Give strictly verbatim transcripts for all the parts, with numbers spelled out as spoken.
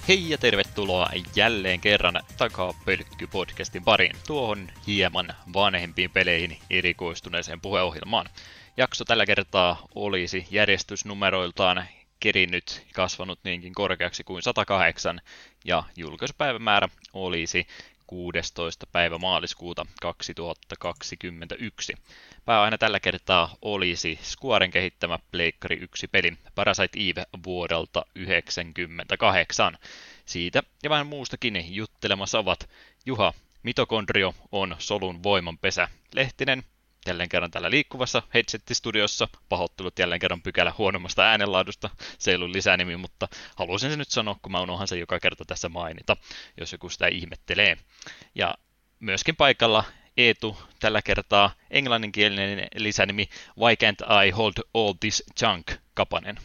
Hei ja tervetuloa jälleen kerran Takapölkky-podcastin pariin, tuohon hieman vanhempiin peleihin erikoistuneeseen puheohjelmaan. Jakso tällä kertaa olisi järjestysnumeroiltaan kerinnyt kasvanut niinkin korkeaksi kuin sata kahdeksan ja julkaisupäivämäärä olisi kuudestoista päivä maaliskuuta kaksituhattakaksikymmentäyksi. Pääaihe tällä kertaa olisi Squaren kehittämä Pleikkari yksi peli Parasite Eve vuodelta yhdeksänkymmentäkahdeksan. Siitä ja vähän muustakin juttelemassa ovat Juha, mitokondrio on solun voimanpesä, Lehtinen, jälleen kerran täällä liikkuvassa Headset-studiossa. Pahoittelut jälleen kerran pykälä huonommasta äänenlaadusta. Se ei ollut lisänimi, mutta haluaisin se nyt sanoa, kun mä unohan sen joka kerta tässä mainita, jos joku sitä ihmettelee. Ja myöskin paikalla Eetu, tällä kertaa englanninkielinen lisänimi Why Can't I Hold All This Junk, Kapanen.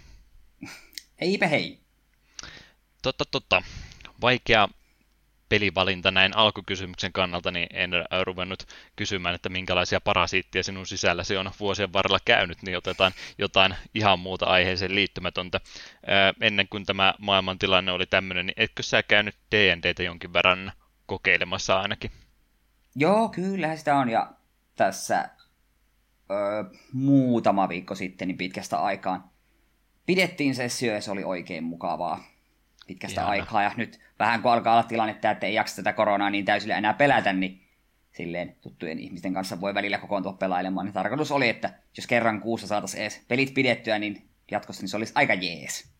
Heipä hei. Totta, totta. Vaikea pelivalinta näin alkukysymyksen kannalta, niin en ruvennut kysymään, että minkälaisia parasiittia sinun sisälläsi on vuosien varrella käynyt, niin otetaan jotain ihan muuta aiheeseen liittymätöntä. Ää, ennen kuin tämä maailmantilanne oli tämmöinen, niin etkö sä käynyt D and D:tä jonkin verran kokeilemassa ainakin? Joo, kyllähän sitä on, ja tässä öö, muutama viikko sitten niin pitkästä aikaan pidettiin sessio, ja se oli oikein mukavaa pitkästä Ihana. aikaa, ja nyt vähän kun alkaa olla tilannetta, että ei jaksa tätä koronaa niin täysillä enää pelätä, niin silleen tuttujen ihmisten kanssa voi välillä kokoontua pelailemaan, niin tarkoitus oli, että jos kerran kuussa saataisiin edes pelit pidettyä, niin jatkossa niin se olisi aika jees.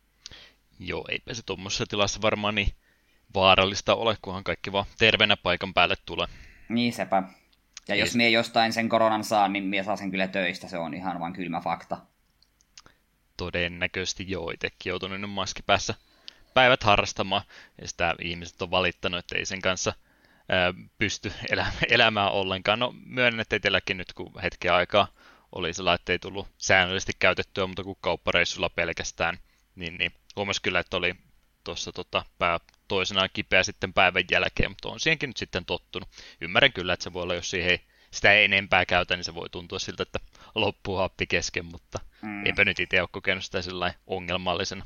Joo, eipä se tuommoisessa tilassa varmaan niin vaarallista ole, kunhan kaikki vaan terveenä paikan päälle tulee. Niin sepä. Ja jos mie jostain sen koronan saa, niin mie saa sen kyllä töistä, se on ihan vaan kylmä fakta. Todennäköisesti joo, itsekin joutunut nyt maskipäässä päivät harrastamaan, ja sitä ihmiset on valittanut, että ei sen kanssa ää, pysty elä, elämään ollenkaan. No myönnän, että itselläkin nyt kun hetken aikaa oli sillä, että ei tullut säännöllisesti käytettyä, mutta kuin kauppareissulla pelkästään, niin, niin huomasi kyllä, että oli tuossa tota, pää toisenaan kipeä sitten päivän jälkeen, mutta on siihenkin nyt sitten tottunut. Ymmärrän kyllä, että se voi olla, jos siihen ei sitä enempää käytä, niin se voi tuntua siltä, että loppuu happi kesken, mutta mm. eipä nyt itse ole kokenut sitä sillä ongelmallisena.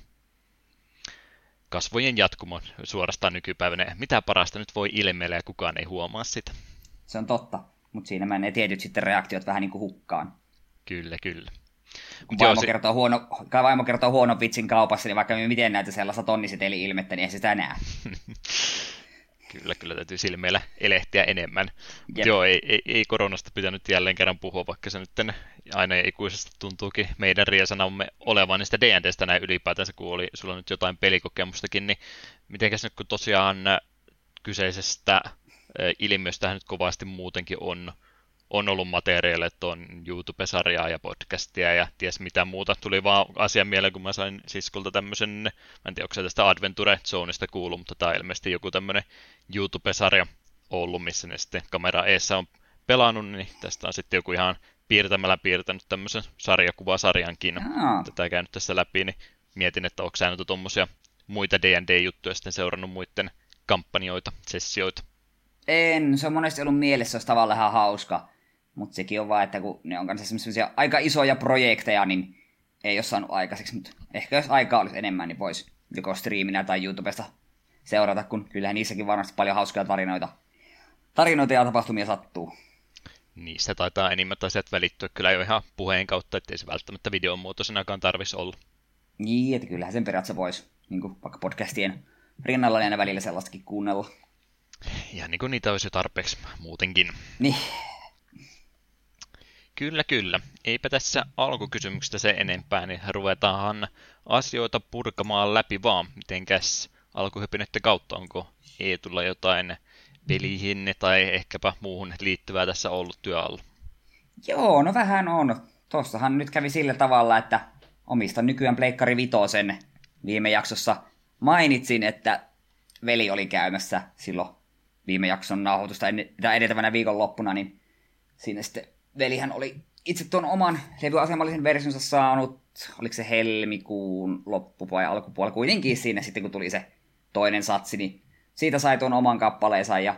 Kasvojen jatkumo suorastaan nykypäivänä. Mitä parasta nyt voi ilmeillä ja kukaan ei huomaa sitä. Se on totta, mutta siinä menee tietyt sitten reaktiot vähän niin kuin hukkaan. Kyllä, kyllä. Kun vaimo, joo, kertoo huono, vaimo kertoo huonon vitsin kaupassa, niin vaikka me miten näitä sellaista tonniseteli-ilmettä, niin ei se sitä näe. Kyllä, kyllä täytyy silmeillä elehtiä enemmän. Joo, ei, ei, ei koronasta pitänyt jälleen kerran puhua, vaikka se nyt aina ikuisesti tuntuukin meidän riesanamme olevan, niin sitä D and D:stä näin ylipäätänsä, kun oli sulla nyt jotain pelikokemustakin, niin mitenkäs nyt kun tosiaan kyseisestä ilmiöstä nyt kovasti muutenkin on, on ollut materiaalia, että on YouTube-sarjaa ja podcastia ja ties mitä muuta. Tuli vaan asian mieleen, kun mä sain siskolta tämmöisen, mä en tiedä, onko se tästä Adventure Zoneista kuullut, mutta tämä on ilmeisesti joku tämmöinen YouTube-sarja ollut, missä ne sitten kamera eessä on pelannut, niin tästä on sitten joku ihan piirtämällä piirtänyt tämmöisen sarjakuvasarjankin. Jaa. Tätä käynyt tässä läpi, niin mietin, että onko sä nyt tuommoisia muita D and D-juttuja sitten seurannut muiden kampanjoita, sessioita. En, se on monesti ollut mielessä, olisi tavallaan ihan hauska. Mutta sekin on vaan, että kun ne on kanssa semmoisia aika isoja projekteja, niin ei ole saanut aikaiseksi. Mutta ehkä jos aikaa olisi enemmän, niin voisi joko striiminä tai YouTubesta seurata, kun kyllähän niissäkin varmasti paljon hauskoja tarinoita, tarinoita ja tapahtumia sattuu. Niistä taitaa enimmät asiat välittyä kyllä jo ihan puheen kautta, ettei se välttämättä videon muotoisenakaan tarvitsisi olla. Niin, että kyllähän sen periaatteessa voisi niin kuin vaikka podcastien rinnalla aina välillä sellaistakin kuunnella. Ja niin kuin niitä olisi jo tarpeeksi muutenkin. Niin. Kyllä, kyllä. Eipä tässä alkukysymyksestä se enempää, niin ruvetaanhan asioita purkamaan läpi vaan. Mitenkäs alkuhypinöiden kautta, onko Eetulla jotain pelihin tai ehkäpä muuhun liittyvää tässä ollut työalla? Joo, no vähän on. Tuossahan nyt kävi sillä tavalla, että omistan nykyään Pleikkari Vitosen. Viime jaksossa mainitsin, että veli oli käymässä silloin viime jakson nauhoitusta edeltävänä viikonloppuna, niin siinä sitten velihän oli itse tuon oman levyasemallisen versionsa saanut, oliko se helmikuun loppupuolella vai alkupuolella, kuitenkin siinä sitten kun tuli se toinen satsi, niin siitä sai tuon oman kappaleensa ja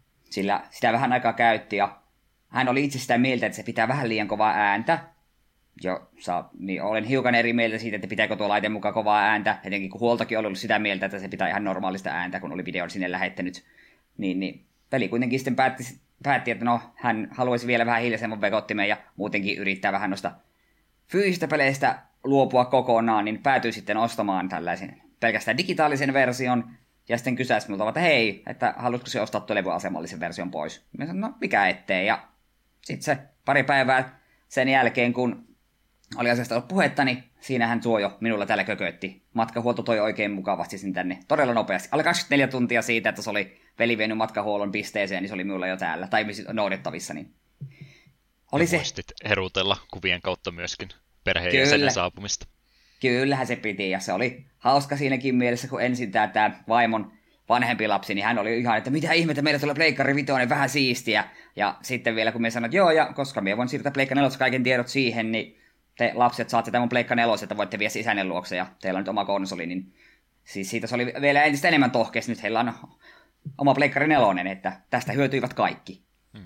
sillä sitä vähän aikaa käytti ja hän oli itse sitä mieltä, että se pitää vähän liian kovaa ääntä, jo, saa, niin olen hiukan eri mieltä siitä, että pitääkö tuo laite mukaan kovaa ääntä, etenkin kun huoltokin oli ollut sitä mieltä, että se pitää ihan normaalista ääntä, kun oli videon sinne lähettänyt. Niin, niin peli kuitenkin sitten päätti, päätti, että no, hän haluaisi vielä vähän hiljaisemman vekottimen ja muutenkin yrittää vähän noista fyysistä peleistä luopua kokonaan, niin päätyi sitten ostamaan tällaisen pelkästään digitaalisen version, ja sitten kysäisi minulta, että hei, että haluaisiko se ostaa tuon levyasemallisen version pois. Mä sanoin, no mikä ettei, ja sitten se pari päivää sen jälkeen, kun oli asiasta ollut puhetta, niin siinä hän tuo jo minulla täällä kökötti. Matkahuolto toi oikein mukavasti sen tänne todella nopeasti. Alle kaksikymmentäneljä tuntia siitä, että se oli veli vienyt matkahuollon pisteeseen, niin se oli minulla jo täällä, tai noudettavissa. Niin oli ja se. Muistit herutella kuvien kautta myöskin perheen jäsenen saapumista. Kyllähän se piti, ja se oli hauska siinäkin mielessä, kun ensin tämä, tämä vaimon vanhempi lapsi, niin hän oli ihan, että mitä ihmettä, meillä tulee Pleikkari vitoinen, vähän siistiä. Ja sitten vielä, kun me sanoin, että joo, ja koska me voin siirtää Pleikka nelosen kaiken tiedot siihen, niin te lapset saatte tämän Pleikka nelosen, että voitte viedä isänen luokse, ja teillä on nyt oma konsoli, niin siis siitä se oli vielä entistä enemmän tohkeessa, nyt heillä on oma Pleikkari nelonen, että tästä hyötyivät kaikki. Hmm.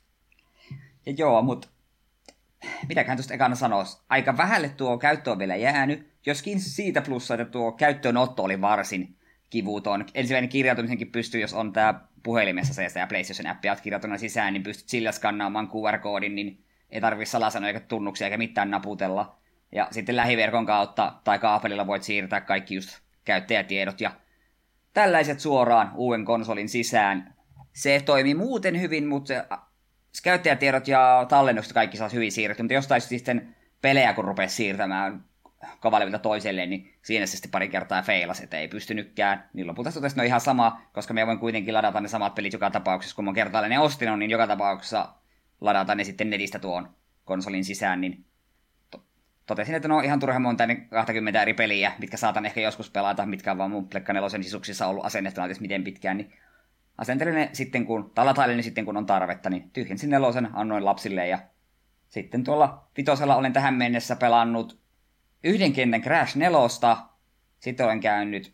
Ja joo, mutta mitäköhän tuosta ekana sanoisi, aika vähälle tuo käyttö on vielä jäänyt, joskin siitä plussa, että tuo käyttöönotto oli varsin kivuton. Ensimmäinen kirjautumisenkin pystyy, jos on tämä puhelimessa se ja PlayStation-appi, olet kirjautuna sisään, niin pystyt sillä skannaamaan Q R-koodin, niin ei tarvitse salasanoja eikä tunnuksia eikä mitään naputella. Ja sitten lähiverkon kautta tai kaapelilla voit siirtää kaikki just käyttäjätiedot ja tällaiset suoraan uuden konsolin sisään. Se toimii muuten hyvin, mutta se käyttäjätiedot ja tallennukset kaikki saa hyvin siirrettyä, mutta jostain sitten pelejä kun rupesi siirtämään kovalevilta toiselle, niin siinä se sitten pari kertaa feilasi, että ei pystynytkään. Niin lopulta se on ihan sama, koska me voin kuitenkin ladata ne samat pelit joka tapauksessa, kun mä oon kertaalleen ostinut, niin joka tapauksessa ladata ne sitten netistä tuon konsolin sisään, niin to- totesin, että no ihan turha monta kaksikymmentä eri peliä, mitkä saatan ehkä joskus pelata, mitkä on vaan mun Pleikka nelosen sisuksissa ollut asennettuna edes miten pitkään, niin asentelin ne sitten kun, tai latailin ne sitten kun on tarvetta, niin tyhjensin nelosen, annoin lapsille, ja sitten tuolla vitosella olen tähän mennessä pelannut yhden kentän Crash nelosta, sitten olen käynyt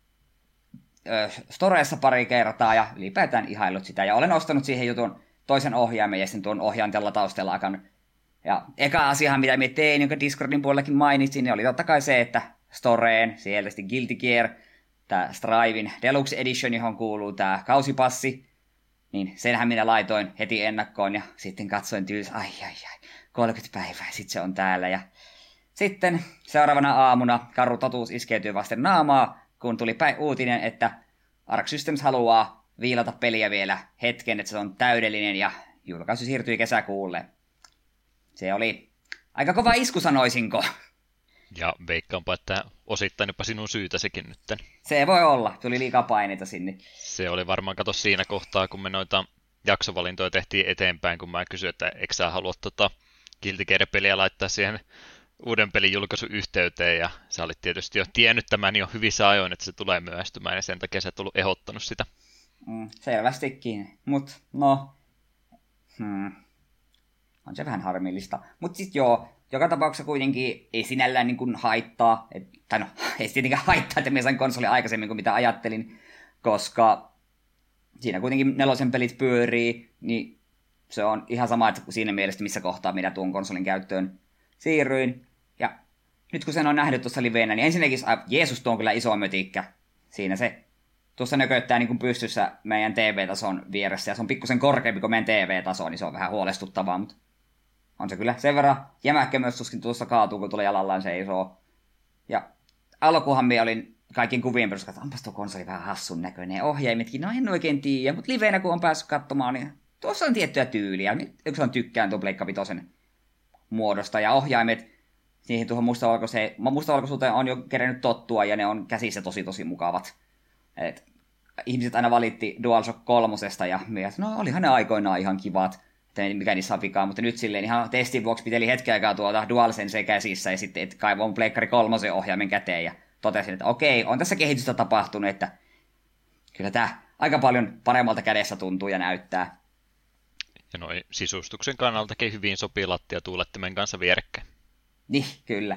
ö, Storeessa pari kertaa ja ylipäätään ihaillut sitä. Ja olen ostanut siihen jutun toisen ohjaimen ja sitten tuon ohjainten lataustellaakan. Ja eka asiahan, mitä me tein, jonka Discordin puolellakin mainitsin, niin oli totta kai se, että Storeen, sieltä sitten Guilty Gear, tämä Strivein Deluxe Edition, johon kuuluu tämä kausipassi, niin senhän minä laitoin heti ennakkoon ja sitten katsoin tyylissä, ai ai ai, kolmekymmentä päivää, sitten se on täällä ja sitten seuraavana aamuna karu totuus iskeytyi vasten naamaa, kun tuli päin uutinen, että Arc Systems haluaa viilata peliä vielä hetken, että se on täydellinen ja julkaisu siirtyi kesäkuulle. Se oli aika kova isku, sanoisinko. Ja veikkaanpa, että osittain jopa sinun syytä sekin nytten. Se voi olla, tuli liikaa paineita sinne. Se oli varmaan, kato siinä kohtaa, kun me noita jaksovalintoja tehtiin eteenpäin, kun mä kysyin, että eikö sä halua tota Guilty Gear-peliä laittaa siihen uuden pelin julkaisun yhteyteen, ja sä olit tietysti jo tiennyt tämän jo hyvissä ajoin, että se tulee myöhästymään, ja sen takia sä et ollut ehdottanut sitä. Mm, selvästikin, mut no, hmm. on se vähän harmillista. Mut sit joo, joka tapauksessa kuitenkin ei sinällään niin kuin haittaa, et, tai no, ei se tietenkään haittaa, että minä sain konsoli aikaisemmin kuin mitä ajattelin, koska siinä kuitenkin nelosen pelit pyörii, niin se on ihan sama, että siinä mielessä missä kohtaa minä tuon konsolin käyttöön siirryin. Ja nyt kun sen on nähnyt tuossa liveenä, niin ensinnäkin, Jeesus, tuo on kyllä iso mötikkä. Siinä se tuossa nököttää niin kuin pystyssä meidän T V-tason vieressä, ja se on pikkusen korkeampi kuin meidän T V-taso, niin se on vähän huolestuttavaa, mutta on se kyllä sen verran jämäkkä myös, tuskin tuossa kaatuu, kun tulee jalallaan seisoo. Ja alkuhan minä olin kaikkien kuvien perusteella, että onpas tuo konsoli vähän hassun näköinen, ohjaimetkin, no en oikein tiedä, mutta liveenä kun on päässyt katsomaan, niin tuossa on tiettyä tyyliä. Nyt yksi on tykkään tuon Pleikka vitosen muodosta, ja ohjaimet siihen tuohon mustavalkoiseen, mustavalkoisuuteen on jo kerännyt tottua, ja ne on käsissä tosi tosi mukavat. Et ihmiset aina valitti DualShock kolmosesta, ja mietin, no olihan ne aikoinaan ihan kivat, että mikä niissä on vikaa, mutta nyt silleen ihan testin vuoksi piteli hetken aikaa tuota DualSense käsissä, ja sitten et kaivoin Pleikkari kolmosen ohjaimen käteen, ja totesin, että okei, on tässä kehitystä tapahtunut, että kyllä tämä aika paljon paremmalta kädessä tuntuu ja näyttää. Ja noin sisustuksen kannaltakin hyvin sopii lattiatuulettimen kanssa vierekkäin. Niin, kyllä.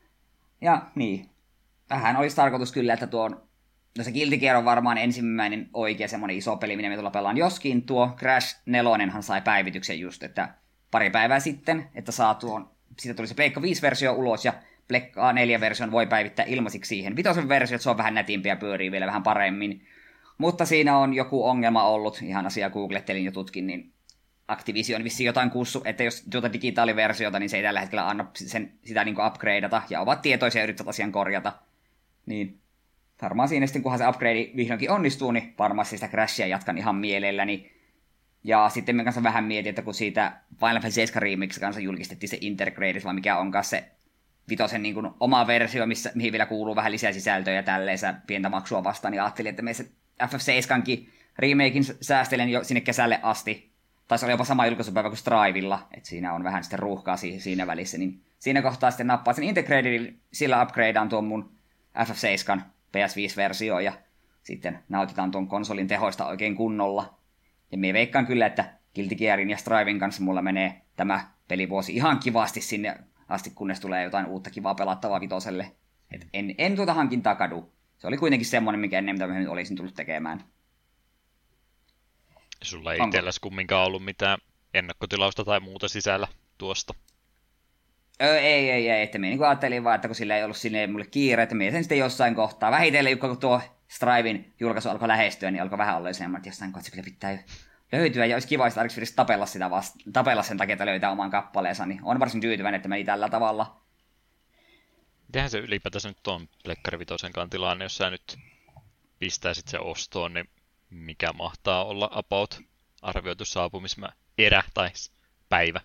Ja niin, vähän olisi tarkoitus kyllä, että tuon, no se Guilty Gear on varmaan ensimmäinen oikea semmoinen iso peli, minä me tulla pelaan. Joskin tuo Crash nelonenhan sai päivityksen just, että pari päivää sitten, että saa tuon siitä tuli se Pleikka viisi-versio ulos, ja Pleikka neljä-version voi päivittää ilmaisiksi siihen. Vitosen versio, se on vähän nätimpiä, pyörii vielä vähän paremmin. Mutta siinä on joku ongelma ollut, ihan asiaa googlettelin ja tutkin, niin Activision vissiin jotain kussu, että jos tuota digitaaliversiota, niin se ei tällä hetkellä anna sen, sitä niin kuin upgradeata, ja ovat tietoisia ja yrittävät asian korjata. Niin varmaan siinä sitten, kunhan se upgrade vihdoinkin onnistuu, niin varmasti sitä Crashia jatkan ihan mielelläni. Ja sitten me kanssa vähän mietin, että kun siitä Final Fantasy seitsemän Remix kanssa julkistettiin se Intergrade, vai mikä onkaan se vitosen niin kuin oma versio, missä, mihin vielä kuuluu vähän lisää sisältöä ja tälleensä pientä maksua vastaan, niin ajattelin, että me se F F seitsemänkin remakein säästelen jo sinne kesälle asti. Taisi olla jopa sama julkaisupäivä kuin Strivella, että siinä on vähän sitten ruuhkaa siinä välissä, niin siinä kohtaa sitten nappaa sen Intergradin, sillä upgradeaan tuon mun F F seitsemän P S viisi-versio, ja sitten nautitaan tuon konsolin tehoista oikein kunnolla. Ja me veikkaan kyllä, että Guilty Gearin ja Striven kanssa mulla menee tämä pelivuosi ihan kivasti sinne asti, kunnes tulee jotain uutta kivaa pelattavaa vitoselle. Et en, en tuota hankintaa kadu. Se oli kuitenkin semmoinen, mikä ennen mitä mä olisin tullut tekemään. Sulla ei itselläsi kumminkaan ollut mitään ennakkotilausta tai muuta sisällä tuosta? Öö, ei, ei, ei. Että minä niin ajattelin vaan, että kun sillä ei ollut sinne mulle kiire, että minä sen sitten jossain kohtaa. Vähitellen, kun tuo Striven julkaisu alkoi lähestyä, niin alkoi vähän olla semmoinen, että jossain kohtaa se kyllä pitää löytyä. Ja olisi kiva, että tarvitsisi tapella, sitä vasta, tapella sen takia, että löytää oman kappaleensa. Niin on varsin tyytyväinen, että meni tällä tavalla. Mitähän se ylipäätänsä nyt on Pleikkari Vitosenkaan tilanne, jos sä nyt pistäisit sen ostoon, niin mikä mahtaa olla about arvioitu saapumismä erä tai päivä?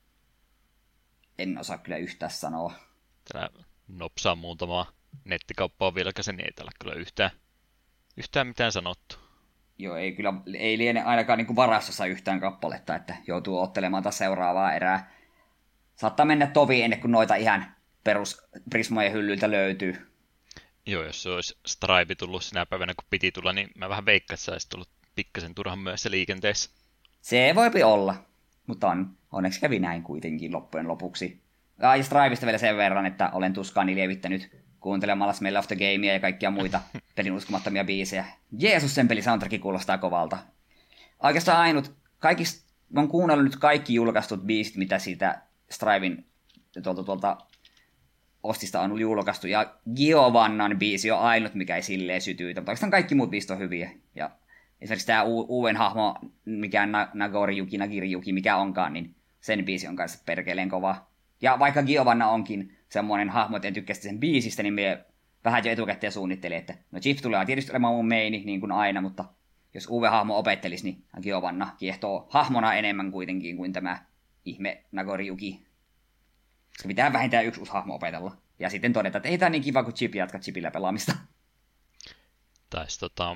En osaa kyllä yhtään sanoa. Täällä nopsaa muutamaa nettikauppaa vilkaisen, niin ei täällä kyllä yhtään, yhtään mitään sanottu. Joo, ei kyllä, ei liene ainakaan niin kuin varastossa yhtään kappaletta, että joutuu ottelemaan taas seuraavaa erää. Saattaa mennä tovi ennen kuin noita ihan perus Prismojen hyllyltä löytyy. Joo, jos se olisi Stripe tullut sinä päivänä, kun piti tulla, niin mä vähän veikkaan, että se olisi tullut pikkasen turhan myöhässä liikenteessä. Se voipi olla, mutta on, onneksi kävi näin kuitenkin loppujen lopuksi. Ja, ja Strivesta vielä sen verran, että olen tuskaani lievittänyt kuuntelemalla Smell of the Gamea ja kaikkia muita pelin uskomattomia biisejä. Jeesus, sen peli soundtracki kuulostaa kovalta. Oikeastaan ainut, kaikista, mä oon kuunnellut nyt kaikki julkaistut biisit, mitä siitä Striven tuolta, tuolta ostista on julkaistu, ja Giovannan biisi on ainut, mikä ei silleen sytyytä, mutta oikeastaan kaikki muut biisit on hyviä. Ja esimerkiksi tämä u- uuden hahmo, mikä on Nagori Yuki, Nagiri Yuki, mikä onkaan, niin sen biisi on kanssa perkeleen kova. Ja vaikka Giovanna onkin semmoinen hahmo, että en tykkää sen biisistä, niin me vähän jo etukäteen suunnittelin, että no Chief tulee tietysti olemaan mun meini, niin kuin aina, mutta jos uuden hahmo opettelisi, niin Giovanna kiehtoo hahmona enemmän kuitenkin kuin tämä ihme Nagori Yuki. Koska pitää vähintään yksi uusi hahmo opetella. Ja sitten todeta, että ei tämä niin kiva, kun Chip jatkaa Chipillä pelaamista. Taisi tota...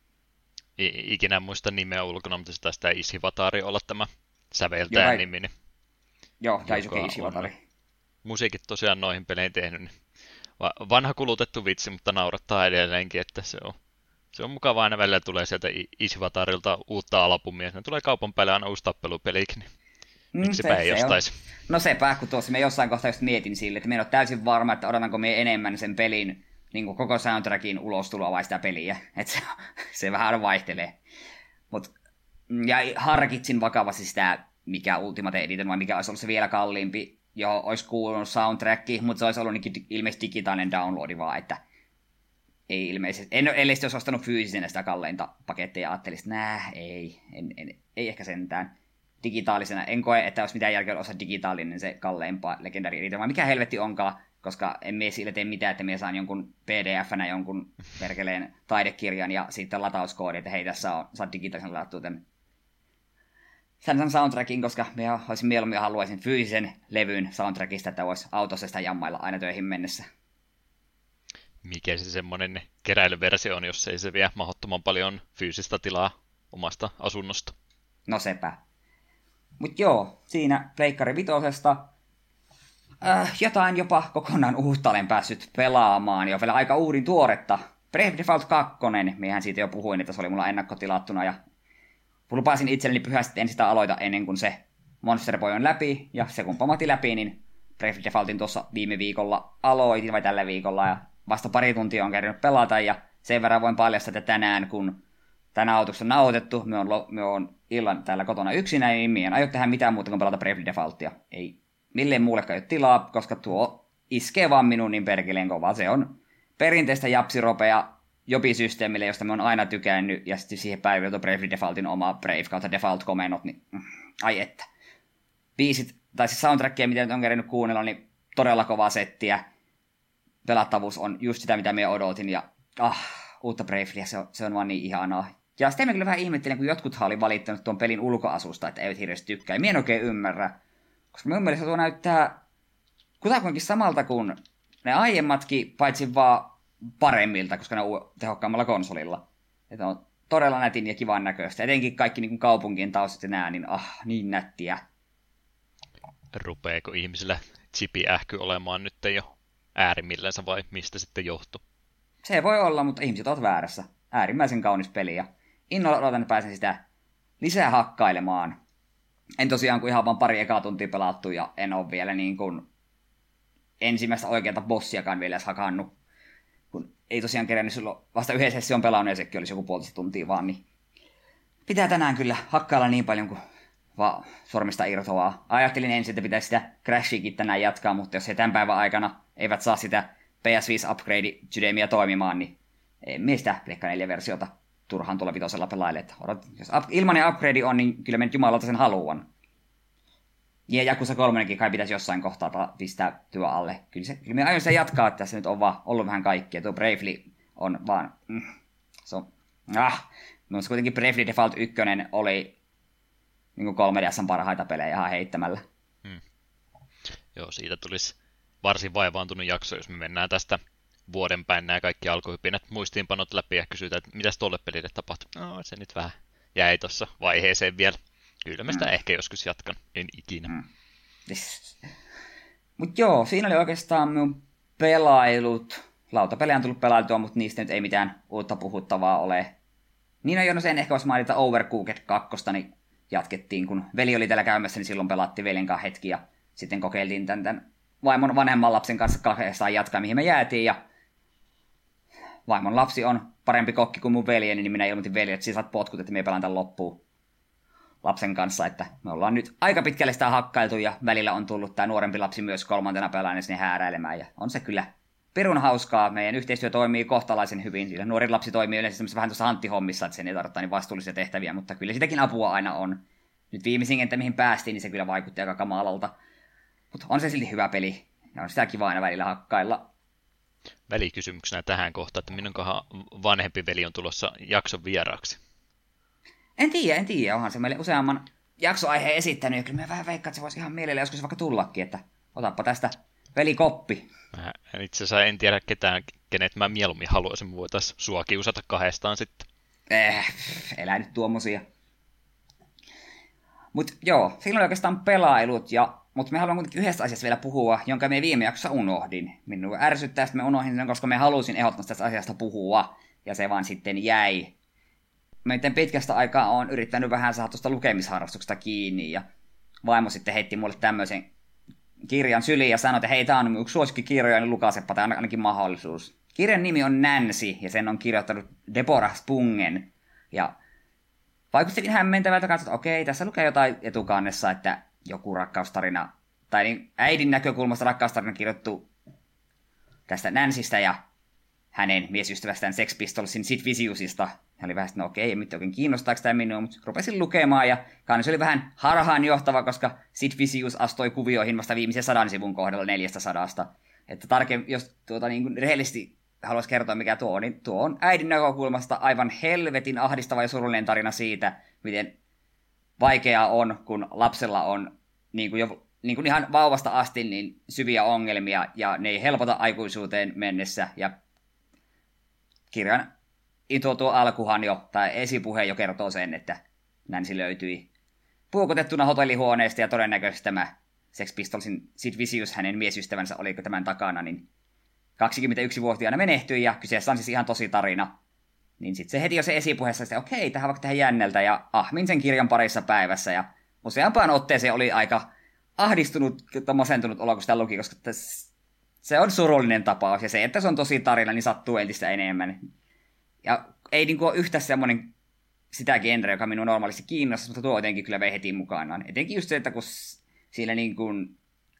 I- ikinä en muista nimeä ulkona, mutta se taisi tämä Ishivatari olla tämä säveltäjän nimi. Niin joo, Daisuke Ishivatari. Musiikit tosiaan noihin peleihin tehnyt. Niin vanha kulutettu vitsi, mutta naurattaa edelleenkin, että se on, se on mukava aina välillä tulee sieltä Ishivatarilta uutta albumia. Ne tulee kaupan päälle aina uusi tappelupelikin, niin miksipä mm, ei ostaisi. No sepä, kun tuossa me jossain kohtaa just mietin sille, että me en ole täysin varma, että odotanko me enemmän sen pelin niin kuin koko soundtrackin ulostuloa vai sitä peliä. Että se, se vähän vaihtelee. Mut, ja harkitsin vakavasti sitä, mikä Ultimate Edition vai mikä olisi ollut se vielä kalliimpi, johon olisi kuulunut soundtracki, mutta se olisi ollut niin ilmeisesti digitaalinen downloadi vaan, että ei ilmeisesti. En ole ellei olisi ostanut fyysisenä sitä kalleinta paketteja ja ajattelin, että nää, ei, en, en, ei ehkä sentään. Digitaalisena. En koe, että olisi mitään järkeä osa digitaalinen se kalleimpaa Legendary Edition, vaan mikä helvetti onkaan, koska en mie sille tee mitään, että mie saan jonkun P D F-nä jonkun perkeleen taidekirjan ja sitten latauskoodi, että hei, tässä on, saat digitaalisen ladattua tämän sen soundtrackin, koska minä olisin mieluummin haluaisin fyysisen levyn soundtrackista, että voisi autossa sitä jammailla aina töihin mennessä. Mikä se semmoinen keräilyversio on, jos ei se vie mahdottoman paljon fyysistä tilaa omasta asunnosta? No sepä. Mut joo, siinä Pleikkari vitosesta äh, jotain jopa kokonaan uutta olen päässyt pelaamaan, ja vielä aika uudin tuoretta. Brave Default kaksi, miehän siitä jo puhuin, että se oli mulla ennakkotilattuna, ja lupasin itselleni pyhästi, että en sitä aloita ennen kuin se Monster Boy on läpi, ja se kun pamati läpi, niin Brave Defaultin tuossa viime viikolla aloitin, vai tällä viikolla, ja vasta pari tuntia on kerännyt pelata, ja sen verran voin paljastaa, että tänään, kun tänä autoksi on nauhoitettu, me on, me on illan täällä kotona yksinä, niin minä en aio tehdä mitään muuta kuin pelata Brave Defaultia. Ei milleen muullekaan ei ole tilaa, koska tuo iskee vaan minun niin perkeleen kovaa. Se on perinteistä japsiropea jobisysteemille, josta me on aina tykännyt, ja sitten siihen päivältä Bravely Defaultin oma Brave kautta Default-komennot, niin ai että. Biisit, tai siis soundtrackia, mitä nyt on kerennyt kuunnella, niin todella kovaa settiä. Pelattavuus on just sitä, mitä minä odotin, ja ah, uutta Bravelyä, se on, se on vaan niin ihanaa. Ja sitten mä kyllä vähän ihmettelen, kun jotkuthan oli valittanut tuon pelin ulkoasusta, että eivät hirveästi tykkää. Mie en oikein ymmärrä, koska minun mielestä tuo näyttää kutakuinkin samalta kuin ne aiemmatkin, paitsi vaan paremmilta, koska ne on tehokkaammalla konsolilla. Että on todella nätin ja kivan näköistä. Etenkin kaikki niin kuin kaupunkien taustat ja nää, niin ah, niin nättiä. Rupeeko ihmisillä chipi-ähky olemaan nyt jo äärimmillänsä vai mistä sitten johtuu? Se voi olla, mutta ihmiset ovat väärässä. Äärimmäisen kaunis peli ja innolla odotan, että pääsen sitä lisää hakkailemaan. En tosiaan kuin ihan vaan pari ekaa tuntia pelattu ja en ole vielä niin kuin ensimmäistä oikeata bossiakaan vielä edes hakannut. Kun ei tosiaan kerännyt silloin vasta yhden session pelannut ja sekin olisi joku puolitoista tuntia vaan, niin pitää tänään kyllä hakkailla niin paljon kuin vaan sormista irtoaa. Ajattelin ensin, että pitäisi sitä Crashiakin tänään jatkaa, mutta jos he tämän päivän aikana eivät saa sitä P S viisi upgrade-sydämiä toimimaan, niin ei mie sitä Pleikka neljä-versiota turhaan tuolla vitosella pelaille. Että odot, jos up, ilmainen upgrade on, niin kyllä me nyt jumalalta sen haluan. Ja Yakuza kolmonenkin kai pitäisi jossain kohtaa pistää työ alle. Kyllä, se, kyllä me aion sitä jatkaa, että tässä nyt on vaan ollut vähän kaikkea. Tuo Bravely on vaan... Mm, se on... Ah! Minusta kuitenkin Bravely Default yksi oli niin kolme D S:n parhaita pelejä ihan heittämällä. Hmm. Joo, siitä tulisi varsin vaivaantunut jakso, jos me mennään tästä vuoden päin nämä kaikki alkuhypinät muistiinpanot läpi ja kysytään, että mitäs tolle pelille tapahtui. No, se nyt vähän jäi tuossa vaiheeseen vielä. Kyllä mä sitä mm. ehkä joskus jatkan, en ikinä. Mm. Mut joo, siinä oli oikeastaan minun pelailut. Lautapelejä on tullut pelailtua, mutta niistä nyt ei mitään uutta puhuttavaa ole. Niin on jo, no sen ehkä voisi mainita Overcooked kaksi, niin jatkettiin, kun veli oli täällä käymässä, niin silloin pelattiin veljen kanssa hetki ja sitten kokeiltiin tämän, tämän vaimon vanhemman lapsen kanssa kahdestaan jatkaa, mihin me jäätiin. Ja vaimon lapsi on parempi kokki kuin mun veljeni, niin minä ilmoitin veljelle, että siis saat potkut, että me pelaan tämän loppuun lapsen kanssa, että me ollaan nyt aika pitkälle sitä hakkailtu ja välillä on tullut tämä nuorempi lapsi myös kolmantena pelaajan sinne hääräilemään ja on se kyllä pirun hauskaa. Meidän yhteistyö toimii kohtalaisen hyvin, sillä nuori lapsi toimii yleensä vähän tuossa hanttihommissa, että sen ei tarvitse niin vastuullisia tehtäviä, mutta kyllä sitäkin apua aina on. Nyt viimeisin, että mihin päästiin, niin se kyllä vaikutti aika kamalalta. Mutta on se silti hyvä peli ja on sitä kiva aina välillä hakkailla. Välikysymyksenä tähän kohtaan, että minunkohan vanhempi veli on tulossa jakson vieraaksi. En tiedä, en tiedä. Onhan se meille useamman jaksoaiheen esittänyt, ja kyllä me vähän veikkaan, että se voisi ihan mielellä joskus vaikka tullakin, että otappa tästä velikoppi. Mä itse asiassa en tiedä ketään, kenet mä mieluummin haluaisin, me voitaisiin sua kiusata kahdestaan sitten. Eh, elää nyt tuommoisia. Mut joo, siinä oli oikeastaan pelailut, ja, mutta me haluan kuitenkin yhdestä asiasta vielä puhua, jonka me viime jaksossa unohdin. Minua ärsyttää, että me unohdin sen, koska me halusin ehdottomasti tästä asiasta puhua, ja se vaan sitten jäi. Meidän pitkästä aikaa on yrittänyt vähän saada tuosta lukemisharrastuksesta kiinni, ja vaimo sitten heitti mulle tämmöisen kirjan syliin ja sanoi, että hei, tämä on yksi suosikkikirjoja, niin lukasepa, tämä on ainakin mahdollisuus. Kirjan nimi on Nancy, ja sen on kirjoittanut Deborah Spungen, ja vaikuttikin hämmentävältä katsoa, että okei, tässä lukee jotain etukannessa, että joku rakkaustarina, tai niin äidin näkökulmasta rakkaustarina kirjoittu tästä Nancystä ja hänen miesystävästään Sex Pistolsin Sid Viciousista. Hän oli vähän, että no okei, ei mitään oikein kiinnostaako tämä minua, mutta rupesin lukemaan ja kanssa oli vähän harhaanjohtava, koska Sid Vicious astoi kuvioihin vasta viimeisen sadan sivun kohdalla neljästä sadasta. Että tarkemmin, jos tuota, niin kuin rehellisesti haluaisi kertoa mikä tuo on, niin tuo on äidin näkökulmasta aivan helvetin ahdistava ja surullinen tarina siitä, miten vaikeaa on, kun lapsella on niin kuin jo niin kuin ihan vauvasta asti niin syviä ongelmia ja ne ei helpota aikuisuuteen mennessä ja kirjan tuo, tuo alkuhan jo, tai esipuhe jo kertoo sen, että Nancy löytyi puukotettuna hotellihuoneesta ja todennäköisesti tämä Sex Pistolsin Sid Vicious, hänen miesystävänsä, oliko tämän takana, niin kaksikymmentäyksivuotiaana menehtyi ja kyseessä on siis ihan tosi tarina. Niin sitten se heti jo se esipuheessa, että okei, tähän vaikka tehdä jännältä ja ahmin sen kirjan parissa päivässä ja useampaan otteeseen oli aika ahdistunut ja masentunut olo, kun sitä luki, koska se on surullinen tapaus ja se, että se on tosi tarina, niin sattuu entistä enemmän. Ja ei niin kuin ole yhtä semmoinen sitä genreä, joka minun normaalisti kiinnostaa, mutta tuo jotenkin kyllä vei heti mukanaan. Etenkin just se, että kun siellä niin kuin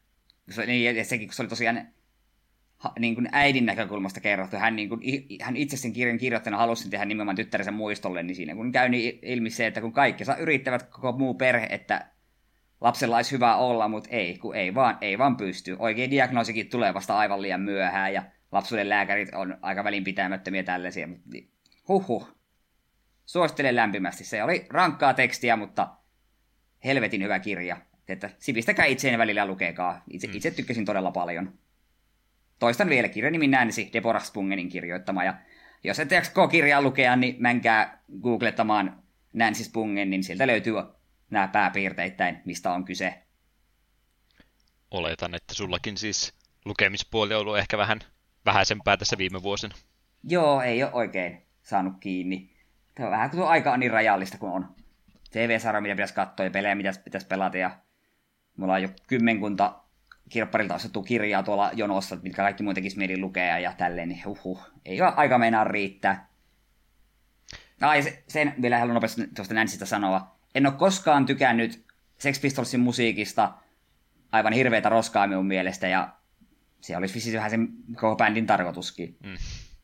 Se, niin, ja sekin, kun se oli tosiaan ha, niin kuin äidin näkökulmasta kerrottu, hän, niin kuin, hän itse sen kirjan kirjoittajana halusi tehdä nimenomaan tyttärensä muistolle, niin siinä kun käy niin ilmi se, että kun kaikki saa yrittävät koko muu perhe, että lapsella olisi hyvä olla, mutta ei, kun ei vaan, ei vaan pysty. Oikein diagnoosikin tulee vasta aivan liian myöhään, ja lapsuuden lääkärit on aika välinpitämättömiä tällaisia. Huhhuh. Suosittelen lämpimästi. Se oli rankkaa tekstiä, mutta helvetin hyvä kirja. Että sivistäkää itseen välillä lukekaa. Itse, mm. itse tykkäsin todella paljon. Toistan vielä, kirjan nimi Nancy, Deborah Spungenin kirjoittama. Ja jos et jaksa koko kirjaa lukea, niin menkää googlettamaan Nancy Spungen, niin sieltä löytyy nämä pääpiirteittäin, mistä on kyse. Oletan, että sullakin siis lukemispuoli on ollut ehkä vähän vähäisempää tässä viime vuosina. Joo, ei ole oikein saanut kiinni. Tämä on vähän kun tuo aika on niin rajallista, kun on T V-sarja, mitä pitäisi katsoa ja pelejä, mitä pitäisi pelata. Ja mulla on jo kymmenkunta kirpparilta ostettu kirjaa tuolla jonossa, mitkä kaikki muun tekisi mieli lukea ja tälleen, niin huhhuh. Ei ole aika meinaa riittää. Ai, sen vielä haluan nopeasti tuosta Nancystä sanoa. En ole koskaan tykännyt Sex Pistolsin musiikista, aivan hirveätä roskaa minun mielestä, ja se olisi siis vähän sen koko bändin tarkoituskin. Mm.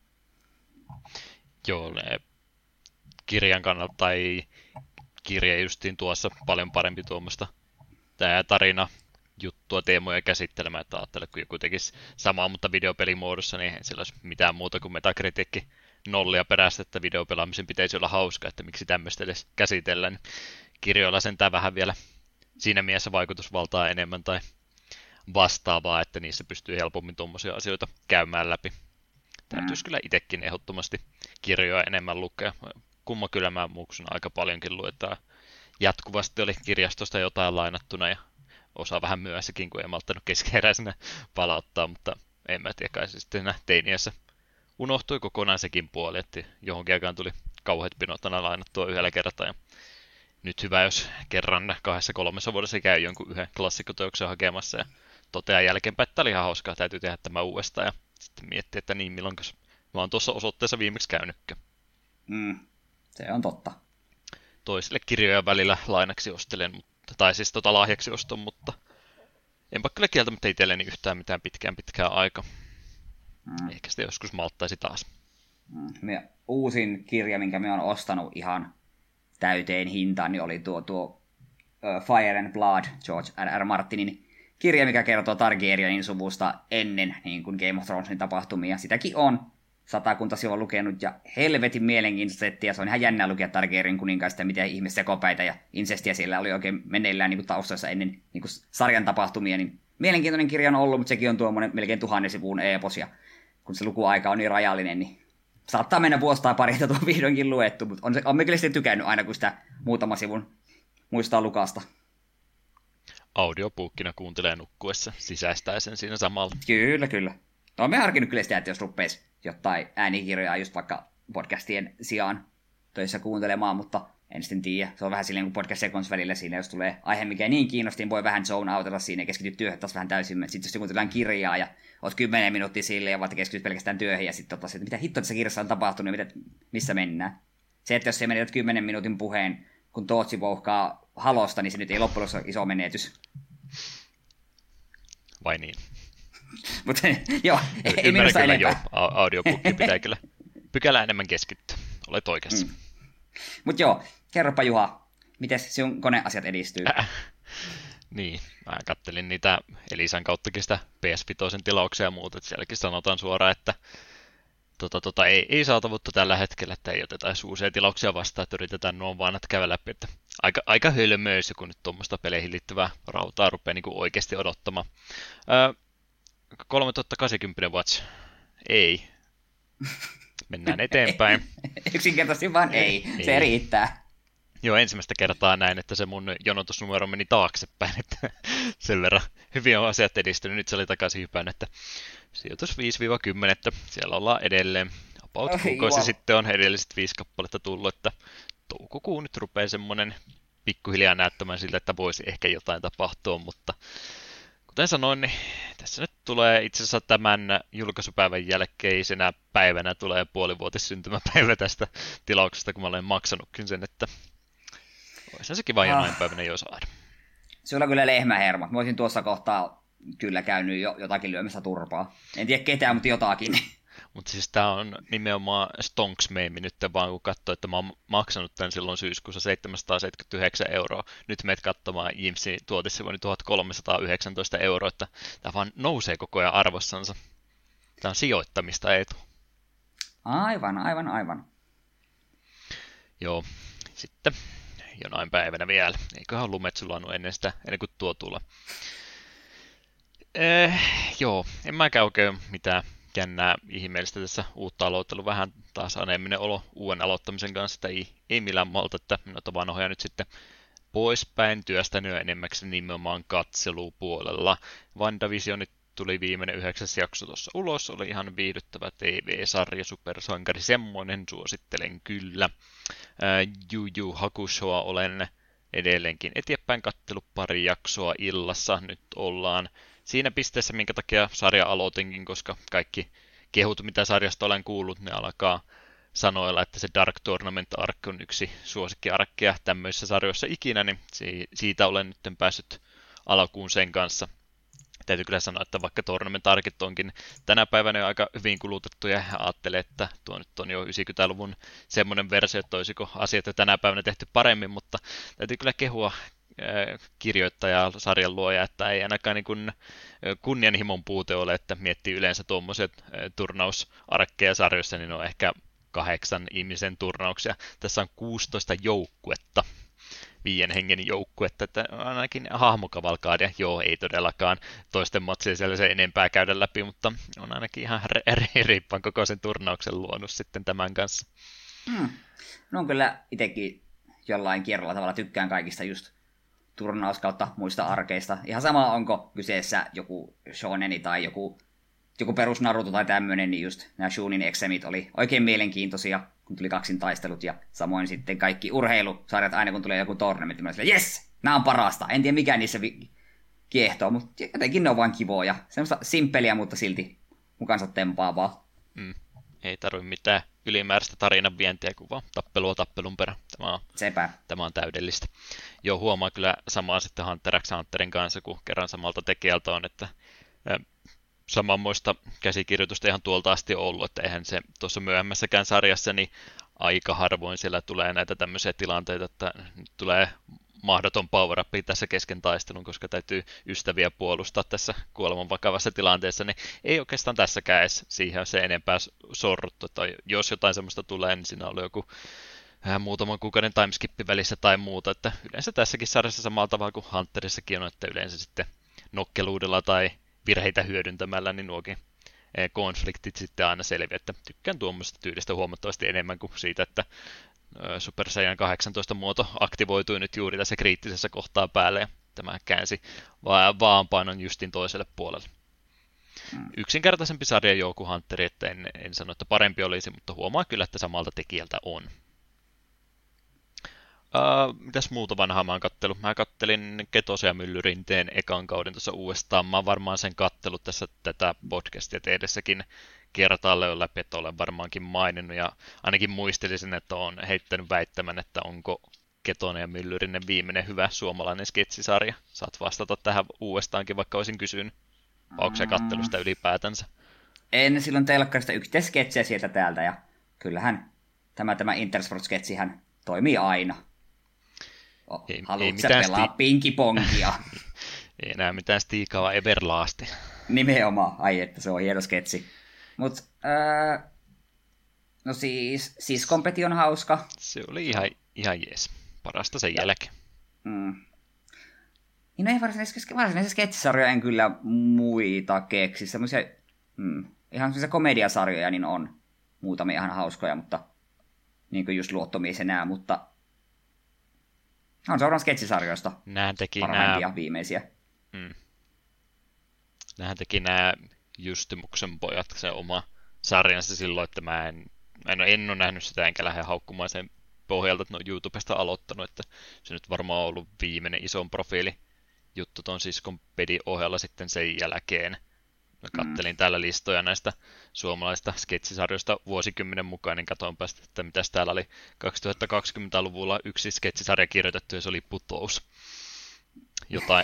Joo, ne kirjan kannalta tai kirja justiin tuossa paljon parempi tuommoista tämä tarina juttua, teemoja käsittelemään, että ajattelen, kun joku tekisi samaa, mutta videopelimuodossa, niin ei sillä olisi mitään muuta kuin metakritiikki nollia perästä, että videopelaamisen pitäisi olla hauska, että miksi tämmöistä edes käsitellään. Kirjoilla sentään vähän vielä siinä mielessä vaikutusvaltaa enemmän tai vastaavaa, että niissä pystyy helpommin tuommoisia asioita käymään läpi. Täytyisi kyllä itsekin ehdottomasti kirjoja enemmän lukea. Kumma kyllä mä muuksuna aika paljonkin luetaan. Jatkuvasti oli kirjastosta jotain lainattuna ja osa vähän myössäkin, kun ei malttanut keskeeräisenä palauttaa, mutta en mä tiedä, kai se sitten enää teiniässä unohtui kokonaan sekin puoli, että johonkin aikaan tuli kauheat pinotana lainattua yhdellä kertaa. Ja nyt hyvä, jos kerran kahdessa kolmessa vuodessa käy jonkun yhden klassikoteoksen hakemassa ja toteaa jälkeenpäin, että tämä oli ihan hauskaa, täytyy tehdä tämä uudestaan. Ja sitten miettii, että niin milloinkas mä oon tuossa osoitteessa viimeksi käynytkö. Mm, se on totta. Toisille kirjoja välillä lainaksi ostelen, mutta, tai siis tota lahjaksi oston, mutta enpä kyllä kieltämättä itselleni yhtään mitään pitkään pitkään aika. Mm. Ehkä sitä joskus malttaisi taas. Mm. Uusin kirja, minkä me oon ostanut ihan täyteen hintaan, niin oli tuo, tuo uh, Fire and Blood, George R. R. Martinin kirja, mikä kertoo Targaryenin suvusta ennen niin kuin Game of Thronesin tapahtumia. Sitäkin on satakunta sivua lukenut ja helvetin mielenkiintoista settiä. Se on ihan jännää lukea Targaryen kuninkaista ja miten ihmiset sekopäitä ja insestiä siellä oli oikein meneillään niin kuin taustassa ennen niin kuin sarjan tapahtumia. Niin mielenkiintoinen kirja on ollut, mutta sekin on tuommoinen melkein tuhannen sivuun epos ja kun se lukuaika on niin rajallinen, niin saattaa mennä vuosi tai pari, että tuo on vihdoinkin luettu, mutta on, se, on kyllä sitten tykännyt aina, kun sitä muutama sivun muistaa lukasta. Audiopuukkina kuuntelee nukkuessa, sisäistää sen siinä samalla. Kyllä, kyllä. No, me harkinnut kyllä sitä, että jos rupeisi jotain äänikirjoja just vaikka podcastien sijaan töissä kuuntelemaan, mutta en sitten tiedä. Se on vähän silleen kuin podcast seconds välillä siinä, jos tulee aihe, mikä niin kiinnosti, niin voi vähän zone outella siinä ja keskity työhön taas vähän täysin. Sitten jos kuuntellaan kirjaa ja oot kymmenen minuuttia silleen ja voit keskityt pelkästään työhön ja sitten otat, että mitä hitto tässä kirjassa on tapahtunut ja mitä, missä mennään. Se, että jos sä menetät kymmenen minuutin puheen, kun Tootsi vouhkaa Halosta, niin se nyt ei loppujen lopuksi ole iso menetys. Vai niin? Mutta joo, y- ei minusta enempää. Joo, audiobookin pitää kyllä pykälää enemmän keskittyä. Olet oikeassa. Mm. Mutta joo, kerropa Juha, miten sinun koneasiat edistyy? Äh, niin, mä kattelin niitä Elisan kauttakin sitä P S viisi tilauksia ja muuta, että sielläkin sanotaan suoraan, että tota, tota, ei, ei saatavuutta tällä hetkellä, että ei oteta uusia tilauksia vastaan, että yritetään nuo vanhat käydä läpi, että aika, aika hölmöissä, kun nyt tuommoista peleihin liittyvää rautaa rupeaa niin kuin oikeasti odottamaan. Öö, kolmetuhattakahdeksankymmentä watts, ei. Mennään eteenpäin. Yksinkertaisesti vaan ei. ei. Se riittää. Joo, ensimmäistä kertaa näin, että se mun jonotusnumero meni taaksepäin, että sen verran hyvin on asiat edistynyt. Nyt se oli takaisin hypään, että sijoitus viisi kymmenen, että siellä ollaan edelleen. About oh, kuukausi wow. Sitten on edelliset viisi kappaletta tullut, että toukokuun nyt rupeaa semmoinen pikkuhiljaa näyttämään siltä, että voisi ehkä jotain tapahtua, mutta kuten sanoin, niin tässä nyt tulee itse asiassa tämän julkaisupäivän jälkeisenä päivänä tulee puolivuotis syntymäpäivä tästä tilauksesta, kun mä olen maksanutkin sen, että olisi se kiva jonain ah. päivänä jo saada. Sulla on kyllä lehmähermot. Mä voisin tuossa kohtaa kyllä käynyt jo jotakin lyömässä turpaa. En tiedä ketään, mutta jotakin. Mutta siis tää on nimenomaan stonks-meemi nyt vaan, kun katsoo, että mä oon maksanut tän silloin syyskuussa seitsemänsataaseitsemänkymmentäyhdeksän euroa. Nyt meet katsomaan Jimsin tuotissivuni tuhatkolmesataayhdeksäntoista euroa, että tää vaan nousee koko ajan arvossansa. Tää on sijoittamista etu. Aivan, aivan, aivan. Joo, sitten jonain päivänä vielä. Eiköhän lumet sulannut ennen sitä, ennen kuin tuo tulla. Eh, joo, en mäkään oikein mitään jännää ihmeellistä tässä uutta aloittelua. Vähän taas aneeminen olo uuden aloittamisen kanssa, että ei, ei millään malta, että minut vaan ohjaa nyt sitten poispäin työstänyt enemmäksi nimenomaan katselupuolella. WandaVisionit tuli viimeinen yhdeksäs jakso tuossa ulos, oli ihan viihdyttävä T V-sarja, supersankari, semmoinen suosittelen kyllä. Ää, Yu Yu Hakushoa olen edelleenkin eteenpäin kattellut pari jaksoa illassa, nyt ollaan siinä pisteessä, minkä takia sarja aloitinkin, koska kaikki kehut, mitä sarjasta olen kuullut, ne alkaa sanoilla, että se Dark Tournament-arkki on yksi suosikkiarkkeja tämmöisissä sarjoissa ikinä, niin siitä olen nyt päässyt alkuun sen kanssa. Täytyy kyllä sanoa, että vaikka Tournament-arkit onkin tänä päivänä jo aika hyvin kulutettuja, ja ajattelen, että tuo nyt on jo yhdeksänkymmentäluvun semmoinen versio, että olisiko asiat jo tänä päivänä tehty paremmin, mutta täytyy kyllä kehua kirjoittajaa, sarjan luoja, että ei ainakaan niin kuin kunnianhimon puute ole, että miettii yleensä tuommoiset turnausarkkeja sarjoissa, niin on ehkä kahdeksan ihmisen turnauksia. Tässä on kuusitoista joukkuetta, viien hengen joukkuetta, että ainakin hahmokavalkaadia, joo, ei todellakaan toisten matseja siellä se enempää käydä läpi, mutta on ainakin ihan riippaan koko sen turnauksen luonut sitten tämän kanssa. Hmm. No on kyllä itsekin jollain kierrolla tavalla tykkään kaikista just turnaus kautta muista arkeista. Ihan sama onko kyseessä joku shoneni tai joku, joku perus Naruto tai tämmöinen, niin just nämä Shunin Exemit oli oikein mielenkiintoisia, kun tuli kaksintaistelut ja samoin sitten kaikki urheilusarjat aina kun tulee joku tournamentti, mä olin jes, nämä on parasta. En tiedä mikä niissä vi- kiehtoo, mutta jotenkin ne on vaan kivoja. Semmoista simppeliä, mutta silti mukansa tempaavaa. Mm. Ei tarvitse mitään ylimääräistä tarinan vientiä, kuin vaan tappelua tappelun perä. Tämä on, Sepä. tämä on täydellistä. Joo, huomaa kyllä samaa sitten Hunter x Hunterin kanssa, kun kerran samalta tekijältä on, että samanmoista käsikirjoitusta ihan tuolta asti ollut, että eihän se tuossa myöhemmässäkään sarjassa, niin aika harvoin siellä tulee näitä tämmöisiä tilanteita, että nyt tulee mahdoton power-up tässä kesken taistelun, koska täytyy ystäviä puolustaa tässä kuoleman vakavassa tilanteessa, niin ei oikeastaan tässäkään edes siihen se enempää sorruttu, tai jos jotain semmoista tulee, niin siinä oli joku vähän muutaman kuukauden timeskippi välissä tai muuta, että yleensä tässäkin sarjassa samalla tavalla kuin Hunterissakin on, että yleensä sitten nokkeluudella tai virheitä hyödyntämällä, niin nuokin konfliktit sitten aina selviä, että tykkään tuommoista tyylistä huomattavasti enemmän kuin siitä, että Super Saiyan kahdeksantoista muoto aktivoitui nyt juuri tässä kriittisessä kohtaa päälle, ja tämä käänsi vaanpainon justin toiselle puolelle. Hmm. Yksinkertaisempi sarja joo kuin Hunteri, että en, en sano, että parempi olisi, mutta huomaa kyllä, että samalta tekijältä on. Uh, mitäs muuta vanhaa mä oon kattellut? Mä kattelin Ketosen ja Myllyrinteen ekan kauden tuossa uudestaan. Mä oon varmaan sen kattellut tässä tätä podcastia tehdessäkin kertaalle jo läpi, että olen varmaankin maininnut. Ja ainakin muistelisin, että on heittänyt väittämän, että onko Ketonen ja Myllyrinen viimeinen hyvä suomalainen sketsisarja. Saat vastata tähän uudestaankin, vaikka olisin kysynyt. Onko se kattelusta ylipäätänsä? En silloin telkkarista yksittäin sketsejä sieltä täältä. Ja kyllähän tämä, tämä Intersport-sketsihän toimii aina. Ei, Haluatko sä pelaa sti- pinkiponkia? Ei enää mitään Stiikaa Everlasti. Nimenomaan. Ai, että se on hieno sketsi. Mut, äh, no siis, siis kompeti on hauska. Se oli ihan, ihan jees. Parasta sen ja. jälkeen. Mm. Niin no ei varsinaisia, varsinaisia sketsisarjoja en kyllä muita keksi. Semmoisia, mm, ihan semmoisia komediasarjoja niin on muutamia ihan hauskoja, mutta niin kuin just luottomies ja nää, mutta on seuraan sketsisarjoista Nähän teki parhaimpia nää... viimeisiä. Mm. Nähän teki nämä Justimuksen pojat se oma sarjansa silloin, että mä en, en, en ole nähnyt sitä enkä lähde haukkumaan sen pohjalta, että ne on YouTubesta aloittanut, että se nyt varmaan on ollut viimeinen ison profiili juttu ton siskon pedin ohella sitten sen jälkeen. Mä kattelin mm. täällä listoja näistä suomalaisista sketsisarjoista vuosikymmenen mukaan, niin katoinpä, että mitäs täällä oli kaksituhattakaksikymmentäluvulla yksi sketsisarja kirjoitettu, ja se oli Putous. Jotain,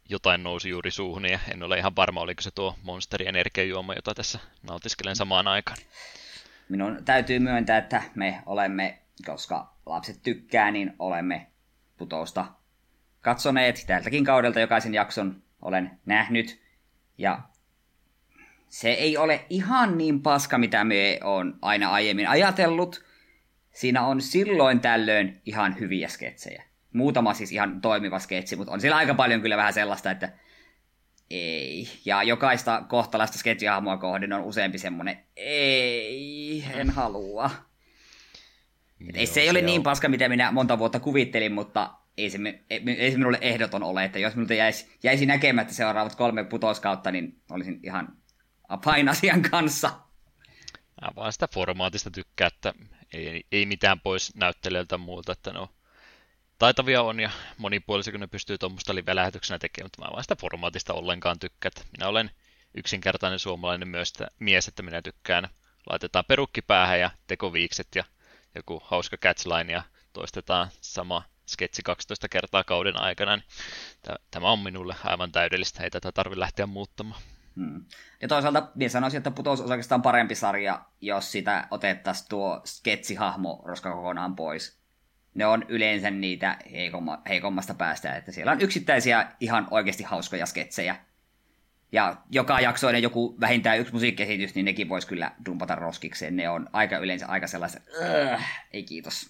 jotain nousi juuri suuhun, ja en ole ihan varma, oliko se tuo Monsterin energiajuoma, jota tässä nautiskelen samaan aikaan. Minun täytyy myöntää, että me olemme, koska lapset tykkää, niin olemme Putousta katsoneet. Tältäkin kaudelta jokaisen jakson olen nähnyt. Ja se ei ole ihan niin paska, mitä me on aina aiemmin ajatellut. Siinä on silloin tällöin ihan hyviä sketsejä. Muutama siis ihan toimiva sketsi, mutta on siellä aika paljon kyllä vähän sellaista, että ei. Ja jokaista kohtalaista sketsihahmoa kohden on useampi semmonen, ei, en halua. Et ei, se ei ole niin paska, mitä minä monta vuotta kuvittelin, mutta ei se, ei se minulle ehdoton ole. Että jos minulta jäisi, jäisi näkemättä seuraavat kolme putouskautta, niin olisin ihan apain asian kanssa. Mä vaan sitä formaatista tykkää, että ei, ei mitään pois näyttelijöiltä muuta, että no taitavia on ja monipuolisia, kun ne pystyy tuommoista live-lähetyksenä tekemään, mutta mä vaan sitä formaatista ollenkaan tykkää. Minä olen yksinkertainen suomalainen myös että mies, että minä tykkään. Laitetaan perukki päähän ja tekoviikset ja joku hauska catchline ja toistetaan sama sketsi kaksitoista kertaa kauden aikana. Niin tämä on minulle aivan täydellistä, ei tätä tarvitse lähteä muuttamaan. Hmm. Ja toisaalta minä sanoisin, että Putous on oikeastaan parempi sarja, jos sitä otettaisiin tuo sketsihahmo roska kokonaan pois. Ne on yleensä niitä heikomma, heikommasta päästä, että siellä on yksittäisiä ihan oikeasti hauskoja sketsejä. Ja joka jaksoinen joku vähintään yksi musiikkiesitys, niin nekin voisi kyllä dumpata roskikseen. Ne on aika yleensä aika sellaista, ei kiitos.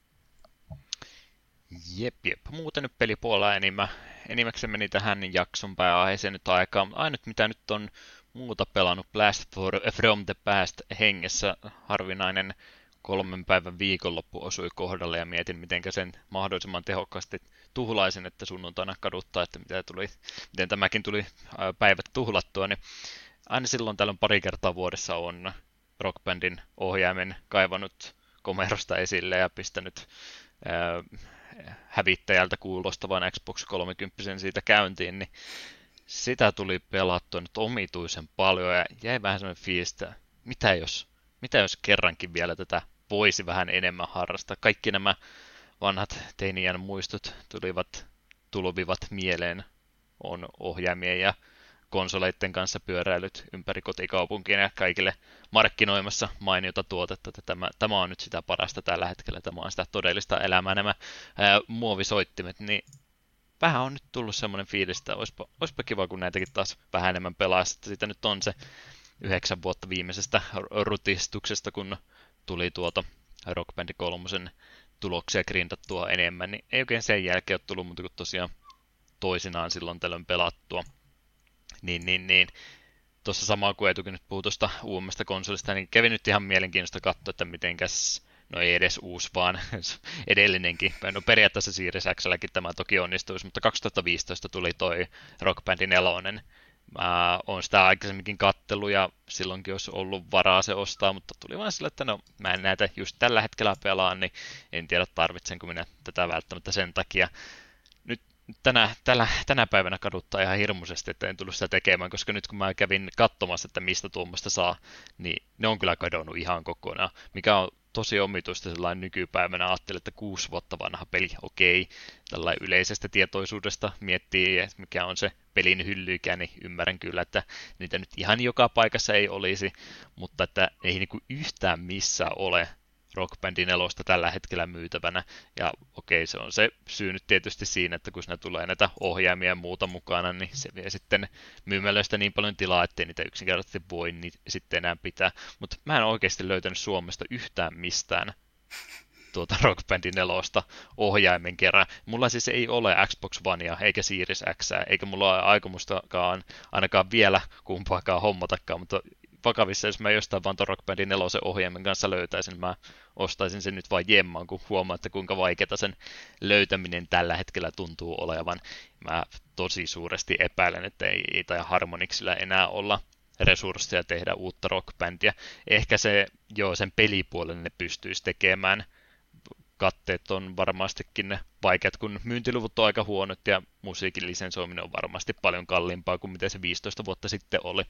Jep, jep. Muuten nyt pelipuolella enimmä, enimmäkseen meni tähän jakson pääaiheeseen nyt aikaa. Ainut mitä nyt on muuta pelannut Blast for, from the Past hengessä, harvinainen kolmen päivän viikonloppu osui kohdalle ja mietin, miten sen mahdollisimman tehokkaasti tuhlaisin, että sunnuntaina kaduttaa, että mitä tuli, miten tämäkin tuli päivät tuhlattua. Niin aina silloin tällöin pari kertaa vuodessa on Rock Bandin ohjaimen kaivannut komerosta esille ja pistänyt ää, hävittäjältä kuulostavan Xbox kolmekymmentä siitä käyntiin, niin sitä tuli pelattua nyt omituisen paljon ja jäi vähän sellainen fiilis, että mitä jos, mitä jos kerrankin vielä tätä voisi vähän enemmän harrastaa. Kaikki nämä vanhat teiniän muistot tulivat, tulvivat mieleen. On ohjaimien ja konsoleiden kanssa pyöräilyt ympäri kotikaupunkia ja kaikille markkinoimassa mainiota tuotetta. Tämä, tämä on nyt sitä parasta tällä hetkellä. Tämä on sitä todellista elämää. Nämä ää, muovisoittimet, niin vähän on nyt tullut semmoinen fiilis, että olisipa, olisipa kiva, kun näitäkin taas vähän enemmän pelaa. Siitä nyt on se yhdeksän vuotta viimeisestä rutistuksesta, kun tuli tuota Rock Band kolmosen tuloksia grindattua enemmän, niin ei oikein sen jälkeen ole tullut muuta kuin tosiaan toisinaan silloin tällöin pelattua. Niin, niin, niin. Tuossa samaa kuin Etukin nyt puhui tuosta uudemmasta konsolista, niin kävi nyt ihan mielenkiintoista katsoa, että mitenkäs, no ei edes uusi, vaan edellinenkin. No periaatteessa Series X:lläkin tämä toki onnistuisi, mutta kaksituhattaviisitoista tuli toi Rock Band nelonen. Mä oon sitä aikaisemminkin kattellut ja silloinkin olisi ollut varaa se ostaa, mutta tuli vaan sille, että no mä en näitä just tällä hetkellä pelaa, niin en tiedä tarvitsenko minä tätä välttämättä sen takia. Nyt tänä, tällä, tänä päivänä kaduttaa ihan hirmuisesti, että en tullut sitä tekemään, koska nyt kun mä kävin katsomassa, että mistä tuommoista saa, niin ne on kyllä kadonnut ihan kokonaan, mikä on tosi omituista sellainen nykypäivänä. Ajattelin, että kuusi vuotta vanha peli, okei, tällainen yleisestä tietoisuudesta miettii, mikä on se pelin hyllyikä, niin ymmärrän kyllä, että niitä nyt ihan joka paikassa ei olisi, mutta että ei niinku yhtään missään ole Rock Bandin nelosta tällä hetkellä myytävänä, ja okei, se on se syy nyt tietysti siinä, että kun siinä tulee näitä ohjaimia ja muuta mukana, niin se vie sitten myymälöistä niin paljon tilaa, ettei niitä yksinkertaisesti voi niin sitten enää pitää, mutta mä en oikeasti löytänyt Suomesta yhtään mistään tuota Rock Bandin nelosta ohjaimen kerran. Mulla siis ei ole Xbox Onea eikä Series X, eikä mulla ole aikomustakaan ainakaan vielä kumpaakaan hommatakaan, mutta vakavissa, jos mä jostain vaan tuon Rock Bandin nelosen ohjaimen kanssa löytäisin, mä ostaisin sen nyt vain jemmaan, kun huomaan, että kuinka vaikeaa sen löytäminen tällä hetkellä tuntuu olevan. Mä tosi suuresti epäilen, että ei, ei tai Harmonixilla enää olla resursseja tehdä uutta Rock Bandia. Ehkä se, joo, sen pelipuolen ne pystyisi tekemään. Katteet on varmastikin ne vaikeat, kun myyntiluvut on aika huonot ja musiikin lisensoiminen on varmasti paljon kalliimpaa kuin mitä se viisitoista vuotta sitten oli.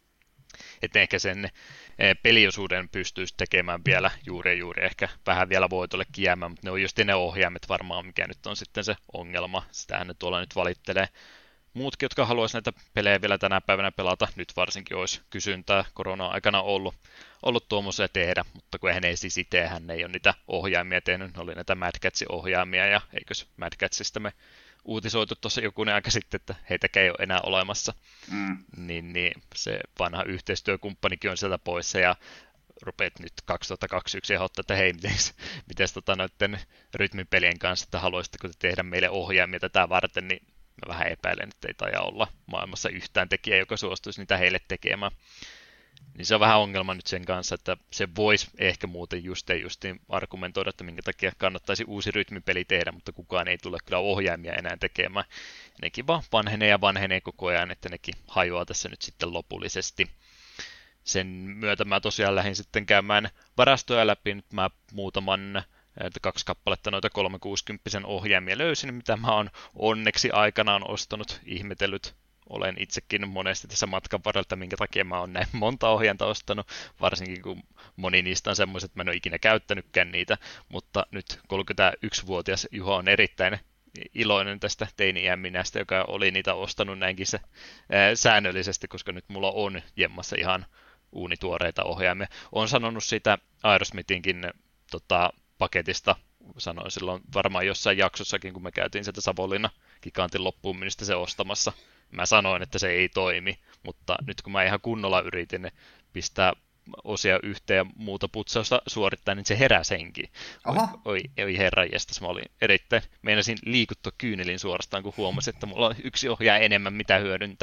Että ehkä sen peliosuuden pystyisi tekemään vielä juuri ja juuri, ehkä vähän vielä voitollekin jäämään, mutta ne on just ne ohjaimet varmaan, mikä nyt on sitten se ongelma. Sitähän ne tuolla nyt valittelee. muutkin, jotka haluaisivat näitä pelejä vielä tänä päivänä pelata, nyt varsinkin olisi kysyntää korona-aikana ollut, ollut tuommoisia tehdä, mutta kun eihän ei siis itse, hän ei ole niitä ohjaimia tehnyt, ne oli näitä Mad Catsin ohjaimia, ja eikös Mad Catsista me uutisoitu tuossa jokunen aika sitten, että heitäkään ei ole enää olemassa, mm. niin, niin se vanha yhteistyökumppanikin on sieltä poissa, ja rupeat nyt kaksituhattakaksikymmentäyksi ehdottaa, että hei, miten tota noiden rytmipelien kanssa, että haluaisitteko te tehdä meille ohjaimia tätä varten, niin mä vähän epäilen, että ei taida olla maailmassa yhtään tekijä, joka suostuisi niitä heille tekemään. Niin se on vähän ongelma nyt sen kanssa, että se voisi ehkä muuten just ei justiin argumentoida, että minkä takia kannattaisi uusi rytmipeli tehdä, mutta kukaan ei tule kyllä ohjaimia enää tekemään. Nekin vaan vanhenee ja vanhenee koko ajan, että nekin hajoaa tässä nyt sitten lopullisesti. Sen myötä mä tosiaan lähdin sitten käymään varastoja läpi, nyt mä muutaman kaksi kappaletta noita kolmesataakuusikymmentä ohjaimia löysin, mitä mä oon onneksi aikanaan ostanut, ihmetellyt. Olen itsekin monesti tässä matkan varrella, minkä takia mä oon näin monta ohjainta ostanut, varsinkin kun moni niistä on semmoiset, että mä en ole ikinä käyttänytkään niitä, mutta nyt kolmekymmentäyksivuotias Juha on erittäin iloinen tästä teini-iän minästä, joka oli niitä ostanut näinkin se ää, säännöllisesti, koska nyt mulla on jemmassa ihan uunituoreita ohjaimia. Olen sanonut sitä Aerosmithinkin tota, paketista, sanoin silloin varmaan jossain jaksossakin, kun me käytiin sieltä Savonlinna Gigantin loppuun mennessä se ostamassa. Mä sanoin, että se ei toimi, mutta nyt kun mä ihan kunnolla yritin pistää osia yhteen ja muuta putsausta suorittaa, niin se heräsi henkiin. Oi, oi, oi herranjestas, mä olin erittäin, meinasin liikuttua kyynelin suorastaan, kun huomasin, että mulla on yksi ohjaaja enemmän mitä hyödyntää.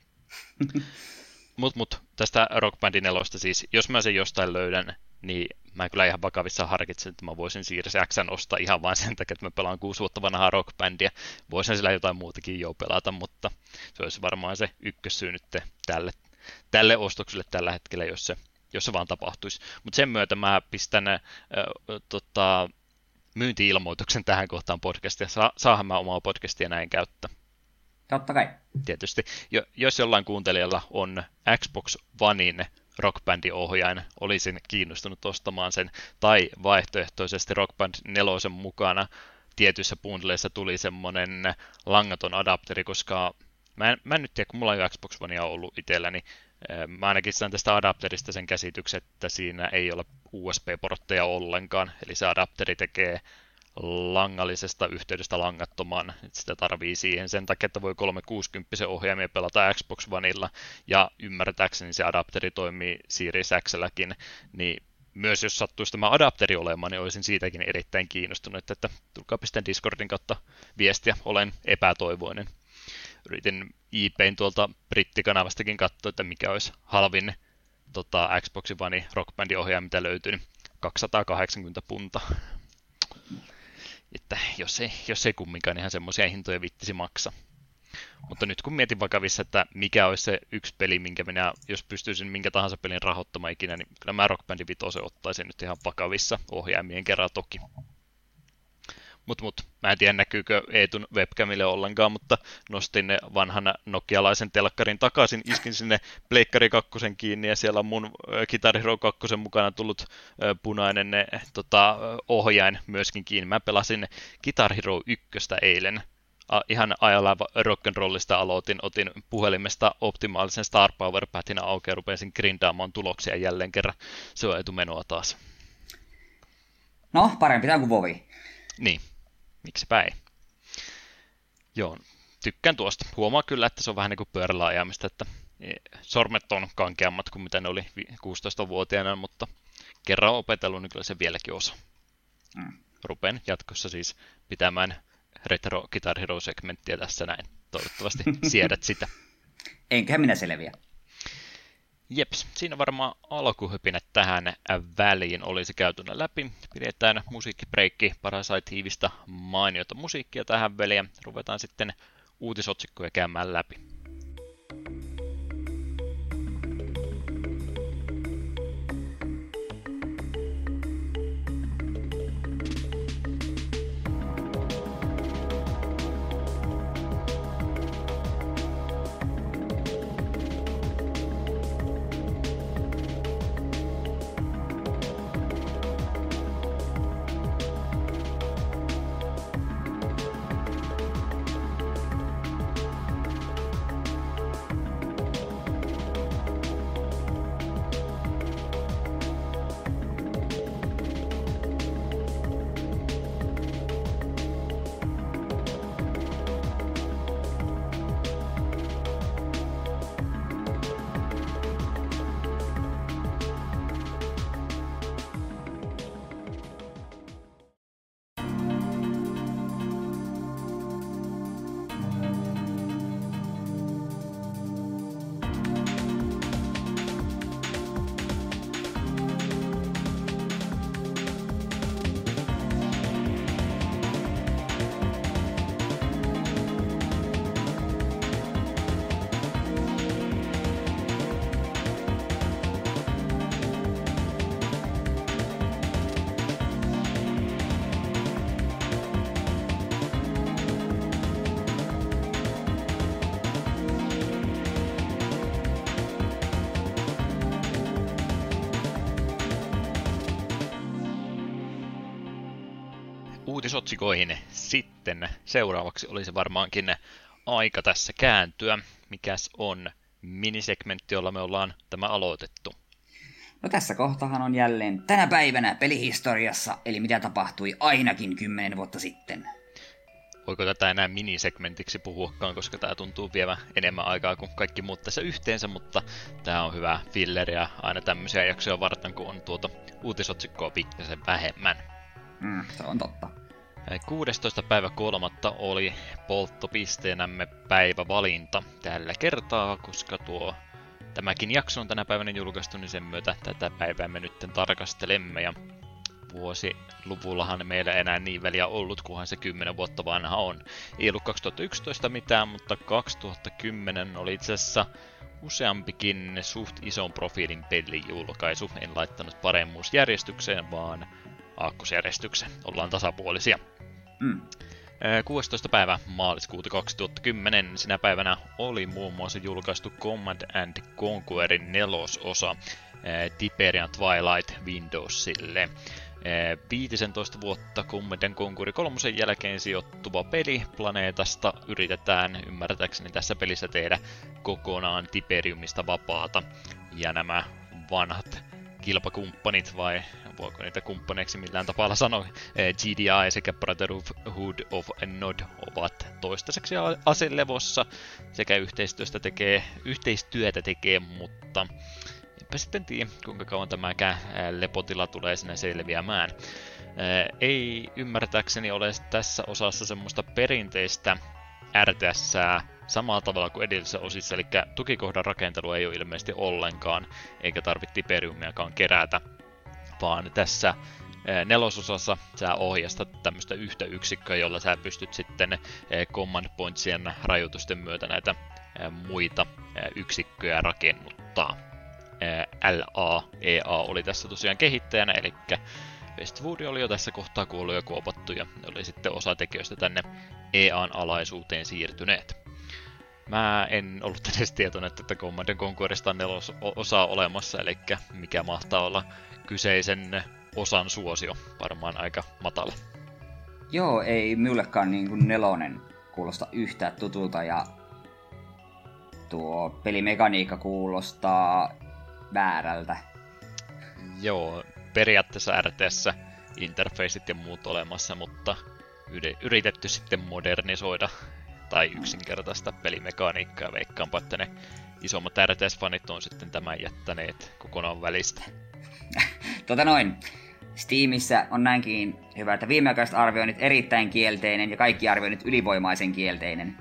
Mut, mut tästä Rock Band nelosta siis, jos mä sen jostain löydän, niin mä kyllä ihan vakavissa harkitsen, että mä voisin Series X:n ostaa ihan vain sen takia, että mä pelaan kuusi vuotta vanhaa Rock Bandia. Voisin sillä jotain muutakin jo pelata, mutta se olisi varmaan se ykkössyy nyt tälle, tälle ostokselle tällä hetkellä, jos se, jos se vaan tapahtuisi. Mutta sen myötä mä pistän äh, tota, myynti-ilmoituksen tähän kohtaan podcastia. Sa- saahan mä omaa podcastia näin käyttää. Totta kai. Tietysti. Jo, jos jollain kuuntelijalla on Xbox Onein Rock Bandin ohjain, olisin kiinnostunut ostamaan sen, tai vaihtoehtoisesti Rock Band nelosen mukana tietyissä bundleissa tuli semmoinen langaton adapteri, koska mä en, mä en nyt tiedä, kun mulla on Xbox Onea ollut itselläni, mä ainakin sain tästä adapterista sen käsityksen, että siinä ei ole U S B-portteja ollenkaan, eli se adapteri tekee langallisesta yhteydestä langattoman, että sitä tarvii siihen sen takia, että voi kolmesataakuusikymmentä ohjaimia pelata Xbox Oneilla, ja ymmärtääkseni se adapteri toimii Series X:lläkin, niin myös jos sattuisi tämä adapteri olemaan, niin olisin siitäkin erittäin kiinnostunut, että tulkaa pistän Discordin kautta viestiä, olen epätoivoinen. Yritin eBayn tuolta brittikanavastakin katsoa, että mikä olisi halvin tota, Xbox One Rock Bandin ohjaaja, mitä löytyy, niin kaksisataakahdeksankymmentä punta. Että jos ei, jos ei kumminkaan ihan semmoisia hintoja vittisi maksaa. Mutta nyt kun mietin vakavissa, että mikä olisi se yksi peli, minkä minä, jos pystyisin minkä tahansa pelin rahoittamaan ikinä, niin kyllä mä Rock Band viisi ottaisin nyt ihan vakavissa ohjaimien kerran toki. Mut mut, mä en tiedä näkyykö Eetun webcamille ollenkaan, mutta nostin ne vanhan nokialaisen telkkarin takaisin, iskin sinne Pleikkari kakkosen kiinni ja siellä on mun Guitar Hero kakkosen mukana tullut punainen ne, tota, ohjain myöskin kiinni. Mä pelasin Guitar Hero ykköstä eilen. Ihan ajalla rock'n'rollista aloitin, otin puhelimesta optimaalisen Star Power Patin auki ja rupesin grindaamaan tuloksia jälleen kerran. Se on etumenoa taas. No, parempi tämä kuin Vovi. Niin, miksipä ei. Joo, tykkään tuosta. Huomaa kyllä, että se on vähän niin kuin pyörällä ajamista, että sormet on kankeammat kuin mitä ne oli kuusitoistavuotiaana, mutta kerran opetellut, niin kyllä se vieläkin osa. Mm. Rupean jatkossa siis pitämään Retro Guitar Hero-segmenttiä tässä näin. Toivottavasti siedät sitä. Enköhän minä selviä. Jeps, siinä varmaan alkuhypinät tähän väliin olisi käytynä läpi. Pidetään musiikkibreikki, Parasite Evestä mainiota musiikkia tähän väliin. Ruvetaan sitten uutisotsikkoja käymään läpi. uutisotsikoihin sitten. Seuraavaksi olisi varmaankin aika tässä kääntyä. Mikäs on minisegmentti, jolla me ollaan tämä aloitettu? No tässä kohtahan on jälleen tänä päivänä pelihistoriassa, eli mitä tapahtui ainakin kymmenen vuotta sitten. Voiko tätä enää minisegmentiksi puhuakaan, koska tämä tuntuu vievän enemmän aikaa kuin kaikki muut tässä yhteensä, mutta tämä on hyvä filleriä aina tämmöisiä jaksoja varten, kun on tuota uutisotsikkoa pikkasen vähemmän. Mm, se on totta. kuudestoista päivä kolmatta oli polttopisteenämme päivävalinta tällä kertaa, koska tuo tämäkin jakso on tänä päivänä julkaistu, niin sen myötä tätä päivää me nyt tarkastelemme. Ja vuosiluvullahan meillä enää niin väliä ollut, kunhan se kymmenen vuotta vanha on. Ei ollut kaksituhattayksitoista mitään, mutta kaksituhattakymmenen oli itse asiassa useampikin suht ison profiilin pelijulkaisu. En laittanut paremmuusjärjestykseen, vaan aakkosjärjestykseen. Ollaan tasapuolisia. Mm. kuudestoista päivä maaliskuuta kaksituhattakymmenen. Sinä päivänä oli muun muassa julkaistu Command and Conquerin nelososa Tiberian Twilight Windowsille. viisitoista vuotta Command and Conquer kolmosen jälkeen sijoittuva peli planeetasta yritetään ymmärtääkseni tässä pelissä tehdä kokonaan Tiberiumista vapaata. Ja nämä vanhat kilpakumppanit, vai voiko niitä kumppaneiksi millään tapaa sanoa, G D I sekä Brotherhood of Nod ovat toistaiseksi aselevossa sekä yhteistyöstä tekee, yhteistyötä tekee, mutta enpä sitten tiedä, kuinka kauan tämäkään lepotila tulee sinne selviämään. Ei ymmärtääkseni ole tässä osassa semmoista perinteistä R T S:ää samalla tavalla kuin edellisessä osissa, eli tukikohdan rakentelu ei ole ilmeisesti ollenkaan, eikä tarvitse Tiberiumiakaan kerätä, vaan tässä nelososassa sä ohjastat tämmöistä yhtä yksikköä, jolla sä pystyt sitten command pointsien rajoitusten myötä näitä muita yksikköjä rakennuttaa. L A E A oli tässä tosiaan kehittäjänä, eli Westwood oli jo tässä kohtaa kuollut ja kuopattu, ja oli sitten osa tekijöistä tänne E A:n alaisuuteen siirtyneet. Mä en ollut edes tietoinen, että Command and Conquerista on nelososaa olemassa, eli mikä mahtaa olla kyseisen osan suosio. Varmaan aika matala. Joo, ei minullekaan niin kuin nelonen kuulosta yhtään tutulta, ja tuo pelimekaniikka kuulostaa väärältä. Joo, periaatteessa R T S interfaceit ja muut olemassa, mutta yritetty sitten modernisoida tai yksinkertaista pelimekaniikkaa. Veikkaanpa, että ne isommat R T S-fanit on sitten tämän jättäneet kokonaan välistä. tota noin. Steamissa on näinkin hyvä, että viimeaikaiset arvioinnit erittäin kielteinen ja kaikki arvioinnit ylivoimaisen kielteinen.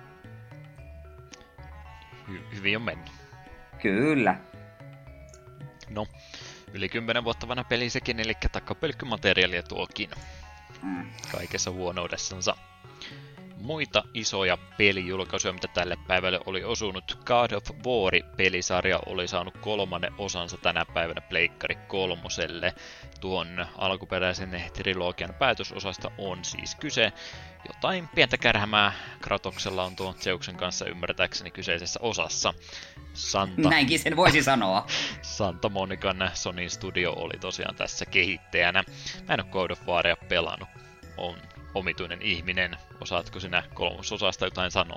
Hy- hyvin on mennyt. Kyllä. No, yli kymmenen vuotta vanha peli sekin, eli takkapölkkymateriaalia tuokin. Mm. Kaikessa huonoudessansa. Muita isoja pelijulkaisuja, mitä tälle päivälle oli osunut. God of War-pelisarja oli saanut kolmannen osansa tänä päivänä Pleikkari kolmoselle. Tuon alkuperäisen trilogian päätösosasta on siis kyse. Jotain pientä kärhämää Kratoksella on tuon Zeuksen kanssa ymmärtääkseni kyseisessä osassa. Santa... Näinkin sen voisi sanoa. Santa Monican Sonyn Studio oli tosiaan tässä kehittäjänä. Mä en ole God of Waria pelannut. On omituinen ihminen. Osaatko sinä kolmososasta jotain sanoa?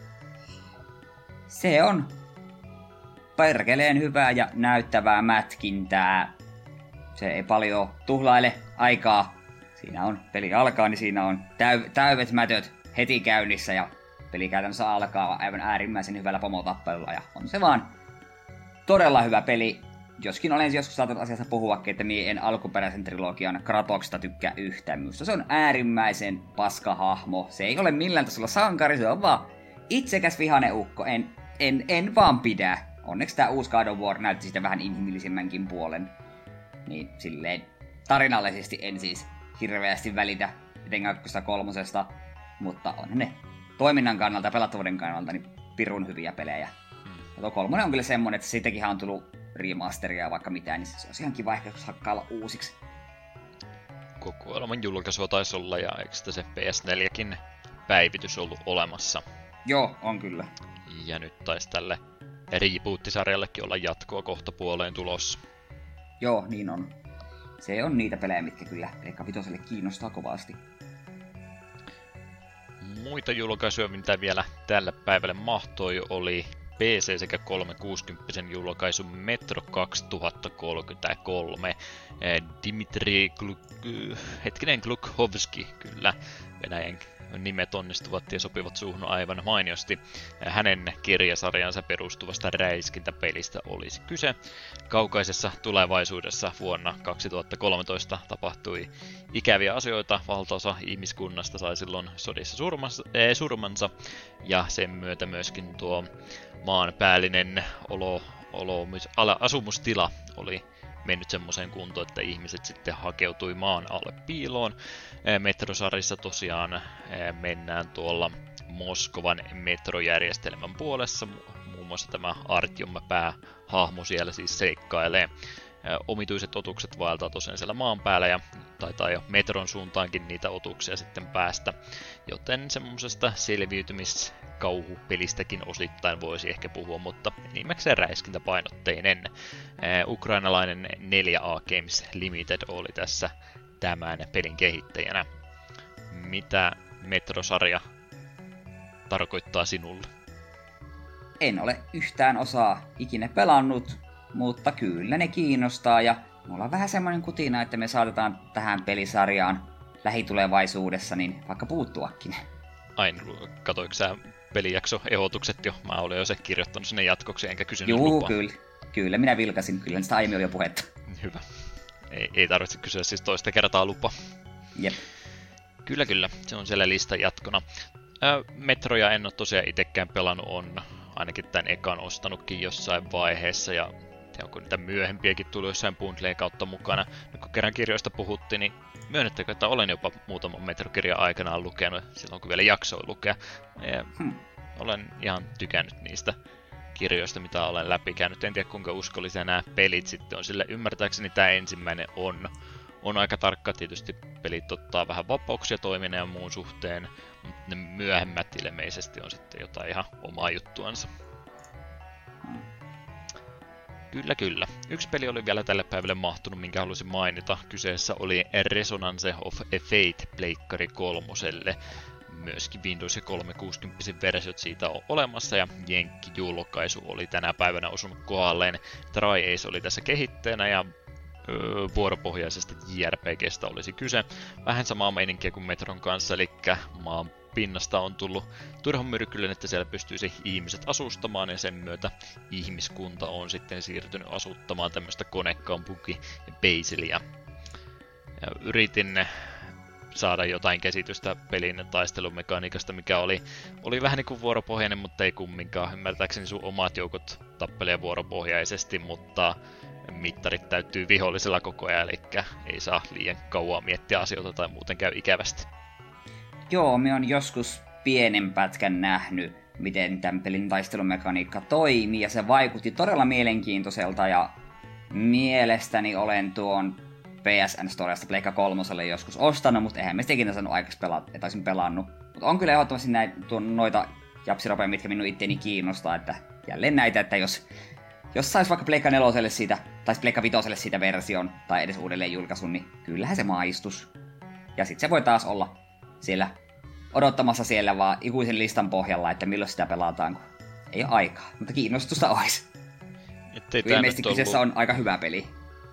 Se on perkeleen hyvää ja näyttävää mätkintää. Se ei paljon tuhlaile aikaa. Siinä on, peli alkaa, niin siinä on täy- täyvet mätöt heti käynnissä ja peli käytännössä alkaa aivan äärimmäisen hyvällä pomotappelulla. Ja on se vaan todella hyvä peli. Joskin olen joskus saattanut asiasta puhuakin, että mie en alkuperäisen trilogian Kratoksesta tykkää yhtään. Minusta se on äärimmäisen paska hahmo. Se ei ole millään tasolla sankari, se on vaan itsekäs vihainen ukko. En, en, en vaan pidä. Onneksi tää uusi God of War näytti sitä vähän inhimillisemmänkin puolen. Niin silleen tarinallisesti en siis hirveästi välitä etenkään kolmosesta. Mutta on ne toiminnan kannalta ja pelattavuuden kannalta niin pirun hyviä pelejä. Hmm. Ja tuo kolmonen on kyllä semmonen, että siitäkin on tullut remasteria vaikka mitään, niin se olisi ihan kiva ehkä hakkailla uusiksi. Kokoelman julkaisua taisi olla, ja eikö sitä se P S neljäkin päivitys ollut olemassa? Joo, on kyllä. Ja nyt taisi tälle reboot-sarjallekin olla jatkoa kohta puoleen tulossa. Joo, niin on. Se on niitä pelejä, mitkä kyllä Pleikka Vitoselle kiinnostaa kovasti. muita julkaisuja, mitä vielä tällä päivälle mahtoi, oli P C sekä kolmesataakuusikymmentä julkaisu Metro kaksituhattakolmekymmentäkolme. Dmitri Gluk... hetkinen Glukhovski, kyllä, Venäjän nimet onnistuvat ja sopivat suuhun aivan mainiosti. Hänen kirjasarjansa perustuvasta räiskintäpelistä olisi kyse. Kaukaisessa tulevaisuudessa vuonna kaksituhattakolmetoista tapahtui ikäviä asioita. Valtaosa ihmiskunnasta sai silloin sodissa surmansa, ja sen myötä myöskin tuo maanpäällinen olo, olo, asumustila oli mennyt semmoiseen kuntoon, että ihmiset sitten hakeutui maan alle piiloon. Metrosarissa tosiaan mennään tuolla Moskovan metrojärjestelmän puolessa. Muun muassa tämä Artyom päähahmo siellä siis seikkailee. Omituiset otukset vaeltaa tosiaan siellä maan päällä ja taitaa jo metron suuntaankin niitä otuksia sitten päästä. Joten semmoisesta selviytymiskauhupelistäkin osittain voisi ehkä puhua, mutta enimmäkseen räiskintäpainotteinen. Ukrainalainen neljä A Games Limited oli tässä tämän pelin kehittäjänä. Mitä metrosarja tarkoittaa sinulle? En ole yhtään osaa ikinä pelannut, mutta kyllä ne kiinnostaa ja mulla on vähän semmoinen kutina, että me saatetaan tähän pelisarjaan lähitulevaisuudessa niin vaikka puuttuakin. Ain, katoiko sä pelijakso-ehdotukset jo? Mä olin jo se kirjoittanut sinne jatkoksi enkä kysynyt Juu, lupaa. kyllä. Kyllä, minä vilkasin. Kyllä sitä aiemmin oli jo puhetta. Hyvä. Ei, ei tarvitse kysyä siis toista kertaa lupa. Jep. Kyllä, kyllä. Se on siellä listan jatkona. Ää, Metroja en ole tosiaan itsekään pelannut, on ainakin tämän ekan ostanutkin jossain vaiheessa ja onko niitä myöhempiäkin tullut jossain bundleen kautta mukana. Nyt kun kerran kirjoista puhuttiin, niin myönnettäkö, että olen jopa muutaman metrokirjan aikanaan lukenut silloin, kun vielä jaksoi lukea. Ja hmm. Olen ihan tykännyt niistä kirjoista, mitä olen läpikäynyt. En tiedä, kuinka uskollisia nämä pelit sitten on, sillä ymmärtääkseni tämä ensimmäinen on, on aika tarkka. Tietysti pelit ottaa vähän vapauksia toiminnan ja muun suhteen, mutta ne myöhemmät ilmeisesti on sitten jotain ihan omaa juttuansa. Kyllä, kyllä. Yksi peli oli vielä tälle päivälle mahtunut, minkä halusin mainita. Kyseessä oli Resonance of a Fate Pleikkari kolmoselle. Myöskin Windows ja kolmesataakuusikymmentä versiot siitä on olemassa ja Jenkki-julkaisu oli tänä päivänä osunut kohdalleen. Tri-Ace oli tässä kehittäjänä ja öö, vuoropohjaisesta J R P G:stä olisi kyse. Vähän samaa meininkiä kuin Metron kanssa, eli maan pinnasta on tullut turhan myrkyllinen, että siellä pystyisi ihmiset asustamaan ja sen myötä ihmiskunta on sitten siirtynyt asuttamaan tämmöistä konekaupunki-baseliä. Yritin saada jotain käsitystä pelin taistelumekaniikasta, mikä oli, oli vähän niin kuin vuoropohjainen, mutta ei kumminkaan. Ymmärtääkseni sun omat joukot tappelee vuoropohjaisesti, mutta mittarit täyttyy vihollisella koko ajan, eli ei saa liian kauan miettiä asioita tai muuten käy ikävästi. Joo, me on joskus pienen pätkän nähnyt, miten tämän pelin taistelumekaniikka toimii, ja se vaikutti todella mielenkiintoiselta, ja mielestäni olen tuon P S N Storesta Pleikka kolmoselle joskus ostanut, mutta eihän me sitä ikinä saanut aikaksi pelata, että olisin pelannut. Mutta on kyllä ehdottomasti näitä, tuon, noita japsiropeja, mitkä minun itteeni kiinnostaa, että jälleen näitä, että jos, jos sais vaikka Pleikka neloselle siitä, tai Pleikka vitoselle siitä version, tai edes uudelleen julkaisun, niin kyllähän se maistus. Ja sit se voi taas olla siellä odottamassa siellä vaan ikuisen listan pohjalla, että milloin sitä pelataan, kun ei ole aikaa. Mutta kiinnostusta olisi. Ilmeisesti kyseessä ollut... on aika hyvä peli.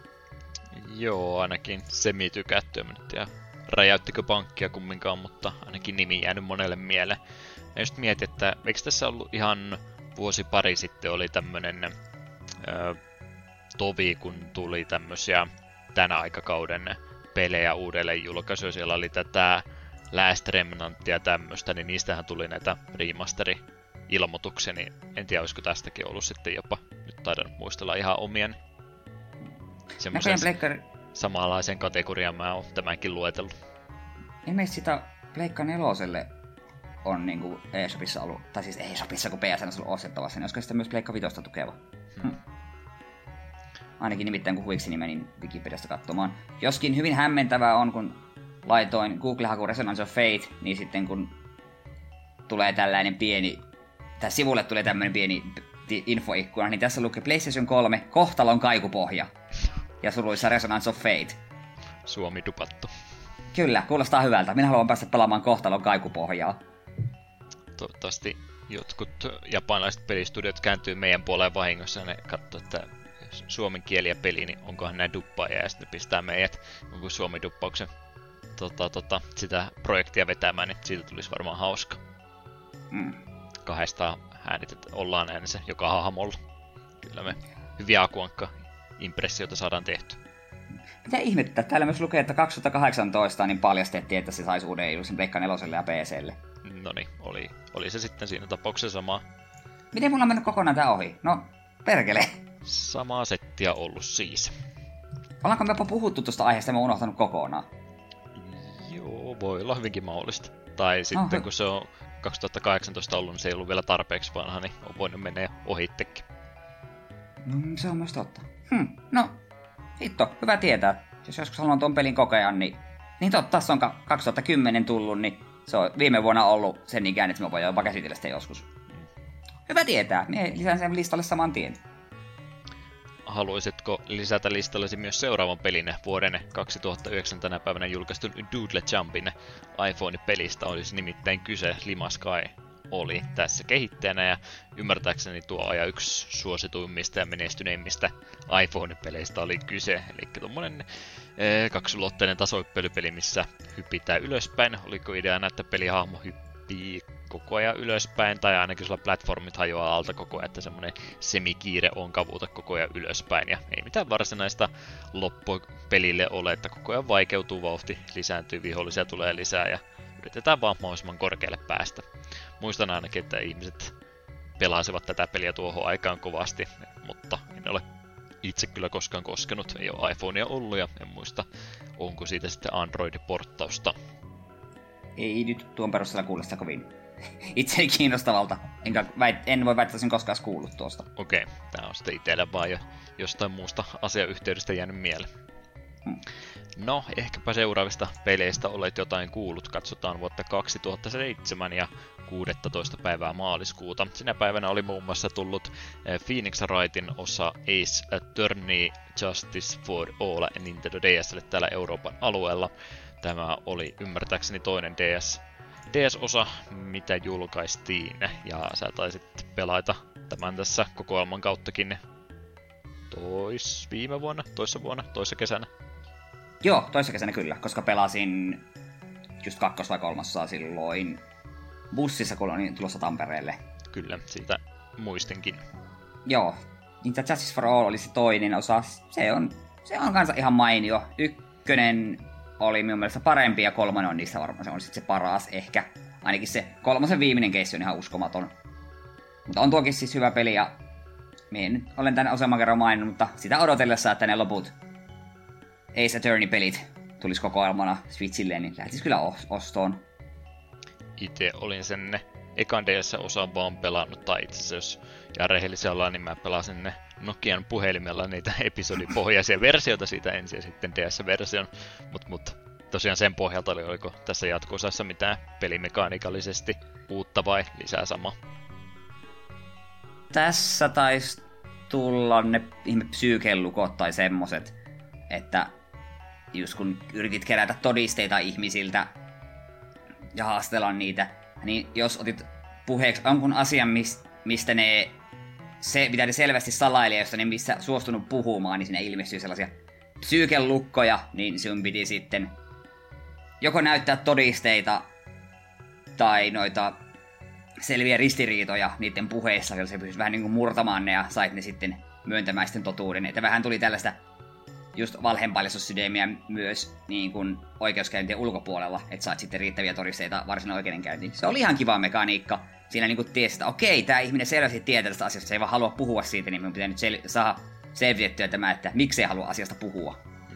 Joo, ainakin semi-tykättyä. Mä nyt tiedä, räjäyttikö pankkia kumminkaan, mutta ainakin nimi jäänyt monelle mieleen. Ja just mietin, että eikö tässä ollut ihan vuosi pari sitten oli tämmönen ö, tovi, kun tuli tämmösiä tänä aikakauden pelejä uudelleen julkaisuja. Siellä oli tätä Last Remnantia tämmöstä, niin niistähän tuli näitä remasteri-ilmoituksia, niin en tiedä, olisiko tästäkin ollut sitten jopa, nyt taidan muistella ihan omien semmoisen pleikkari... samanlaisen kategorian mä oon tämänkin luetellut. Ilmeisesti sitä Pleikka neloselle on niinku eShopissa ollut, tai siis eShopissa, kun P S N on ollut ostettavassa, niin olisiko sitä myös Pleikka vitosta tukeva? Hmm. Ainakin nimittäin kun huiksi menin Wikipediasta katsomaan. Joskin hyvin hämmentävää on, kun laitoin Google-hakuun Resonance of Fate, niin sitten kun tulee tällainen pieni, tai sivulle tulee tämmöinen pieni infoikkuna, niin tässä lukee PlayStation kolme, kohtalon kaikupohja. Ja suluissa Resonance of Fate. Suomi dupattu. Kyllä, kuulostaa hyvältä. Minä haluan päästä pelaamaan kohtalon kaikupohjaa. Toivottavasti jotkut japanilaiset pelistudiot kääntyy meidän puoleen vahingossa ja ne katsoo, että suomen kieliä peli, niin onkohan nämä duppaajia ja sitten ne pistää meidät jonkun suomi-duppauksen tota, tota, sitä projektia vetämään, niin siitä tulisi varmaan hauska. Mm. Kahdesta äänit, että ollaan äänessä joka hahmolla. Kyllä me hyviä Akuankka-impressioita saadaan tehty. Mitä ihmettä? Täällä myös lukee, että kaksituhattakahdeksantoista niin paljastettiin, että se saisi uuden iluisen Pleikka neloselle ja P C:lle. Noniin, oli, oli se sitten siinä tapauksessa sama. Miten mulla on mennyt kokonaan tää ohi? No, perkele. Samaa settiä ollut siis. Ollaanko me jopa puhuttu tuosta aiheesta ja mä oon unohtanut kokonaan? Joo, voi olla hyvinkin mahdollista. Tai sitten oh, kun se on kaksituhattakahdeksantoista ollut, niin se ei ollut vielä tarpeeksi vanha, niin on voinut mennä ohittekin. Mm, se on myös totta. Hm, no, hitto, hyvä tietää. Jos joskus haluan ton pelin kokea, niin... Niin totta, se on kaksituhattakymmenen tullut, niin se on viime vuonna ollut sen ikään, että mä voin jopa käsitellä sitä joskus. Hyvä tietää, minä lisään sen listalle saman tien. Haluaisitko lisätä listallesi myös seuraavan pelin vuoden kaksituhattayhdeksän tänä päivänä julkaistun Doodle Jumpin iPhone-pelistä? Olisi nimittäin kyse. Lima Sky oli tässä kehittäjänä ja ymmärtääkseni tuo ajan yksi suosituimmista ja menestyneimmistä iPhone-peleistä oli kyse. Eli tuommoinen eh, kaksulotteinen tasoippelypeli, missä hypitään ylöspäin. Oliko ideana, että pelihahmo hyppii koko ajan ylöspäin, tai ainakin sulla platformit hajoaa alta koko ajan, että semmoinen semikiire on kavuta koko ajan ylöspäin, ja ei mitään varsinaista loppua pelille ole, että koko ajan vaikeutuu vauhti, lisääntyy, vihollisia tulee lisää, ja yritetään vaan mahdollisimman korkealle päästä. Muistan ainakin, että ihmiset pelasivat tätä peliä tuohon aikaan kovasti, mutta en ole itse kyllä koskaan koskenut, ei ole iPhonea ollut, ja en muista, onko siitä sitten Android-porttausta. Ei nyt tuon perusteella kuulosta kovin itseni kiinnostavalta. Enkä väit, en voi väittää, että olisin koskaan kuullut tuosta. Okei, tää on sitten itsellä vaan jo jostain muusta asiayhteydestä jäänyt mieleen. Hmm. No, ehkäpä seuraavista peleistä olet jotain kuullut. Katsotaan vuotta kaksituhattaseitsemän ja kuusitoista päivää maaliskuuta. Sinä päivänä oli muun muassa tullut Phoenix Wrightin osa Ace Attorney Justice for All Nintendo D S:lle täällä Euroopan alueella. Tämä oli ymmärtääkseni toinen D S, D S-osa, mitä julkaistiin, ja sä taisit pelata tämän tässä kokoelman kauttakin tois viime vuonna, toissa vuonna, toissa kesänä. Joo, toissa kesänä kyllä, koska pelasin just kakkos- vai kolmasosaa silloin bussissa, kun olin tulossa Tampereelle. Kyllä, siitä muistinkin. Joo, niin Justice for All oli se toinen osa, se on, se on kanssa ihan mainio. Ykkönen oli minun mielestä parempi, ja kolmonen on niistä varmaan se on sitten se paras ehkä. Ainakin se kolmosen viimeinen keissi on ihan uskomaton. Mutta on tuokin siis hyvä peli, ja minä nyt olen tänne useamman kerran maininnut, mutta sitä odotellessa, että ne loput Ace Attorney-pelit tulis kokoelmana Switchille, niin lähtis kyllä ostoon. Itse olin sen ekan D S-osan vaan pelannut, tai itse asiassa jos ja rehellisiä ollaan, niin mä pelasin ne Nokian puhelimella niitä episodipohjaisia versioita siitä ensin ja sitten D S-version, mutta mut, tosiaan sen pohjalta oli, oliko tässä jatko-osassa mitään pelimekaanikallisesti uutta vai lisää samaa? Tässä taisi tulla ne ihme psyykelukot tai semmoset, että just kun yritit kerätä todisteita ihmisiltä ja haastella niitä, niin jos otit puheeksi jonkun asian, mistä ne, se, mitä ne selvästi salaili, josta ne missä suostunut puhumaan, niin siinä ilmestyy sellaisia psyykelukkoja, niin sun piti sitten joko näyttää todisteita tai noita selviä ristiriitoja niiden puheissa, joilla se pystyt vähän niin kuin murtamaan ne ja sait ne sitten myöntämään sitten totuuden. Että vähän tuli tällaista just valheenpaljastussydämiä myös niin kuin oikeuskäyntien ulkopuolella, että saat sitten riittäviä todisteita varsinainen oikeudenkäyntiin. Se oli ihan kiva mekaniikka. Siinä niin kuin tiesi, että okei, tämä ihminen selvästi tietää tästä asiasta, se ei vaan halua puhua siitä, niin minun pitää nyt sel- saada selvitettyä tämä, että miksei halua asiasta puhua.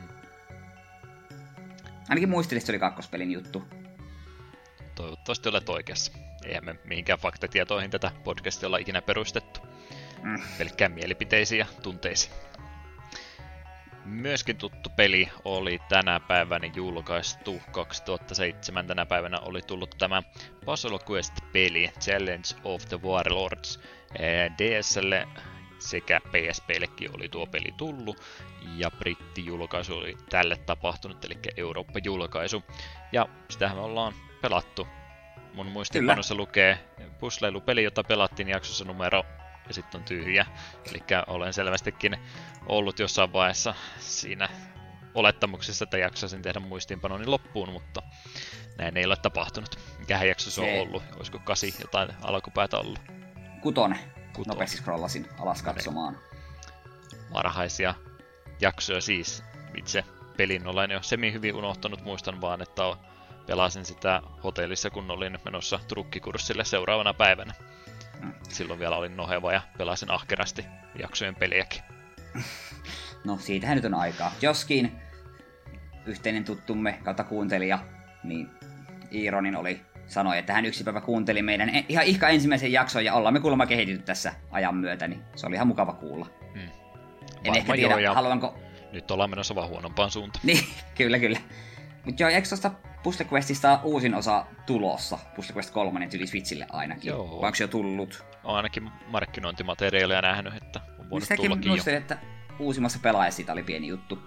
Ainakin muistelin, että se oli kakkospelin juttu. Toivottavasti olet oikeassa. Eihän me mihinkään faktatietoihin tätä podcastia olla ikinä perustettu. Mm. Pelkkään mielipiteisiin ja tunteisiin. Myöskin tuttu peli oli tänä päivänä julkaistu. kaksituhattaseitsemän tänä päivänä oli tullut tämä Puzzle Quest-peli Challenge of the Warlords. D S:lle sekä P S P:llekin oli tuo peli tullut. Ja brittijulkaisu oli tälle tapahtunut, eli Eurooppa-julkaisu. Ja sitähän me ollaan pelattu Mun muistiinpanossa lukee pusleilupeli, jota pelattiin jaksossa numero ja sitten on tyhjä. Eli olen selvästikin ollut jossain vaiheessa siinä olettamuksessa, että jaksaisin tehdä muistiinpanoni loppuun, mutta näin ei ole tapahtunut. Mikähän jakso se on ollut? Olisiko kasi jotain alkupäätä ollut? Kutonen. Kutonen. Nopeasti scrollasin alas katsomaan. Varhaisia jaksoja siis. Itse pelin olen jo semi hyvin unohtanut. Muistan vaan, että pelasin sitä hotellissa, kun olin menossa trukkikurssille seuraavana päivänä. Mm. Silloin vielä olin noheva ja pelasin ahkerasti jaksojen peliäkin. No, siitähän nyt on aikaa. Joskin yhteinen tuttumme kautta kuuntelija, niin Iironin oli sanoi, että hän yksi päivä kuunteli meidän ihan ihka ensimmäisen jakson ja ollaan me kuulemma kehitytty tässä ajan myötä, niin se oli ihan mukava kuulla. Hmm. En ehkä tiedä, joo, haluanko... Nyt ollaan menossa vaan huonompaan suuntaan. Niin, kyllä, kyllä. Mutta joo, eikö tuosta Puzzle Questista uusin osa tulossa? Puzzle Quest kolme tyyli Switchille ainakin. Joo. Vai onko se jo tullut? Olen ainakin markkinointimateriaalia nähnyt, että on voinut Sitäkin tullakin muistelin, jo. Että uusimmassa pelaajassa siitä oli pieni juttu.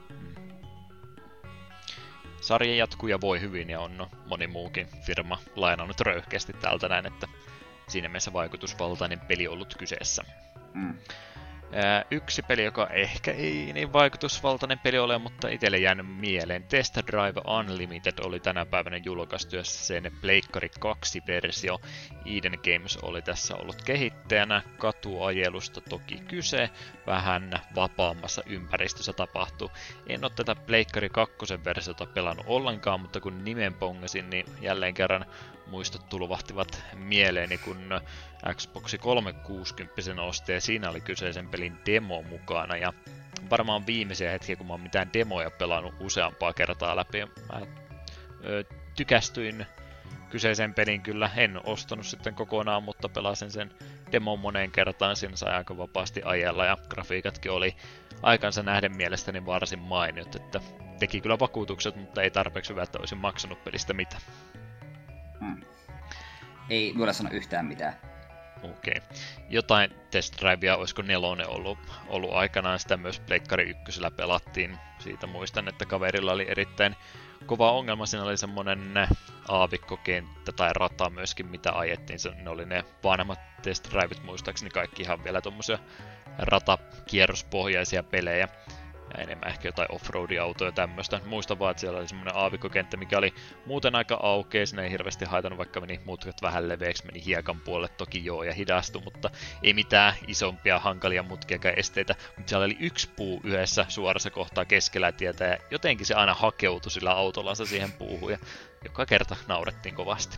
Sarja jatkuu ja voi hyvin ja on moni muukin firma lainannut röyhkeästi täältä näin, että siinä mielessä vaikutusvaltainen peli ollut kyseessä. Mm. Ää, yksi peli, joka ehkä ei niin vaikutusvaltainen peli ole, mutta itselle jäänyt mieleen. Test Drive Unlimited oli tänä päivänä julkaistu ja sen Pleikkari kaksi-versio. Eden Games oli tässä ollut kehittäjänä. Katuajelusta toki kyse. Vähän vapaammassa ympäristössä tapahtuu. En ole tätä Pleikkari kaksi versiota pelannut ollenkaan, mutta kun nimen pongasin, niin jälleen kerran muistot tulvahtivat mieleeni, kun Xbox kolmesataakuusikymmentä ostin ja siinä oli kyseisen pelin demo mukana. Ja varmaan viimeisiä hetkiä, kun mä oon mitään demoja pelannut useampaa kertaa läpi. Mä ö, tykästyin kyseisen pelin kyllä, en ostanut sitten kokonaan, mutta pelasin sen demon moneen kertaan. Siinä sai aika vapaasti ajella ja grafiikatkin oli aikansa nähden mielestäni varsin mainiot, että teki kyllä vakuutukset, mutta ei tarpeeksi hyvä, että olisin maksanut pelistä mitään. Hmm. Ei voida sanoa yhtään mitään. Okei. Okay. Jotain Test Drivea, olisiko nelonen ollut, ollut aikanaan, sitä myös Pleikkari ykkösellä pelattiin. Siitä muistan, että kaverilla oli erittäin kova ongelma. Siinä oli semmonen aavikkokenttä tai rata myöskin, mitä ajettiin. Se, ne oli ne vanhemmat Test Driveit muistaakseni kaikki ihan vielä tommosia ratakierrospohjaisia pelejä. Ja enemmän ehkä jotain offroad-autoja ja tämmöistä. Muistan vaan, että siellä oli semmoinen aavikkokenttä, mikä oli muuten aika aukea. Siinä ei hirveästi haitannut, vaikka meni mutkat vähän leveäksi, meni hiekan puolelle toki joo ja hidastui, mutta ei mitään isompia hankalia mutkiakaan esteitä. Mutta siellä oli yksi puu yhdessä suorassa kohtaa keskellä tietä ja jotenkin se aina hakeutui sillä autollansa siihen puuhun ja joka kerta naurettiin kovasti.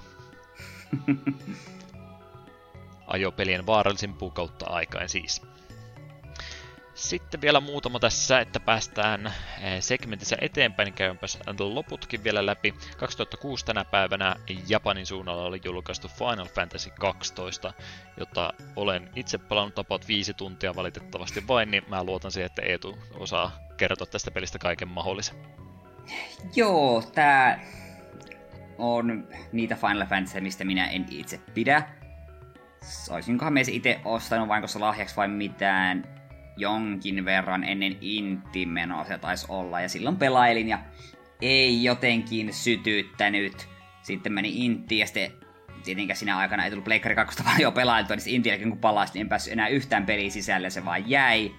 Ajopelien vaarallisin puu kautta aikain siis. Sitten vielä muutama tässä, että päästään segmentissä eteenpäin, niin käymäpäs loputkin vielä läpi. kaksituhattakuusi tänä päivänä Japanin suunnalla oli julkaistu Final Fantasy kaksitoista, jota olen itse pelannut about viisi tuntia valitettavasti vain, niin mä luotan siihen, että Eetu osaa kertoa tästä pelistä kaiken mahdollisen. Joo, tää on niitä Final Fantasy, mistä minä en itse pidä. Olisinkohan me itse ostanut vain koska lahjaksi vai mitään jonkin verran ennen Inti-menoa se taisi olla, ja silloin pelailin, ja ei jotenkin sytyttänyt. Sitten meni Intiin, ja sitten tietenkään siinä aikana ei tullut Pleikkari kaksi paljon pelailtua, niin Intin jälkeen kun palasin, niin en päässyt enää yhtään peliä sisälle, se vaan jäi.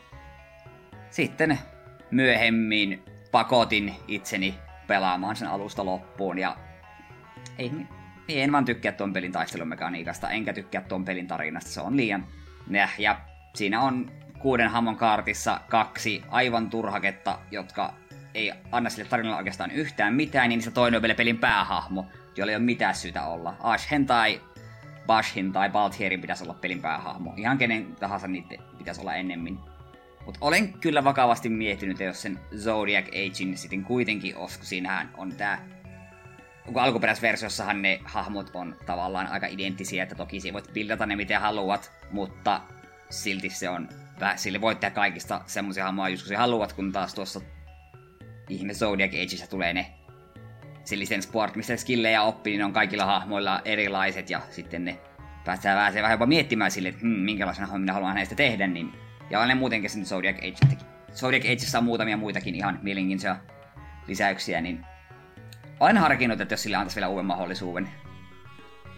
Sitten myöhemmin pakotin itseni pelaamaan sen alusta loppuun, ja ei, en vaan tykkää tuon pelin taistelumekaniikasta, enkä tykkää tuon pelin tarinasta, se on liian näh, ja siinä on kuuden hammon kaartissa kaksi aivan turhaketta, jotka ei anna sille tarinalle oikeastaan yhtään mitään, niin niistä toinen on vielä pelin päähahmo, jolla ei ole mitään syytä olla. Ashen tai Bashin tai Balthierin pitäisi olla pelin päähahmo. Ihan kenen tahansa niitä pitäisi olla ennemmin. Mutta olen kyllä vakavasti miettinyt, että jos sen Zodiac Agein sitten kuitenkin osko, siinähän on tää... Alkuperäisversiossahan ne hahmot on tavallaan aika identtisiä, että toki siinä voit bildata ne miten haluat, mutta silti se on... Sille voit tehdä kaikista semmosia hahmoja, just kun sä haluat, kun taas tuossa ihme Zodiac Ageissa tulee ne sillisen sport, mistä skillejä oppii, niin on kaikilla hahmoilla erilaiset, ja sitten ne päästään vähän, vähän jopa miettimään sille, että hmm, minkälaisen hahmon minä haluan näistä tehdä, niin... Ja olen muutenkin sen Zodiac Age. Zodiac Ageissa on muutamia muitakin ihan mielenkiintoisia lisäyksiä, niin olen harkinnut, että jos sille antaisi vielä uuden mahdollisuuden.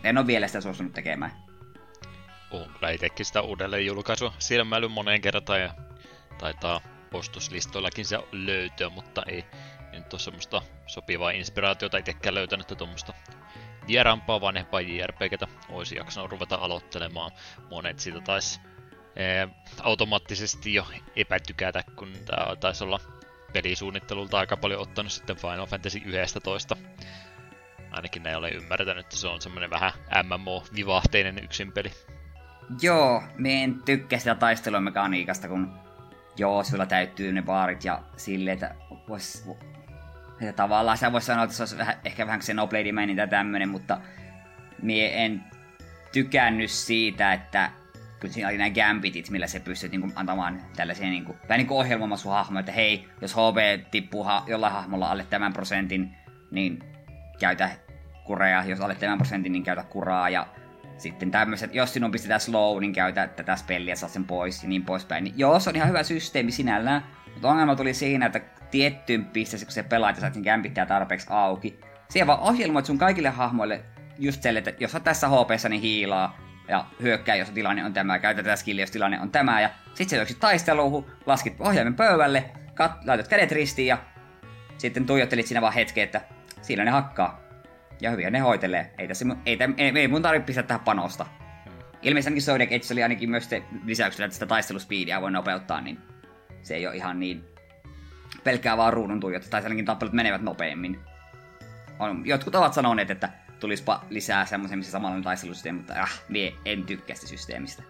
en ole vielä sitä suostunut tekemään. On kyllä itsekin sitä uudelleen julkaisua silmäily moneen kertaan ja taitaa ostoslistoillakin se löytyä, mutta ei, ei nyt ole semmoista sopivaa inspiraatiota itsekään löytänyt, että tuommoista vieraampaa vanhempaa J R P G:tä olisi jaksanut ruveta aloittelemaan. Monet siitä taisi ee, automaattisesti jo epätykätä, kun tää taisi olla pelisuunnittelulta aika paljon ottanut sitten Final Fantasy yksitoista. Ainakin näin olen ymmärtänyt, että se on semmoinen vähän M M O-vivahteinen yksinpeli. Joo, me en tykkää sitä taistelumekaniikasta, kun joo, sulla täyttyy ne baarit ja silleen, että vois... Että tavallaan sä vois sanoa, että se olisi vähän, ehkä vähän Xenoblade Manin tai tämmönen, mutta mie en tykännyt siitä, että kun siinä oli nämä gambitit, millä se pystyt niinku antamaan tällaisia niinku, vähän niinku ohjelmoimaan sun hahmoja, että hei, jos H P tippuu ha- jollain hahmolla alle tämän prosentin, niin käytä kurea, jos alle tämän prosentin, niin käytä kuraa, ja sitten tämmöiset, jos sinun pistetään slow, niin käytä tätä spelliä, saat sen pois, ja niin poispäin. Niin joo, se on ihan hyvä systeemi sinällään, mutta ongelma tuli siinä, että tiettyyn pisteessä, kun se pelaat ja saat sen gambittää tarpeeksi auki, siihen vaan ohjelmoit sun kaikille hahmoille just selle, että jos olet tässä H P:ssä, niin hiilaa, ja hyökkää, jos tilanne on tämä, käytä tätä skillia, jos tilanne on tämä, ja sit sä juoksit taisteluuhun, laskit ohjaimen pöydälle, kat- laitat kädet ristiin, ja sitten tuijottelit siinä vaan hetken, että siinä ne hakkaa. Ja hyviä ne hoitelee. Ei, tässä, ei, ei, ei mun tarvitse pistää tähän panosta. Hmm. Ilmeisesti ainakin Zodiac Age oli ainakin myös se lisäyksellä, että sitä taisteluspeedia voi nopeuttaa, niin se ei ole ihan niin pelkkää vaan ruudun tuijottaa, tai ainakin tappelut menevät nopeammin. On, jotkut ovat sanoneet, että tulispa lisää semmoisen, missä samanlainen taistelusysteemi, mutta äh, mie en tykkää sitä systeemistä.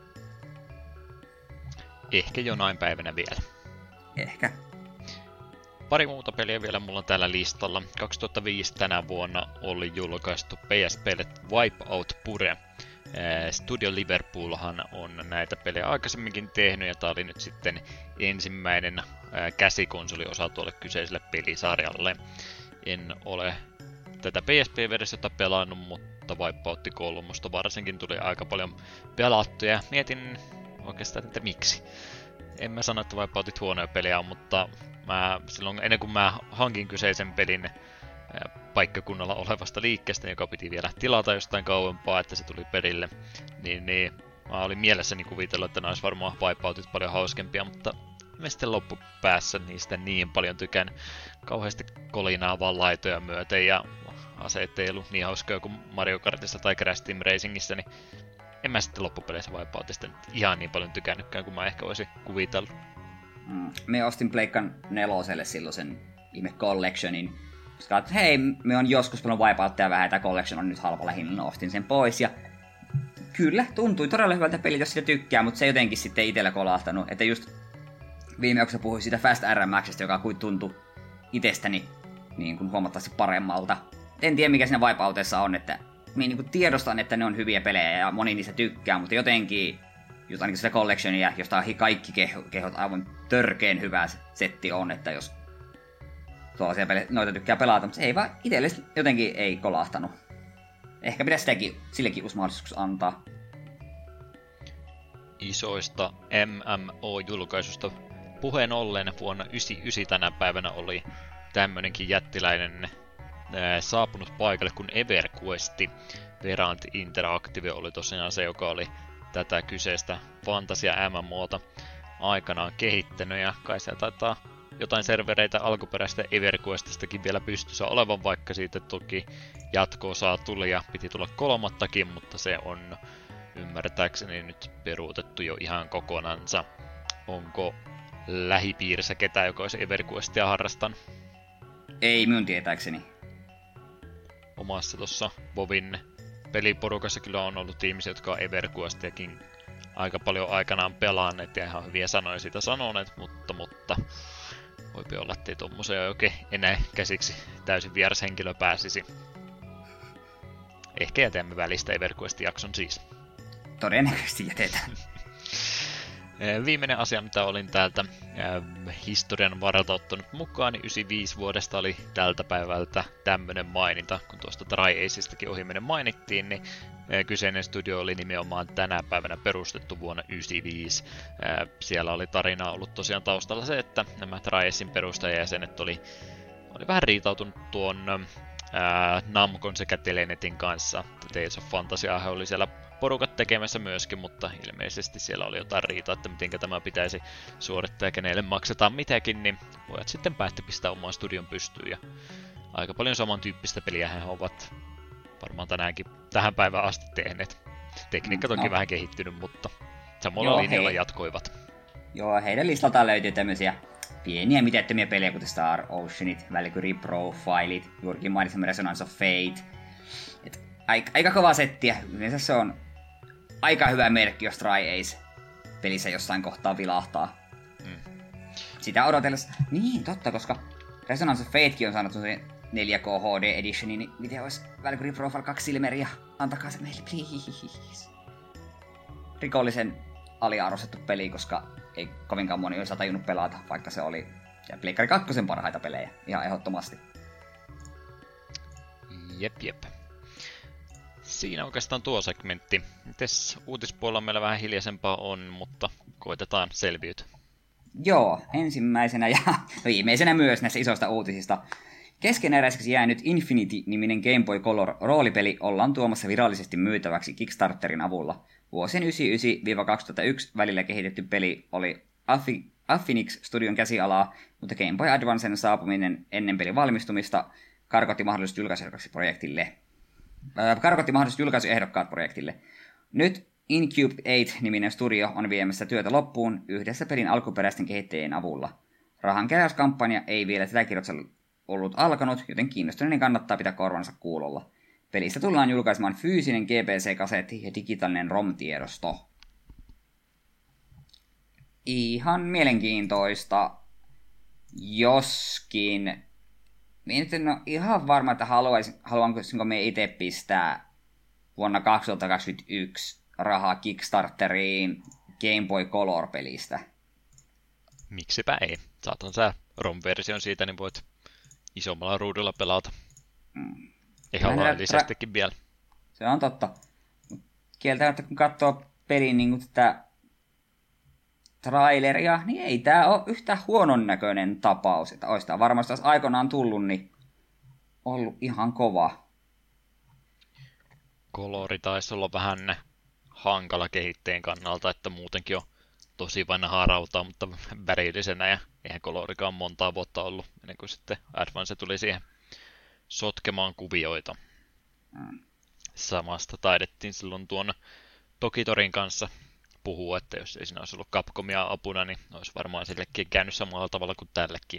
Ehkä jonain päivänä vielä. Ehkä. Pari muuta peliä vielä mulla on täällä listalla. kaksituhattaviisi tänä vuonna oli julkaistu P S P:lle Wipeout Pure. Studio Liverpoolhan on näitä pelejä aikaisemminkin tehnyt, ja tää oli nyt sitten ensimmäinen käsikonsoliosa tuolle kyseiselle pelisarjalle. En ole tätä P S P-versiota pelannut, mutta Wipeout kolme varsinkin tuli aika paljon pelattuja. Mietin oikeastaan, että miksi. En mä sano, että Wipeoutit huonoja pelejä on, mutta mä, silloin ennen kuin mä hankin kyseisen pelin paikkakunnalla olevasta liikkeestä, joka piti vielä tilata jostain kauempaa, että se tuli perille, niin, niin mä olin mielessäni kuvitellut, että ne olisi varmaan Wipeoutit paljon hauskempia, mutta mä sitten loppupäässä niistä niin paljon tykän. Kauheasti kolinaa vaan laitoja myöten, ja aseet ei ollut niin hauskoja kuin Mario Kartissa tai Crash Team Racingissä, niin en mä sitten loppupeleissä Wipeoutista ihan niin paljon tykännytkään kuin mä ehkä olisin kuvitellut. Mm. Me ostin Pleikkan neloselle silloin sen ihme Collectionin. Koska että hei, me on joskus paljon Wipeouttia vähän, tämä Collection on nyt halpalla hinnalla, ostin sen pois. Ja kyllä, tuntui todella hyvältä peliltä, jos sitä tykkää, mutta se jotenkin sitten itsellä kolahtanut. Että just viime jaksossa puhuin siitä Fast R M X:stä, joka kuin tuntui itsestäni niin kuin huomattavasti paremmalta. En tiedä mikä siinä Wipeoutissa on, että minä niin kuin tiedostan, että ne on hyviä pelejä ja moni niistä tykkää, mutta jotenkin just ainakin sitä Collectionia, josta kaikki keho, kehot aivan törkeen hyvä setti on, että jos tuollaisia pelejä, noita tykkää pelata, mutta se ei vaan itselle jotenkin ei kolahtanut. Ehkä pitäisi sitäkin, sillekin uusi mahdollisuus antaa. Isoista M M O-julkaisusta puheen ollen vuonna yhdeksänkymmentäyhdeksän tänä päivänä oli tämmönenkin jättiläinen ää, saapunut paikalle kuin EverQuesti. Verant Interactive oli tosiaan se, joka oli tätä kyseistä fantasia M M O:ta aikanaan kehittänyt, ja kai siellä taitaa jotain servereitä alkuperäistä EverQuestistakin vielä pystyssä olevan, vaikka siitä toki jatko-osaa tuli ja piti tulla kolmattakin, mutta se on ymmärtääkseni nyt peruutettu jo ihan kokonansa. Onko lähipiirissä ketään, joka olisi EverQuestia harrastanut? Ei minun tietääkseni. Omassa tuossa Vovin peliporukassa kyllä on ollut ihmisiä, jotka on EverQuestiakin aika paljon aikanaan pelanneet ja ihan hyviä sanoja siitä sanoneet, mutta, mutta voipi olla, ettei tommoseen oikein enää käsiksi täysin vieras henkilö pääsisi. Ehkä jätämme välistä EverQuest-jakson siis. Todennäköisesti jätetään. Viimeinen asia, mitä olin täältä historian varalta ottanut mukaan, niin yhdeksänkymmentäviisi vuodesta oli tältä päivältä tämmönen maininta, kun tuosta Dry Acestakin ohimenen mainittiin, niin kyseinen studio oli nimenomaan tänä päivänä perustettu vuonna yhdeksänkymmentäviisi. Siellä oli tarina ollut tosiaan taustalla se, että nämä Dry Acen perustajajäsenet oli, oli vähän riitautunut tuon ää, Namcon sekä Telenetin kanssa. Tales of Fantasia he oli siellä porukat tekemässä myöskin, mutta ilmeisesti siellä oli jotain riitaa, että miten tämä pitäisi suorittaa ja kenelle maksetaan mitäkin, niin pojat sitten päätti pistää oman studion pystyyn. Ja aika paljon samantyyppistä peliä he ovat varmaan tänäänkin tähän päivään asti tehneet. Tekniikka toki no. vähän kehittynyt, mutta samalla Joo, linjalla hei. jatkoivat. Joo, heidän listaltaan löytyy tämmöisiä pieniä mitettömiä pelejä, kuten Star Oceanit, Valkyrie Profilit, juurikin mainitsemaan Resonance of Fate. Et aika, aika kova settiä. Yleensä se on aika hyvä merkki, jos Try Ace pelissä jossain kohtaa vilahtaa. Mm. Sitä odotellessa. Niin, totta, koska Resonance of Fatekin on saanut se neljä K H D editioni, niin miten olisi Valkyrie Profile kaksi silmeriä? Antakaa se meille, please. Rikollisen aliarvostettu peli, koska ei kovinkaan moni olisi tajunnut pelata, vaikka se oli Pleikkari kakkosen parhaita pelejä, ihan ehdottomasti. Jep, jep. Siinä oikeastaan tuo segmentti. Mites uutispuolella meillä vähän hiljaisempaa on, mutta koitetaan selviytyä. Joo, ensimmäisenä ja viimeisenä myös näistä isoista uutisista. Keskeneräiseksi jäänyt Infinity-niminen Game Boy Color roolipeli ollaan tuomassa virallisesti myytäväksi Kickstarterin avulla. Vuosien yhdeksänkymmentäyhdeksän kaksituhattayksi välillä kehitetty peli oli Affinix-studion käsialaa, mutta Game Boy Advancen saapuminen ennen pelin valmistumista karkotti mahdolliset julkaisuehdokkaat projektille. Äh, karkotti mahdolliset julkaisuehdokkaat projektille. Nyt Incube kahdeksan-niminen studio on viemässä työtä loppuun yhdessä pelin alkuperäisten kehittäjien avulla. Rahankeräyskampanja ei vielä tätä kirjoitusta ollut alkanut, joten kiinnostuneiden kannattaa pitää korvansa kuulolla. Pelistä tullaan julkaisemaan fyysinen G P C-kasetti ja digitaalinen ROM-tiedosto. Ihan mielenkiintoista, joskin minä nyt en ole ihan varma, että haluaisin, haluanko me itse pistää vuonna kaksituhattakaksikymmentäyksi rahaa Kickstarteriin Game Boy Color-pelistä. Miksipä ei. Saatan sä ROM-version siitä, niin voit isommalla ruudulla pelata. Mm. Ihan laillisestikin tra- vielä. Se on totta. Kieltämättä kun katsoo pelin niin tätä traileria, niin ei tää ole yhtä huonon näköinen tapaus. Että olisi tää varmasti taas aikanaan tullut, niin ollut ihan kova. Kolori taisi olla vähän hankala kehitteen kannalta, että muutenkin on tosi vanhaa rautaa, mutta värillisenä ja eihän kolorikaan montaa vuotta ollut ennen kuin sitten Advance tuli siihen sotkemaan kuvioita. Mm. Samasta taidettiin silloin tuon Tokitorin kanssa puhua, että jos ei siinä olisi ollut Capcomia apuna, niin olisi varmaan sillekin käynyt samalla tavalla kuin tällekin.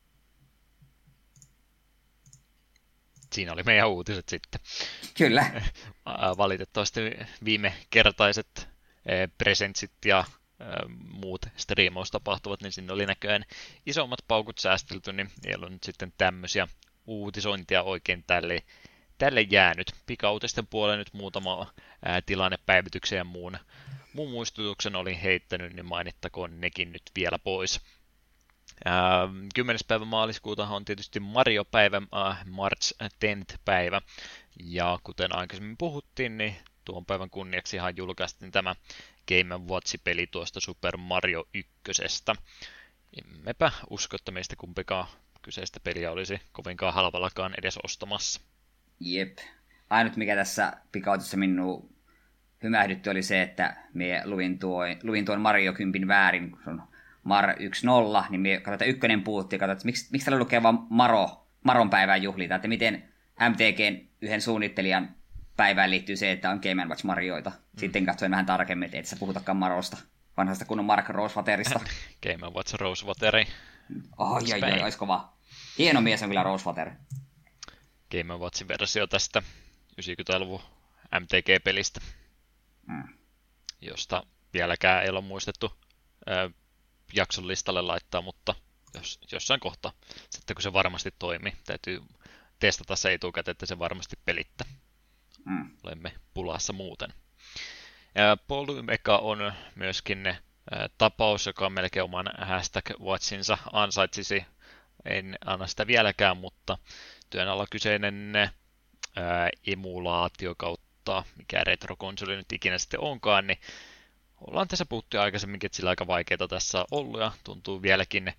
Siinä oli meidän uutiset sitten. Kyllä. Valitettavasti viime kertaiset presentsit ja muut striimaustapahtuvat, niin sinne oli näköjään isommat paukut säästelty, niin ei ollut nyt sitten tämmöisiä uutisointia oikein tälle, tälle jäänyt. Pikautisten puolella nyt muutama ää, tilannepäivityksen ja muun, muun muistutuksen olin heittänyt, niin mainittakoon nekin nyt vielä pois. Ää, kymmenes päivä maaliskuuta on tietysti Mario-päivä, äh, March tenth päivä, ja kuten aikaisemmin puhuttiin, niin tuon päivän kunniaksihan julkaistiin tämä Game and Watch-peli tuosta Super Mario ykkösestä. Emmepä usko, että meistä kumpikaan kyseistä peliä olisi kovinkaan halvallakaan edes ostamassa. Jep. Ainut mikä tässä pikautissa minun hymähdytti oli se, että minä luin, tuo, luin tuon Mario kympin väärin, kun se on Mar yksi nolla, niin minä katsoin, että ykkönen puhutti, ja katsoin, että miksi, miksi täällä lukee vaan Maro, Maron päivään juhlita, että miten M T G:n yhden suunnittelijan päivään liittyy se, että on Game and Watch Marioita. Sitten katsoin vähän tarkemmin, että et sä puhutakaan Marosta, vanhasta kunnon Mark Rosewaterista. Game and Watch Rosewateri. Oi, oi, oi, ois kova. Hieno mies on kyllä Rosewater. Game and Watchin versio tästä yhdeksänkymmentäluvun M T G-pelistä, mm. josta vieläkään ei ole muistettu ö, jakson listalle laittaa, mutta jos, jossain kohtaa, sitten kun se varmasti toimii, täytyy testata se etukäteen, että se varmasti pelittää. Mm. Olemme pulassa muuten. Polymeka on myöskin ä, tapaus, joka melkein oman hashtag watchinsa ansaitsisi. En anna sitä vieläkään, mutta työn alla kyseinen ä, emulaatio kautta, mikä retrokonsoli nyt ikinä sitten onkaan, niin ollaan tässä puhuttu aikaisemminkin, että sillä aika vaikeaa tässä on ollut ja tuntuu vieläkin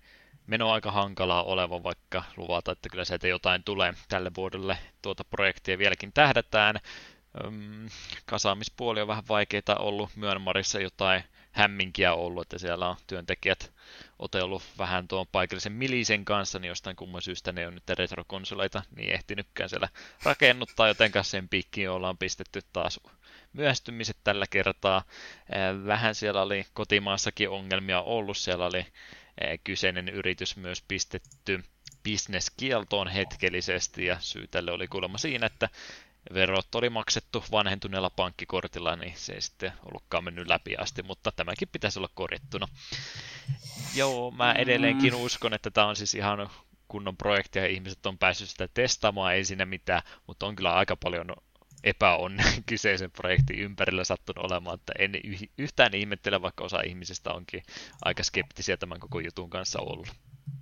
meno aika hankalaa oleva, vaikka luvata, että kyllä sieltä jotain tulee tälle vuodelle. Tuota projektia vieläkin tähdätään. Öm, kasaamispuoli on vähän vaikeita ollut. Myanmarissa jotain hämminkiä ollut, että siellä on työntekijät otellut vähän tuon paikallisen milisen kanssa, niin jostain kumman syystä ne on nyt retrokonsoleita niin ehtinytkään siellä rakennuttaa, joten sen piikkiin ollaan pistetty taas myöhästymiset tällä kertaa. Vähän siellä oli kotimaassakin ongelmia ollut, siellä oli kyseinen yritys myös pistetty business-kieltoon hetkellisesti, ja syy tälle oli kuulemma siinä, että verot oli maksettu vanhentuneella pankkikortilla, niin se ei sitten ollutkaan mennyt läpi asti, mutta tämäkin pitäisi olla korjattuna. Joo, mä edelleenkin uskon, että tämä on siis ihan kunnon projekti ja ihmiset on päässyt sitä testaamaan, ei siinä mitään, mutta on kyllä aika paljon epäonne kyseisen projektin ympärillä sattunut olemaan, että en yhtään ihmettele, vaikka osa ihmisistä onkin aika skeptisiä tämän koko jutun kanssa ollut.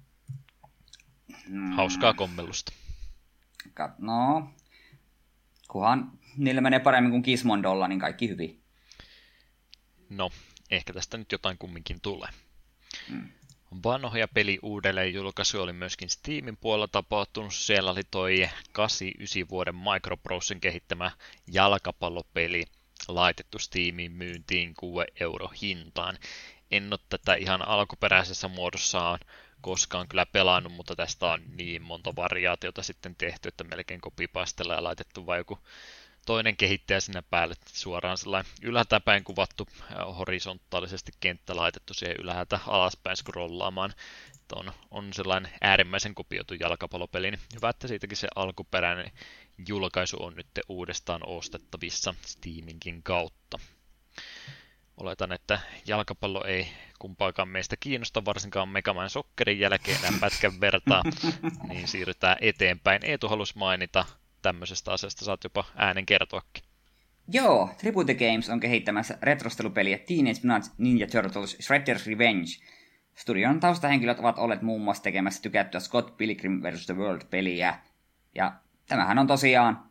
Hauskaa kommellusta. No, kunhan niillä menee paremmin kuin Gizmondolla, niin kaikki hyvin. No, ehkä tästä nyt jotain kumminkin tulee. Hmm. Vanhoja peli uudelleen julkaisu oli myöskin Steamin puolella tapahtunut. Siellä oli toi kahdeksankymmentäyhdeksän vuoden Microprosen kehittämä jalkapallopeli laitettu Steamiin myyntiin kuuden euro hintaan. En ole tätä ihan alkuperäisessä muodossaan koskaan kyllä pelannut, mutta tästä on niin monta variaatiota sitten tehty, että melkein copypastella ja laitettu vai joku toinen kehittäjä sinne päälle, suoraan sellainen ylhäältä päin kuvattu, horisontaalisesti kenttä laitettu siihen ylhäältä alaspäin scrollaamaan. On, on sellainen äärimmäisen kopioitu jalkapallopeli, niin hyvä, että siitäkin se alkuperäinen julkaisu on nyt uudestaan ostettavissa Steaminkin kautta. Oletan, että jalkapallo ei kumpaakaan meistä kiinnosta, varsinkaan Mega Man Soccerin jälkeen enää pätkän vertaa, niin siirrytään eteenpäin. Eetu halusi mainita tämmöisestä asiasta, saat jopa äänen kertoakin. Joo, Tribute Games on kehittämässä retrostelupeliä Teenage Mutant Ninja Turtles Shredder's Revenge. Studion taustahenkilöt ovat olleet muun muassa tekemässä tykättyä Scott Pilgrim versus. The World-peliä. Ja tämähän on tosiaan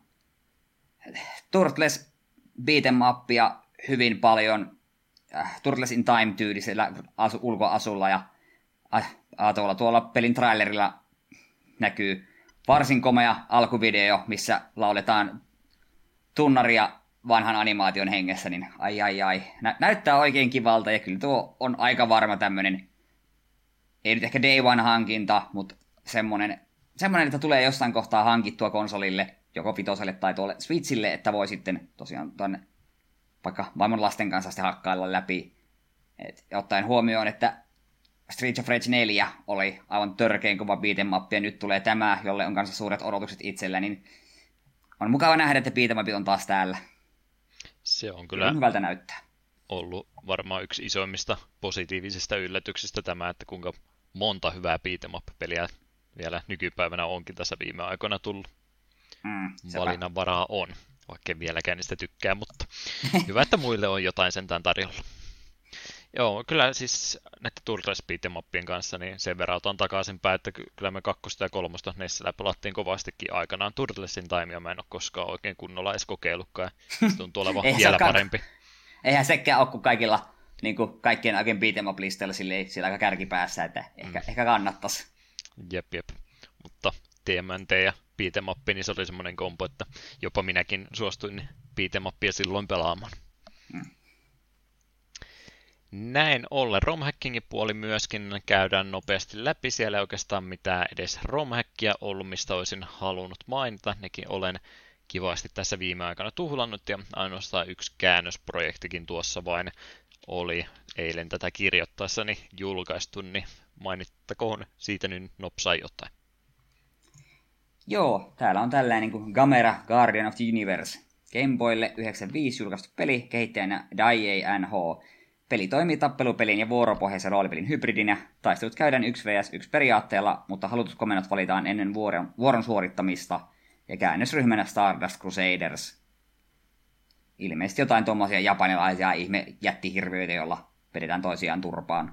Turtles beat'em upia hyvin paljon äh, Turtles in Time-tyylisellä asu, ulkoasulla. Ja äh, tuolla, tuolla pelin trailerilla näkyy varsin komea alkuvideo, missä lauletaan tunnaria vanhan animaation hengessä, niin ai ai ai. Nä- näyttää oikein kivalta, ja kyllä tuo on aika varma tämmönen, ei nyt ehkä day one hankinta, mutta semmonen, semmonen, että tulee jossain kohtaa hankittua konsolille, joko vitoselle tai tuolle Switchille, että voi sitten tosiaan tuonne vaikka vaimon lasten kanssa sitten hakkailla läpi. Et, ottaen huomioon, että Street of Rage neljä oli aivan törkein kova beat'em up, ja nyt tulee tämä, jolle on kanssa suuret odotukset itsellä, niin on mukava nähdä, että beat'em upit on taas täällä. Se on kyllä on hyvältä näyttää. Ollut varmaan yksi isoimmista positiivisista yllätyksistä tämä, että kuinka monta hyvää beat'em up-peliä vielä nykypäivänä onkin tässä viime aikoina tullut. Mm, Valinnan varaa on, vaikka vieläkään niistä tykkää, mutta hyvä, että muille on jotain sentään tarjolla. Joo, kyllä siis näiden Turtles beat'em kanssa niin sen verran otan takaisinpäin, että kyllä me kakkosta ja kolmosta Nessellä pelattiin kovastikin aikanaan Turtlesin Timea, mä en ole koskaan oikein kunnolla edes kokeillutkaan, se tuntuu olevan vielä parempi. Eihän sekään ole kuin kaikilla, niin kuin kaikkien oikein beat'em up-listoilla siellä aika kärkipäässä, että ehkä, mm. ehkä kannattaisi. Jep, jep, mutta T M N T ja beat'em up, niin se oli semmoinen kompo, että jopa minäkin suostuin beat'em upia silloin pelaamaan. Mm. Näin ollen romhackingin puoli myöskin käydään nopeasti läpi. Siellä ei oikeastaan mitään edes romhackia ollut, mistä olisin halunnut mainita. Nekin olen kivasti tässä viime aikana tuhlannut, ja ainoastaan yksi käännösprojektikin tuossa vain oli eilen tätä kirjoittaessani julkaistu, niin mainittakoon siitä nyt nopsaa jotain. Joo, täällä on tällainen kuin Gamera Guardian of the Universe. Gameboylle yhdeksänkymmentäviisi julkaistu peli, kehittäjänä Dai N H. Peli toimii tappelupelin ja vuoropohjaisen roolipelin hybridinä. Taistelut käydään yksi vastaan yksi periaatteella, mutta halutut komennot valitaan ennen vuoron, vuoron suorittamista. Ja käännösryhmänä Stardust Crusaders. Ilmeisesti jotain tuommoisia japanilaisia ihme jättihirviöitä, joilla vedetään toisiaan turpaan.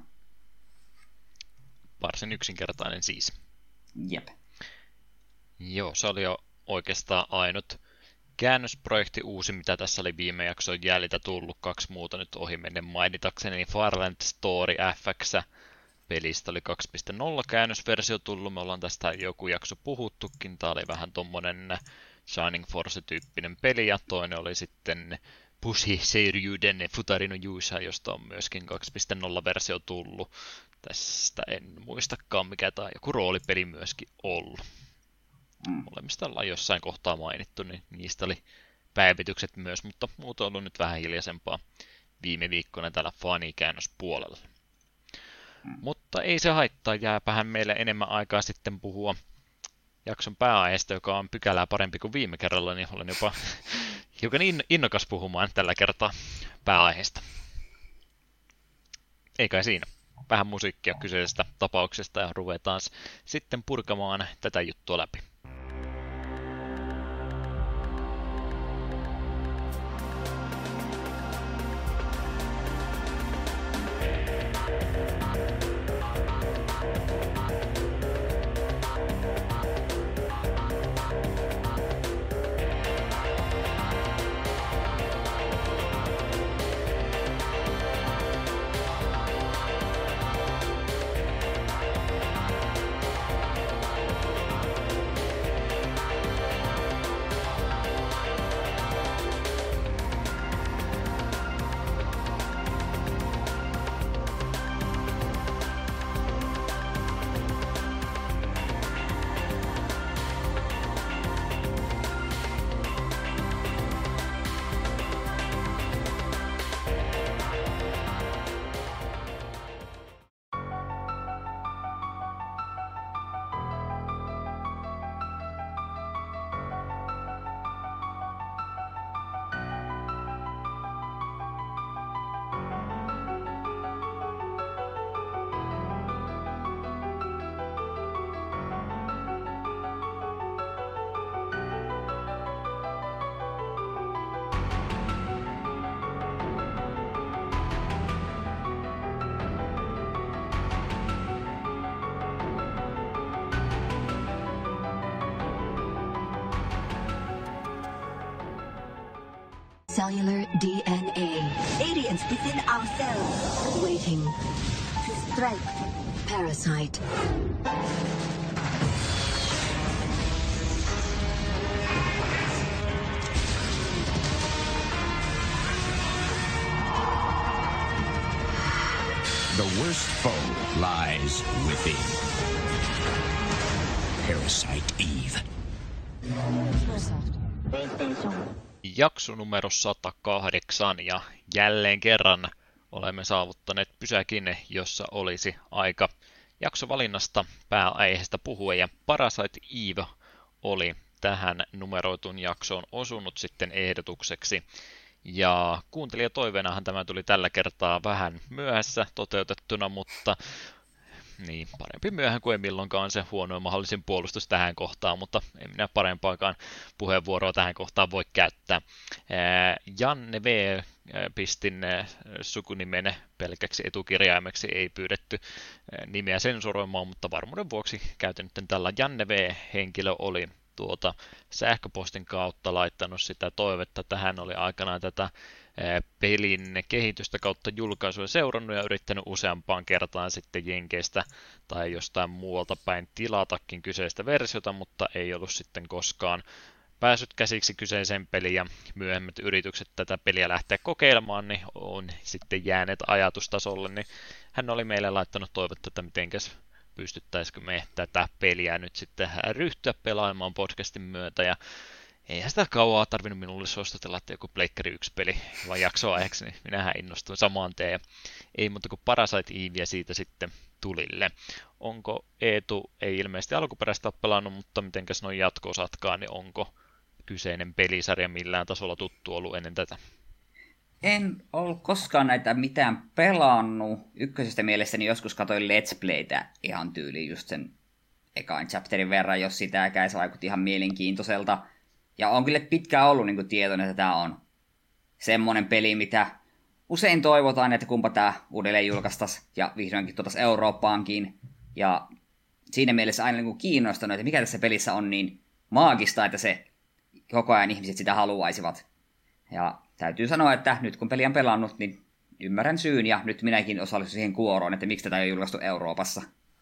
Varsin yksinkertainen siis. Jep. Joo, se oli jo oikeastaan ainut käännösprojekti uusi, mitä tässä oli viime jakson jäljiltä tullut. Kaksi muuta nyt ohi menen mainitakseni, niin Farland Story F X pelistä oli kaksi piste nolla käännösversio tullut, me ollaan tästä joku jakso puhuttukin, tää oli vähän tommonen Shining Force-tyyppinen peli, ja toinen oli sitten Pushi Seiryuden Futari no Yuusha, josta on myöskin kaksi piste nolla versio tullut. Tästä en muistakaan mikä tämä joku roolipeli myöskin ollut. Mm. Molemmista ollaan jossain kohtaa mainittu, niin niistä oli päivitykset myös, mutta muut on ollut nyt vähän hiljaisempaa viime viikkoina täällä fanikäännöspuolella. Mm. Mutta ei se haittaa, jääpähän meille enemmän aikaa sitten puhua jakson pääaiheesta, joka on pykälää parempi kuin viime kerralla, niin olen jopa hiukan innokas puhumaan tällä kertaa pääaiheesta. Ei kai siinä. Vähän musiikkia kyseisestä tapauksesta ja ruvetaan sitten purkamaan tätä juttua läpi. Cellular D N A. Aliens within ourselves, waiting to strike. Parasite. The worst foe lies within. Parasite Eve. Jakso numero sata kahdeksan ja jälleen kerran olemme saavuttaneet pysäkin, jossa olisi aika jaksovalinnasta pääaiheesta puhua, ja Parasite Eve oli tähän numeroitun jaksoon osunut sitten ehdotukseksi. Ja kuuntelijatoiveenahan tämä tuli tällä kertaa vähän myöhässä toteutettuna, mutta niin, parempi myöhään kuin ei milloinkaan, se huonoin mahdollisin puolustus tähän kohtaan, mutta en minä parempaakaan puheenvuoroa tähän kohtaan voi käyttää. Janne V. pistin sukunimen pelkäksi etukirjaimeksi, ei pyydetty nimeä sensuroimaan, mutta varmuuden vuoksi käytän nyt tällä. Janne V. henkilö oli tuota sähköpostin kautta laittanut sitä toivetta, että hän oli aikanaan tätä pelin kehitystä kautta julkaisuja seurannut ja yrittänyt useampaan kertaan sitten Jenkeistä tai jostain muualta päin tilatakin kyseistä versiota, mutta ei ollut sitten koskaan päässyt käsiksi kyseiseen peliin, ja myöhemmät yritykset tätä peliä lähteä kokeilemaan, niin on sitten jääneet ajatustasolle, niin hän oli meille laittanut toivetta, että mitenkäs pystyttäisikö me tätä peliä nyt sitten ryhtyä pelaamaan podcastin myötä, ja eihän sitä kauaa tarvinnut minulle suostutella, että joku Pleikkari yksi peli vaan jaksoaiheeksi, niin minähän innostuin samaan teen, ja ei muuta kuin Parasite Eveä siitä sitten tulille. Onko Eetu, ei ilmeisesti alkuperäistä ole pelannut, mutta mitenkäs noin jatko-osatkaan, niin onko kyseinen pelisarja millään tasolla tuttu ollut ennen tätä? En ollut koskaan näitä mitään pelannut. Ykkösestä mielestäni joskus katsoin Let's Playtä ihan tyyliin just sen ekan chapterin verran, jos sitäkään, se vaikutti ihan mielenkiintoiselta. Ja on kyllä pitkään ollut niin kuin tietoinen, että tämä on semmoinen peli, mitä usein toivotaan, että kumpa tämä uudelleen julkaistaisiin ja vihdoinkin tuotaisiin Eurooppaankin. Ja siinä mielessä aina niin kuin kiinnostunut, että mikä tässä pelissä on niin maagista, että se koko ajan ihmiset sitä haluaisivat. Ja täytyy sanoa, että nyt kun peli on pelannut, niin ymmärrän syyn, ja nyt minäkin osallistuin siihen kuoroon, että miksi tätä ei julkaistu Euroopassa.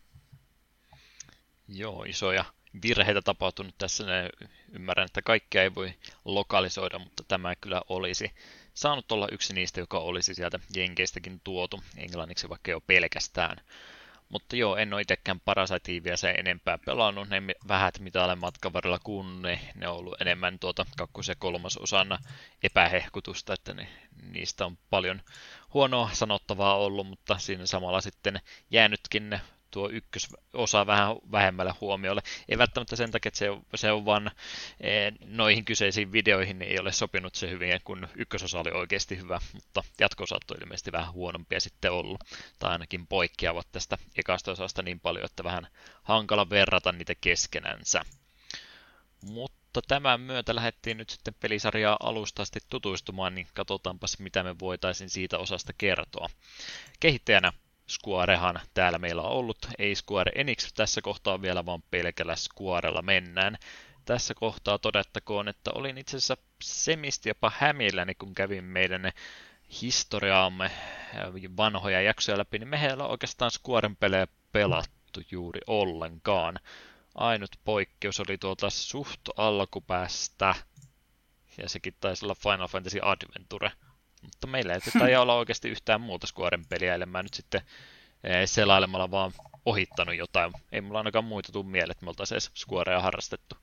Joo, isoja virheitä tapahtunut tässä. Ymmärrän, että kaikkea ei voi lokalisoida, mutta tämä kyllä olisi saanut olla yksi niistä, joka olisi sieltä Jenkeistäkin tuotu englanniksi vaikka jo pelkästään. Mutta joo, en ole itsekään Parasitiivia sen enempää pelannut. Ne vähät, mitä olen matkan varrella kunne, ne on ollut enemmän tuota kakkos- ja kolmasosana epähehkutusta, että ne, niistä on paljon huonoa sanottavaa ollut, mutta siinä samalla sitten jäänytkin tuo ykkösosa vähän vähemmällä huomiolle. Ei välttämättä sen takia, että se on, se on vaan e, noihin kyseisiin videoihin niin ei ole sopinut se hyvin, kun ykkösosa oli oikeasti hyvä, mutta jatko-osat on ilmeisesti vähän huonompia sitten ollut, tai ainakin poikkeavat tästä ekasta osasta niin paljon, että vähän hankala verrata niitä keskenänsä. Mutta tämän myötä lähdettiin nyt sitten pelisarjaa alusta asti tutustumaan, niin katsotaanpas mitä me voitaisiin siitä osasta kertoa. Kehittäjänä Squarehan täällä meillä on ollut, ei Square Enix tässä kohtaa vielä, vaan pelkällä Squarella mennään. Tässä kohtaa todettakoon, että olin itse asiassa semisti jopa hämilläni, kun kävin meidän historiaamme vanhoja jaksoja läpi, niin mehän ei ole oikeastaan Squaren pelejä pelattu juuri ollenkaan. Ainut poikkeus oli tuolta suht alkupäästä, ja sekin taisi olla Final Fantasy Adventure. Mutta meillä ei taida olla oikeasti yhtään muuta Squaren peliä, eli mä nyt sitten selailemalla vaan ohittanut jotain. Ei mulla ainakaan muita tule mieleen, että me oltaisiin edes Squarea harrastettu.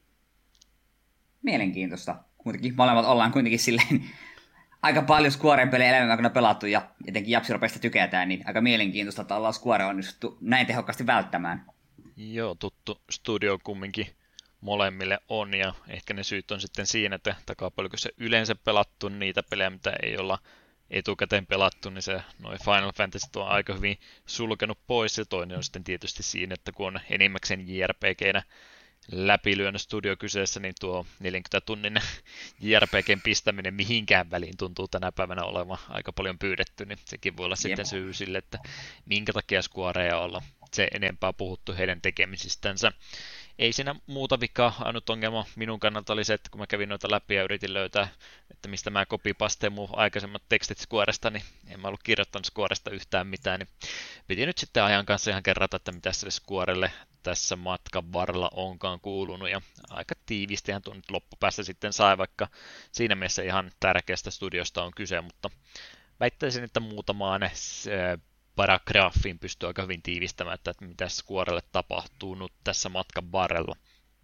Mielenkiintoista. Kuitenkin molemmat ollaan kuitenkin silleen aika paljon Squaren pelejä elämää, kun on pelattu, ja etenkin Japsiropeista tykätään, niin aika mielenkiintoista, että ollaan Square onnistuttu näin tehokkaasti välttämään. Joo, tuttu studio kumminkin molemmille on, ja ehkä ne syyt on sitten siinä, että takapelikö yleensä pelattu niitä pelejä, mitä ei olla etukäteen pelattu, niin se noin Final Fantasy on aika hyvin sulkenut pois, ja toinen on sitten tietysti siinä, että kun on enimmäkseen J R P G:nä läpilyönnä studio kyseessä, niin tuo neljänkymmenen tunnin J R P G:n pistäminen mihinkään väliin tuntuu tänä päivänä olevan aika paljon pyydetty, niin sekin voi olla Jep. sitten syy sille, että minkä takia Squarea olla se enempää puhuttu heidän tekemisistänsä. Ei siinä muuta vikaa, ainut ongelma minun kannalta oli se, että kun mä kävin noita läpi ja yritin löytää, että mistä mä copy-pasteen mun aikaisemmat tekstit Squaresta, niin en mä ollut kirjoittanut Squaresta yhtään mitään, niin piti nyt sitten ajan kanssa ihan kerrata, että mitä sille Squarelle tässä matkan varrella onkaan kuulunut, ja aika tiivistihän tuon nyt loppupäässä sitten sai, vaikka siinä mielessä ihan tärkeästä studiosta on kyse, mutta väittäisin, että muutamaan paragraafiin pystyy aika hyvin tiivistämään, että mitä Squarelle tapahtuu nyt tässä matkan varrella.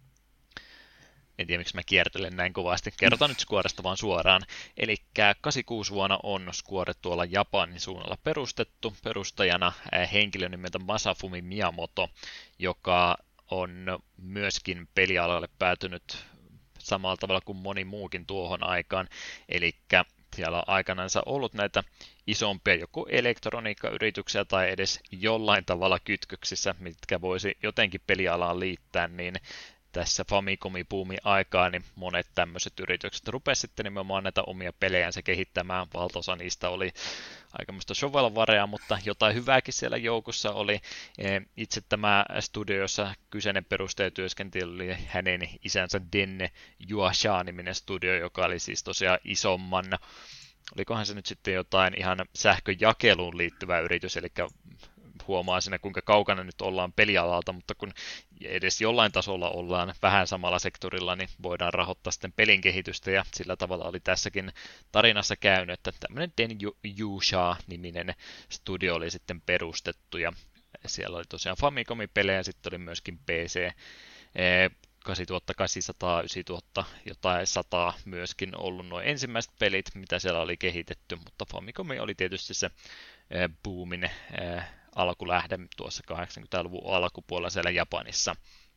En tiedä, miksi mä kiertelen näin kovasti. Kerrotaan nyt Squaresta vaan suoraan. Eli kahdeksankymmentäkuusi vuonna on Square tuolla Japanin suunnalla perustettu. Perustajana henkilö nimeltä Masafumi Miyamoto, joka on myöskin pelialalle päätynyt samalla tavalla kuin moni muukin tuohon aikaan. Eli siellä on aikanansa ollut näitä isompia joko elektroniikkayrityksiä tai edes jollain tavalla kytköksissä, mitkä voisi jotenkin pelialaan liittää, niin tässä Famicomi-buumin aikaa niin monet tämmöiset yritykset rupesivat sitten nimenomaan näitä omia pelejänsä kehittämään. Valtaosa niistä oli aikamoista shovelwarea, mutta jotain hyvääkin siellä joukossa oli. Itse tämä studio, jossa kyseinen perustaja työskenteli, hänen isänsä Denne Yuasha-niminen studio, joka oli siis tosiaan isomman. Olikohan se nyt sitten jotain ihan sähköjakeluun liittyvä yritys, eli huomaa siinä, kuinka kaukana nyt ollaan pelialalta, mutta kun edes jollain tasolla ollaan vähän samalla sektorilla, niin voidaan rahoittaa sitten pelin kehitystä, ja sillä tavalla oli tässäkin tarinassa käynyt, että tämmöinen Den Yusha-niminen studio oli sitten perustettu, ja siellä oli tosiaan Famicomi-pelejä, ja sitten oli myöskin P C, kahdeksantuhattakahdeksansataa, yhdeksäntuhatta, jotain sataa myöskin ollut nuo ensimmäiset pelit, mitä siellä oli kehitetty, mutta Famicomi oli tietysti se boomin alkulähde tuossa kahdeksankymmentäluvun alkupuolella siellä Japanissa.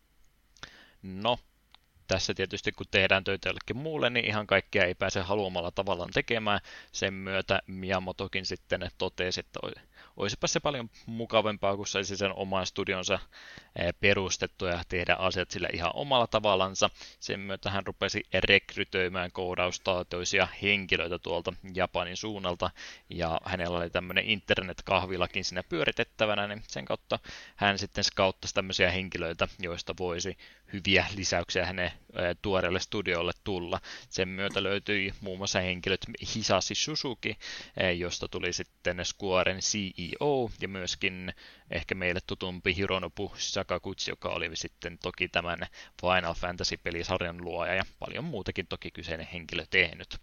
No, tässä tietysti kun tehdään töitä jollekin muulle, niin ihan kaikkea ei pääse haluamalla tavallaan tekemään. Sen myötä Miyamotokin sitten totesi, että olisipa se paljon mukavampaa, kun saisi sen oman studionsa perustettu ja tehdä asiat sillä ihan omalla tavallansa. Sen myötä hän rupesi rekrytoimaan koodaustaitoisia henkilöitä tuolta Japanin suunnalta, ja hänellä oli tämmöinen internet-kahvilakin siinä pyöritettävänä, niin sen kautta hän sitten skauttasi tämmöisiä henkilöitä, joista voisi hyviä lisäyksiä hänen tuoreelle studiolle tulla. Sen myötä löytyi muun muassa henkilöt Hisashi Suzuki, josta tuli sitten Squaren C E O, ja myöskin ehkä meille tutumpi Hironobu Sakaguchi, joka oli sitten toki tämän Final Fantasy-pelisarjan luoja, ja paljon muutakin toki kyseinen henkilö tehnyt.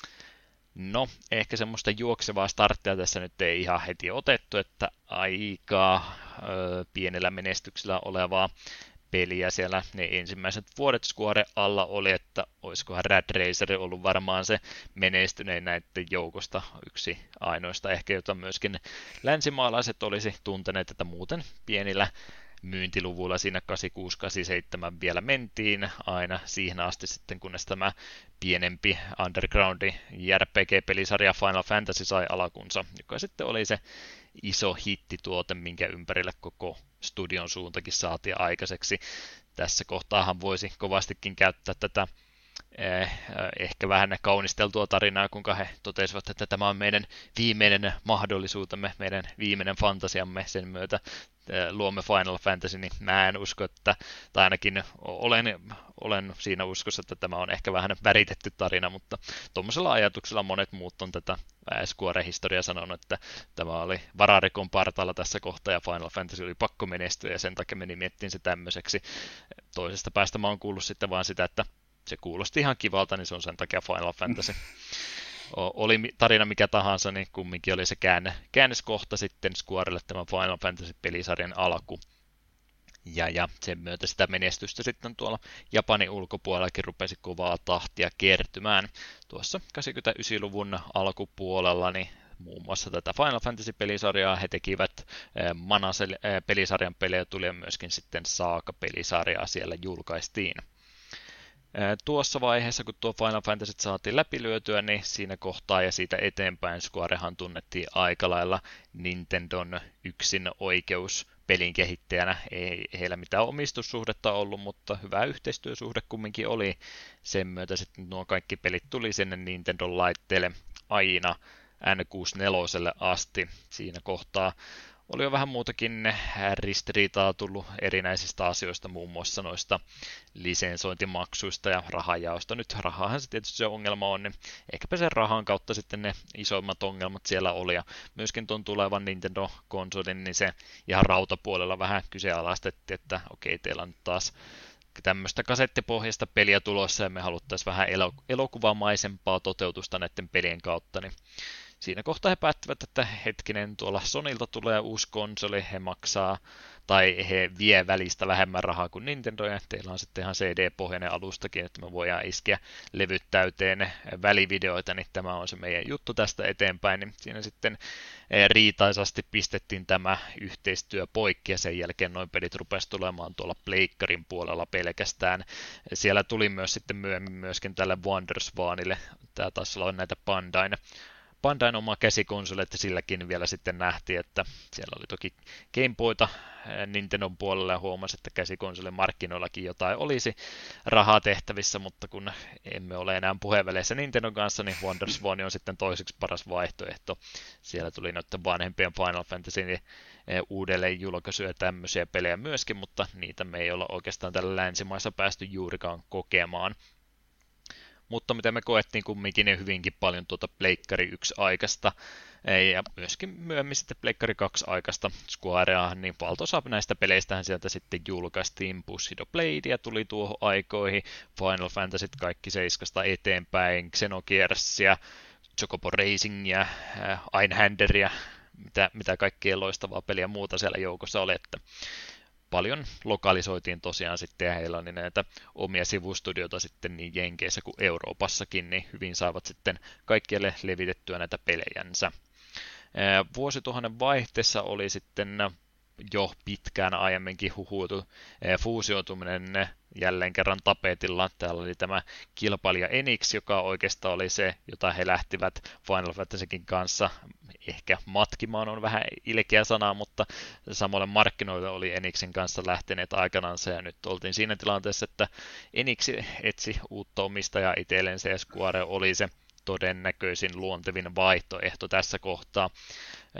No, ehkä semmoista juoksevaa starttia tässä nyt ei ihan heti otettu, että aika ö, pienellä menestyksellä olevaa peliä siellä ne ensimmäiset vuodet Square alla oli, että olisikohan Rad Racer ollut varmaan se menestynein näiden joukosta yksi ainoista ehkä, jota myöskin länsimaalaiset olisi tunteneet, että muuten pienillä myyntiluvulla siinä kahdeksankymmentäkuusi kahdeksankymmentäseitsemän vielä mentiin aina siihen asti sitten, kunnes tämä pienempi undergroundi J R P G-pelisarja Final Fantasy sai alkunsa, joka sitten oli se iso hittituote, minkä ympärille koko studion suuntakin saatiin aikaiseksi. Tässä kohtaahan voisi kovastikin käyttää tätä eh, ehkä vähän kaunisteltua tarinaa, kuinka he totesivat, että tämä on meidän viimeinen mahdollisuutemme, meidän viimeinen fantasiamme sen myötä luomme Final Fantasy, niin mä en usko, että, tai ainakin olen, olen siinä uskossa, että tämä on ehkä vähän väritetty tarina, mutta tuommoisella ajatuksella monet muut on tätä Square-historiaa sanonut, että tämä oli vararikon partaalla tässä kohtaa ja Final Fantasy oli pakko menestyä ja sen takia meni miettiin se tämmöiseksi. Toisesta päästä mä oon kuullut sitten vaan sitä, että se kuulosti ihan kivalta, niin se on sen takia Final Fantasy. Oli tarina mikä tahansa, niin kumminkin oli se käänne, käänneskohta sitten Squarelle tämän Final Fantasy-pelisarjan alku. Ja, ja sen myötä sitä menestystä sitten tuolla Japanin ulkopuolellakin rupesi kovaa tahtia kertymään. Tuossa kahdeksankymmentäyhdeksänluvun alkupuolella niin muun muassa tätä Final Fantasy-pelisarjaa he tekivät, Mana-pelisarjan pelejä tuli ja myöskin sitten Saga-pelisarjaa siellä julkaistiin. Tuossa vaiheessa, kun tuo Final Fantasy saatiin läpilyötyä, niin siinä kohtaa ja siitä eteenpäin Squarehan tunnettiin aika lailla Nintendon yksin oikeus pelin kehittäjänä. Ei heillä mitään omistussuhdetta ollut, mutta hyvä yhteistyösuhde kumminkin oli. Sen myötä sitten nuo kaikki pelit tuli sinne Nintendon laitteelle aina N kuusikymmentäneljä asti. Siinä kohtaa oli jo vähän muutakin ristiriitaa tullut erinäisistä asioista, muun muassa noista lisensointimaksuista ja rahajaosta. Nyt rahahan se tietysti se ongelma on, niin ehkäpä sen rahan kautta sitten ne isoimmat ongelmat siellä oli. Ja myöskin tuon tulevan Nintendo-konsolin, niin se ihan rautapuolella vähän kyseenalaistettiin, että okei, teillä on nyt taas tämmöistä kasettipohjaista peliä tulossa ja me haluttaisiin vähän elokuvamaisempaa toteutusta näiden pelien kautta, niin siinä kohtaa he päättävät, että hetkinen, tuolla Sonylta tulee uusi konsoli, he maksaa tai he vie välistä vähemmän rahaa kuin Nintendo, ja teillä on sitten ihan C D-pohjainen alustakin, että me voidaan iskeä levyt täyteen välivideoita, niin tämä on se meidän juttu tästä eteenpäin, niin siinä sitten riitaisasti pistettiin tämä yhteistyö poikki, ja sen jälkeen noin pelit rupesi tulemaan tuolla pleikkarin puolella pelkästään. Siellä tuli myös sitten myöhemmin myöskin tälle Wonderswanille, tämä taisi olla näitä Bandain Bandain oma käsikonsoli, että silläkin vielä sitten nähtiin, että siellä oli toki Game Boyta Nintendon puolella ja huomasi, että käsikonsolin markkinoillakin jotain olisi rahaa tehtävissä, mutta kun emme ole enää puheenväleissä Nintendon kanssa, niin WonderSwan on sitten toiseksi paras vaihtoehto. Siellä tuli noiden vanhempien Final Fantasy uudelleen julkaisuja ja tämmöisiä pelejä myöskin, mutta niitä me ei olla oikeastaan tällä länsimaissa päästy juurikaan kokemaan. Mutta mitä me koettiin kumminkin ne hyvinkin paljon tuota Pleikkari yksi aikaista ja myöskin myöhemmin sitten Pleikkari kaksi aikaista Squarea, niin valtaosa näistä peleistähän sieltä sitten julkaistiin. Bushido Bladea tuli tuohon aikoihin, Final Fantasyt kaikki seiskasta eteenpäin, Xenogearsia, Chocobo Racingia, Einhanderia, mitä, mitä kaikkea loistavaa peliä ja muuta siellä joukossa oli, että paljon lokalisoitiin tosiaan sitten, ja heillä on niin näitä omia sivustudioita sitten niin Jenkeissä kuin Euroopassakin, niin hyvin saavat sitten kaikkialle levitettyä näitä pelejänsä. Vuosituhannen vaihteessa oli sitten jo pitkään aiemminkin huhuiltu fuusioituminen jälleen kerran tapetilla. Täällä oli tämä kilpailija Enix, joka oikeastaan oli se, jota he lähtivät Final Fantasykin kanssa ehkä matkimaan, on vähän ilkeä sana, mutta samalle markkinoille oli Enixin kanssa lähteneet aikanaan, ja nyt oltiin siinä tilanteessa, että Enix etsi uutta omistajaa itsellensä, ja Square oli se todennäköisin luontevin vaihtoehto tässä kohtaa.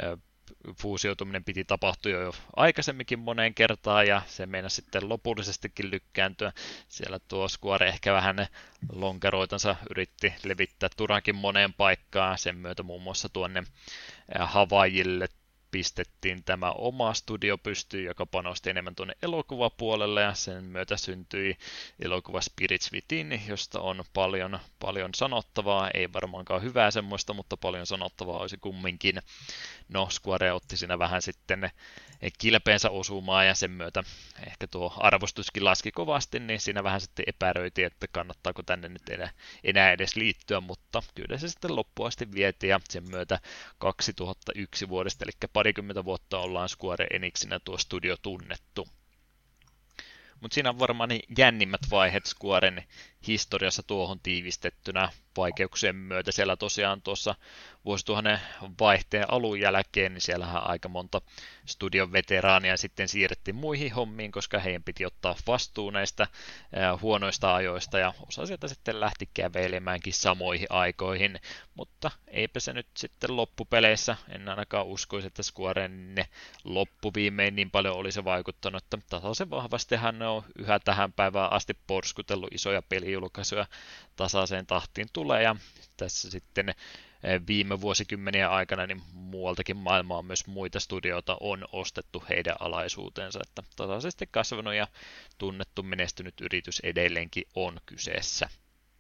fuusioituminen piti tapahtua jo aikaisemminkin moneen kertaan, ja se meinasi sitten lopullisestikin lykkääntyä. Siellä tuo Square ehkä vähän lonkeroitansa yritti levittää Turankin moneen paikkaan, sen myötä muun muassa tuonne Havaijille pistettiin tämä oma studio pystyyn, joka panosti enemmän tuonne elokuvapuolelle, ja sen myötä syntyi elokuva Spirits Within, josta on paljon, paljon sanottavaa, ei varmaankaan hyvää semmoista, mutta paljon sanottavaa olisi kumminkin. No, Square otti siinä vähän sitten kilpeensä osumaan, ja sen myötä ehkä tuo arvostuskin laski kovasti, niin siinä vähän sitten epäröitiin, että kannattaako tänne nyt enää, enää edes liittyä, mutta kyllä se sitten loppuun asti vietiin, ja sen myötä kaksituhattayksi vuodesta, eli parikymmentä vuotta ollaan Square Enixinä tuo studio tunnettu. Mutta siinä on varmaan ne jännimmät vaiheet Squaren historiassa tuohon tiivistettynä vaikeuksien myötä. Siellä tosiaan tuossa vuosituhannen vaihteen alun jälkeen, niin siellähän aika monta studion veteraania sitten siirrettiin muihin hommiin, koska heidän piti ottaa vastuu näistä huonoista ajoista, ja osa sieltä sitten lähti kävelemäänkin samoihin aikoihin, mutta eipä se nyt sitten loppupeleissä, en ainakaan uskoisi, että Squaren loppuviimein niin paljon olisi vaikuttanut, että tasaisen vahvasti hän on yhä tähän päivään asti porskutellut isoja pelijulkaisuja tasaiseen tahtiin tulee, ja tässä sitten viime vuosikymmenien aikana niin muualtakin maailmaa myös muita studioita on ostettu heidän alaisuutensa, että tasaisesti kasvanut ja tunnettu menestynyt yritys edelleenkin on kyseessä.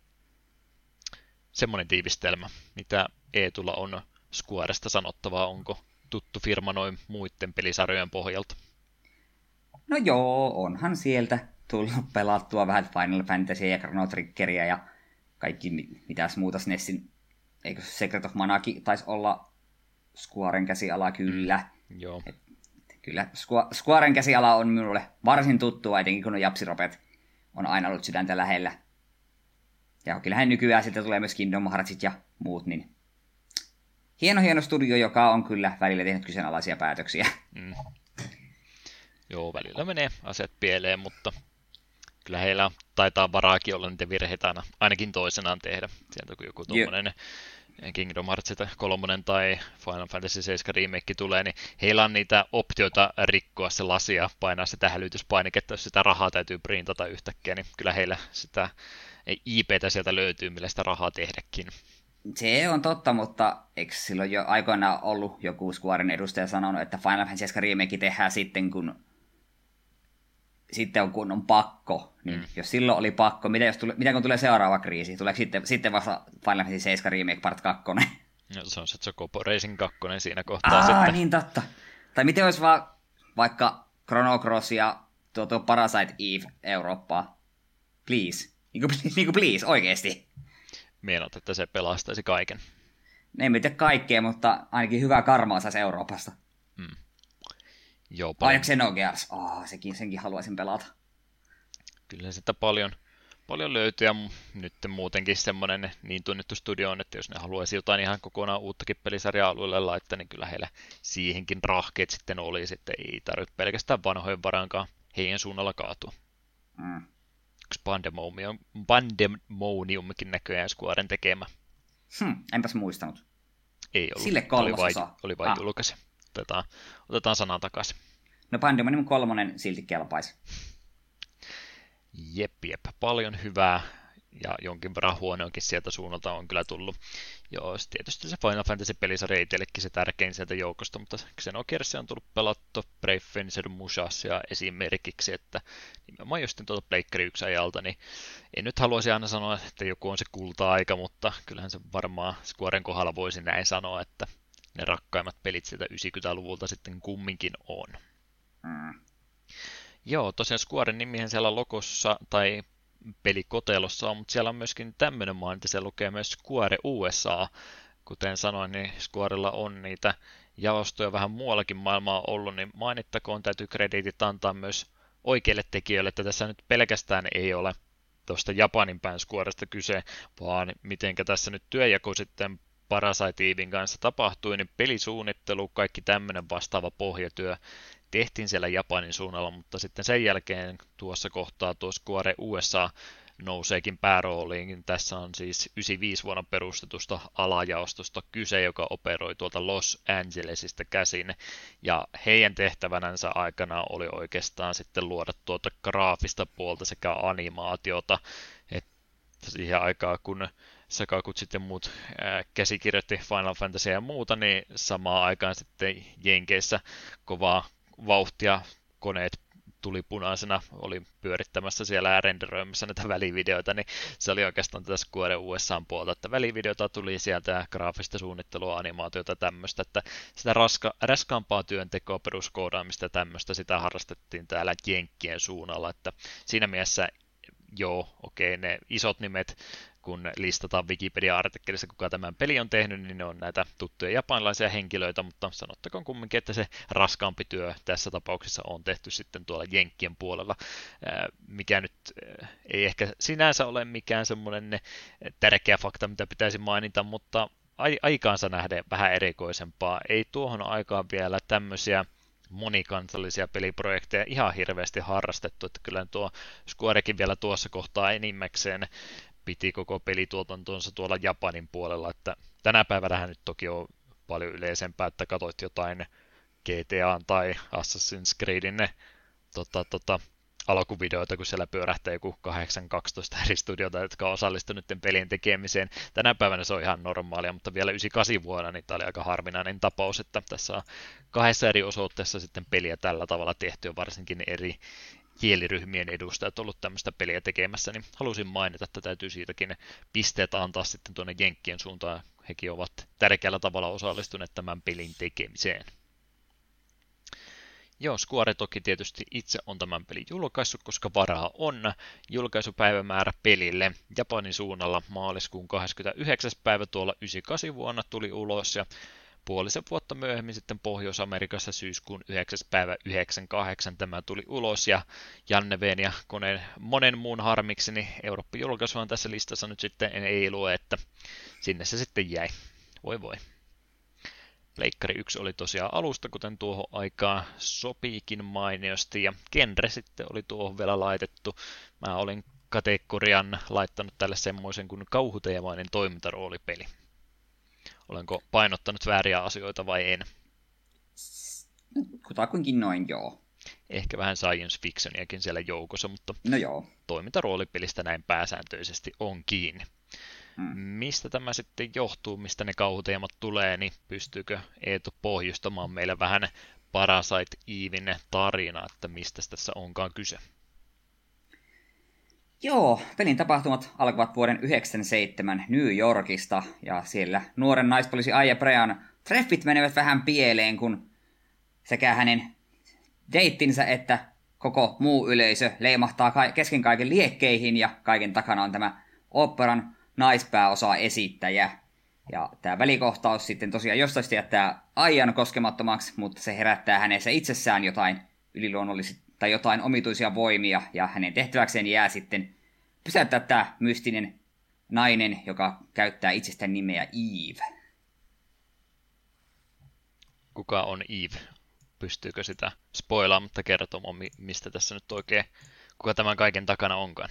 Semmoinen tiivistelmä, mitä Eetulla on Squaresta sanottavaa, onko tuttu firma noin muiden pelisarjojen pohjalta? No joo, onhan sieltä tullut pelattua vähän Final Fantasy ja Chrono Triggeria ja kaikki mitäs muuta S N E Sin, eikö Secret of Manakin taisi olla Squaren käsiala kyllä. Mm, joo. Et, kyllä Squaren käsiala on minulle varsin tuttua, etenkin kun on Japsiropet on aina ollut sydäntä lähellä. Ja kyllähän nykyään sieltä tulee myös Kingdom Heartsit ja muut, niin hieno hieno studio, joka on kyllä välillä tehnyt kyseenalaisia päätöksiä. Mm. Joo, välillä menee asiat pieleen, mutta kyllä heillä taitaa varaakin olla niitä virheitä aina, ainakin toisenaan tehdä. Sieltä kun joku tuommoinen Kingdom Hearts kolme tai Final Fantasy seitsemän remake tulee, niin heillä on niitä optioita rikkoa se lasi ja painaa sitä hälytyspainiketta, jos sitä rahaa täytyy printata yhtäkkiä, niin kyllä heillä sitä I P:tä sieltä löytyy, millä sitä rahaa tehdäkin. Se on totta, mutta eikö silloin jo aikoinaan ollut joku Squaren edustaja sanonut, että Final Fantasy seitsemän remake tehdään sitten, kun sitten on kun on pakko, niin mm. jos silloin oli pakko, mitä, jos tule, mitä kun tulee seuraava kriisi? Tuleeko sitten, sitten vasta Final Fantasy seitsemän Remake Part kaksi? No, se on se Chocobo Racing kaksi siinä kohtaa Aa, sitten. niin totta. Tai miten olisi vaan vaikka Chrono Cross ja tuo, tuo Parasite Eve Eurooppaa? Please. Niin kuin, niin kuin please, oikeesti. Mienot, että se pelastaisi kaiken. Ei mitään kaikkea, mutta ainakin hyvää karmaa saisi Euroopasta. Mm. Joo, Ai, ja Xenogears. Oh, sekin, senkin haluaisin pelata. Kyllä sitä paljon, paljon löytyy, ja nyt muutenkin semmoinen niin tunnettu studio on, että jos ne haluaisi jotain ihan kokonaan uuttakin pelisarja-alueelle laittaa, niin kyllä heillä siihenkin rahkeet sitten oli, sitten ei tarvitse pelkästään vanhojen varankaan heidän suunnalla kaatua. Mm. Yksi Pandemonium, Pandemoniumkin näköjään Squaren tekemä. Hmm, enpäs muistanut. Ei ollut. Sille kolmososa. Oli vain, oli vain ah. julkaisi. Otetaan, otetaan sanan takaisin. No Pandemonium kolmonen silti kelpaisi. Jep, jep. Paljon hyvää ja jonkin verran huonoakin sieltä suunnalta on kyllä tullut. Joo, tietysti se Final Fantasy-pelisarja itsellekin se tärkein sieltä joukosta, mutta Xenogears on tullut pelattu, Brave Fencer Mushasia esimerkiksi, että nimenomaan just tuota Pleikkari yksi ajalta, niin en nyt haluaisi aina sanoa, että joku on se kulta-aika, mutta kyllähän se varmaan Squaren kohdalla voisi näin sanoa, että ne rakkaimmat pelit sieltä yhdeksänkymmentäluvulta sitten kumminkin on. Mm. Joo, tosiaan Squaren nimihän siellä logossa tai pelikotelossa on, mutta siellä on myöskin tämmöinen maininta, se lukee myös Square U S A. Kuten sanoin, niin Squarella on niitä jaostoja vähän muuallakin maailmaa ollut, niin mainittakoon täytyy krediitit antaa myös oikeille tekijöille, että tässä nyt pelkästään ei ole tuosta Japanin päin Squaresta kyse, vaan mitenkä tässä nyt työjako sitten Parasite Even kanssa tapahtui, niin pelisuunnittelu, kaikki tämmöinen vastaava pohjatyö tehtiin siellä Japanin suunnalla, mutta sitten sen jälkeen tuossa kohtaa tuo Square U S A nouseekin päärooliin. Tässä on siis yhdeksänkymmentäviisi vuonna perustetusta alajaostosta kyse, joka operoi tuolta Los Angelesista käsin, ja heidän tehtävänänsä aikana oli oikeastaan sitten luoda tuota graafista puolta sekä animaatiota, että siihen aikaan kun Sakakutsit ja muut ää, käsikirjoitti Final Fantasy ja muuta, niin samaan aikaan sitten Jenkeissä kovaa vauhtia koneet tuli punaisena, oli pyörittämässä siellä ja renderöimässä näitä välivideoita, niin se oli oikeastaan tätä Square U S A:n puolta, että välivideota tuli sieltä ja graafista suunnittelua, animaatiota ja tämmöistä, että sitä raska, raskaampaa työntekoa, peruskoodaamista ja tämmöistä, sitä harrastettiin täällä Jenkkien suunnalla, että siinä mielessä joo, okei, ne isot nimet, kun listataan Wikipedia-artikkelissa, kuka tämän peli on tehnyt, niin ne on näitä tuttuja japanilaisia henkilöitä, mutta sanottakoon kumminkin, että se raskaampi työ tässä tapauksessa on tehty sitten tuolla Jenkkien puolella, mikä nyt ei ehkä sinänsä ole mikään semmoinen tärkeä fakta, mitä pitäisi mainita, mutta aikaansa nähden vähän erikoisempaa. Ei tuohon aikaan vielä tämmöisiä monikansallisia peliprojekteja ihan hirveästi harrastettu, että kyllä tuo Squarekin vielä tuossa kohtaa enimmäkseen piti koko pelituotantonsa tuolla Japanin puolella, että tänä päivänähän nyt toki on paljon yleisempää, että katsoit jotain G T A tai Assassin's Creedin ne tota, tota, alkuvideoita, kun siellä pyörähtää joku kahdeksan kaksitoista eri studiota, jotka on osallistunut pelien tekemiseen. Tänä päivänä se on ihan normaalia, mutta vielä yhdeksänkymmentäkahdeksan vuonna niin tämä oli aika harvinainen tapaus, että tässä on kahdessa eri osoitteessa sitten peliä tällä tavalla tehty, varsinkin eri kieliryhmien edustajat ollut tämmöistä peliä tekemässä, niin halusin mainita, että täytyy siitäkin pisteet antaa sitten tuonne Jenkkien suuntaan. Hekin ovat tärkeällä tavalla osallistuneet tämän pelin tekemiseen. Joo, Square toki tietysti itse on tämän pelin julkaissut, koska varaa on. Julkaisupäivämäärä pelille Japanin suunnalla maaliskuun kahdeskymmenesyhdeksäs päivä tuolla yhdeksänkymmentäkahdeksan vuonna tuli ulos, ja puolisen vuotta myöhemmin sitten Pohjois-Amerikassa syyskuun yhdeksäs päivä yhdeksänkymmentäkahdeksan tämä tuli ulos, ja Janne Veen ja koneen monen muun harmikseni Eurooppa-julkaisu on tässä listassa nyt sitten ei lue, että sinne se sitten jäi. Voi voi. Pleikkari yksi oli tosiaan alusta, kuten tuohon aikaan sopiikin mainiosti, ja genre sitten oli tuohon vielä laitettu. Mä olin kategorian laittanut tälle semmoisen kuin kauhuteemainen toimintaroolipeli. Olenko painottanut vääriä asioita vai en? Kutakuinkin noin, joo. Ehkä vähän science fictioniakin siellä joukossa, mutta no joo. Toimintaroolipelistä näin pääsääntöisesti on kiinni. Hmm. Mistä tämä sitten johtuu, mistä ne kauhuteemat tulee, niin pystyykö Eetu pohjustamaan meille vähän Parasite Even tarina, että mistä tässä onkaan kyse? Joo, pelin tapahtumat alkavat vuoden yhdeksänkymmentäseitsemän New Yorkista, ja siellä nuoren naispoliisi Aya Brean treffit menevät vähän pieleen, kun sekä hänen deittinsä että koko muu yleisö leimahtaa kesken kaiken liekkeihin, ja kaiken takana on tämä operan naispääosa esittäjä. Ja tämä välikohtaus sitten tosiaan jostain jättää Ayan koskemattomaksi, mutta se herättää hänessä itsessään jotain yliluonnollisia tai jotain omituisia voimia, ja hänen tehtäväkseen jää sitten pysäyttää tämä mystinen nainen, joka käyttää itsestään nimeä Eve. Kuka on Eve? Pystyykö sitä spoilaamatta kertomaan, mistä tässä nyt oikein, kuka tämän kaiken takana onkaan?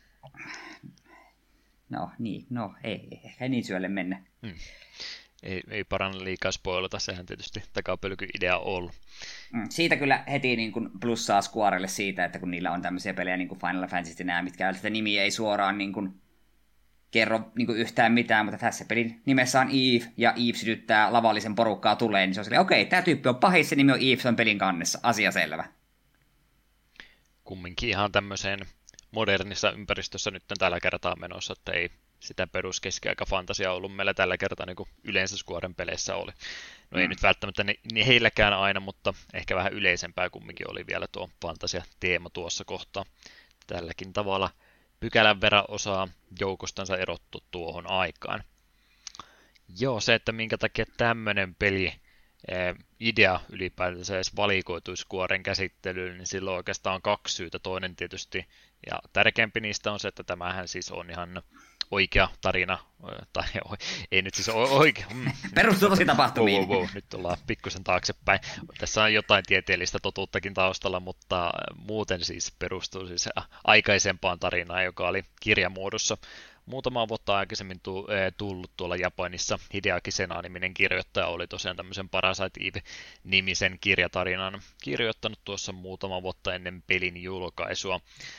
No niin, no ei, ehkä niin syölle mennä. Hmm. Ei, ei paranna liikaa spoilata, sehän tietysti takapölky idea on ollut. Mm, siitä kyllä heti niin kuin plussaa Squarelle siitä, että kun niillä on tämmöisiä pelejä niin kuin Final Fantasy ja nämä, mitkä sitä nimiä ei suoraan niin kuin kerro niin kuin yhtään mitään, mutta tässä pelin nimessä on Eve, ja Eve sytyttää lavallisen porukkaa tulee, niin se on silleen, okei, tämä tyyppi on pahis, se nimi on Eve, se on pelin kannessa, asia selvä. Kumminkin ihan tämmöiseen modernissa ympäristössä nyt tällä kertaa menossa, että ei sitä peruskeskiaikafantasia ollut meillä tällä kertaa niin kuin yleensä Squaren peleissä oli. No ei mm. nyt välttämättä niin heilläkään aina, mutta ehkä vähän yleisempää kumminkin oli vielä tuo fantasia-teema tuossa kohtaa. Tälläkin tavalla pykälän verran osaa joukostansa erottu tuohon aikaan. Joo, se, että minkä takia tämmöinen peli idea ylipäätänsä edes valikoitui Squaren käsittelyyn, niin silloin oikeastaan on kaksi syytä. Toinen tietysti, ja tärkeämpi niistä on se, että tämähän siis on ihan oikea tarina, tai ei nyt siis oikea. Mm. Perustuu tosi tapahtumiin. Wow, wow, wow. Nyt ollaan pikkusen taaksepäin. Tässä on jotain tieteellistä totuuttakin taustalla, mutta muuten siis perustuu siis aikaisempaan tarinaan, joka oli kirjamuodossa. Muutama vuotta aikaisemmin tullut tuolla Japanissa Hideaki Sena-niminen kirjoittaja oli tosiaan tämmöisen Parasite Eve-nimisen kirjatarinan kirjoittanut tuossa muutama vuotta ennen pelin julkaisua.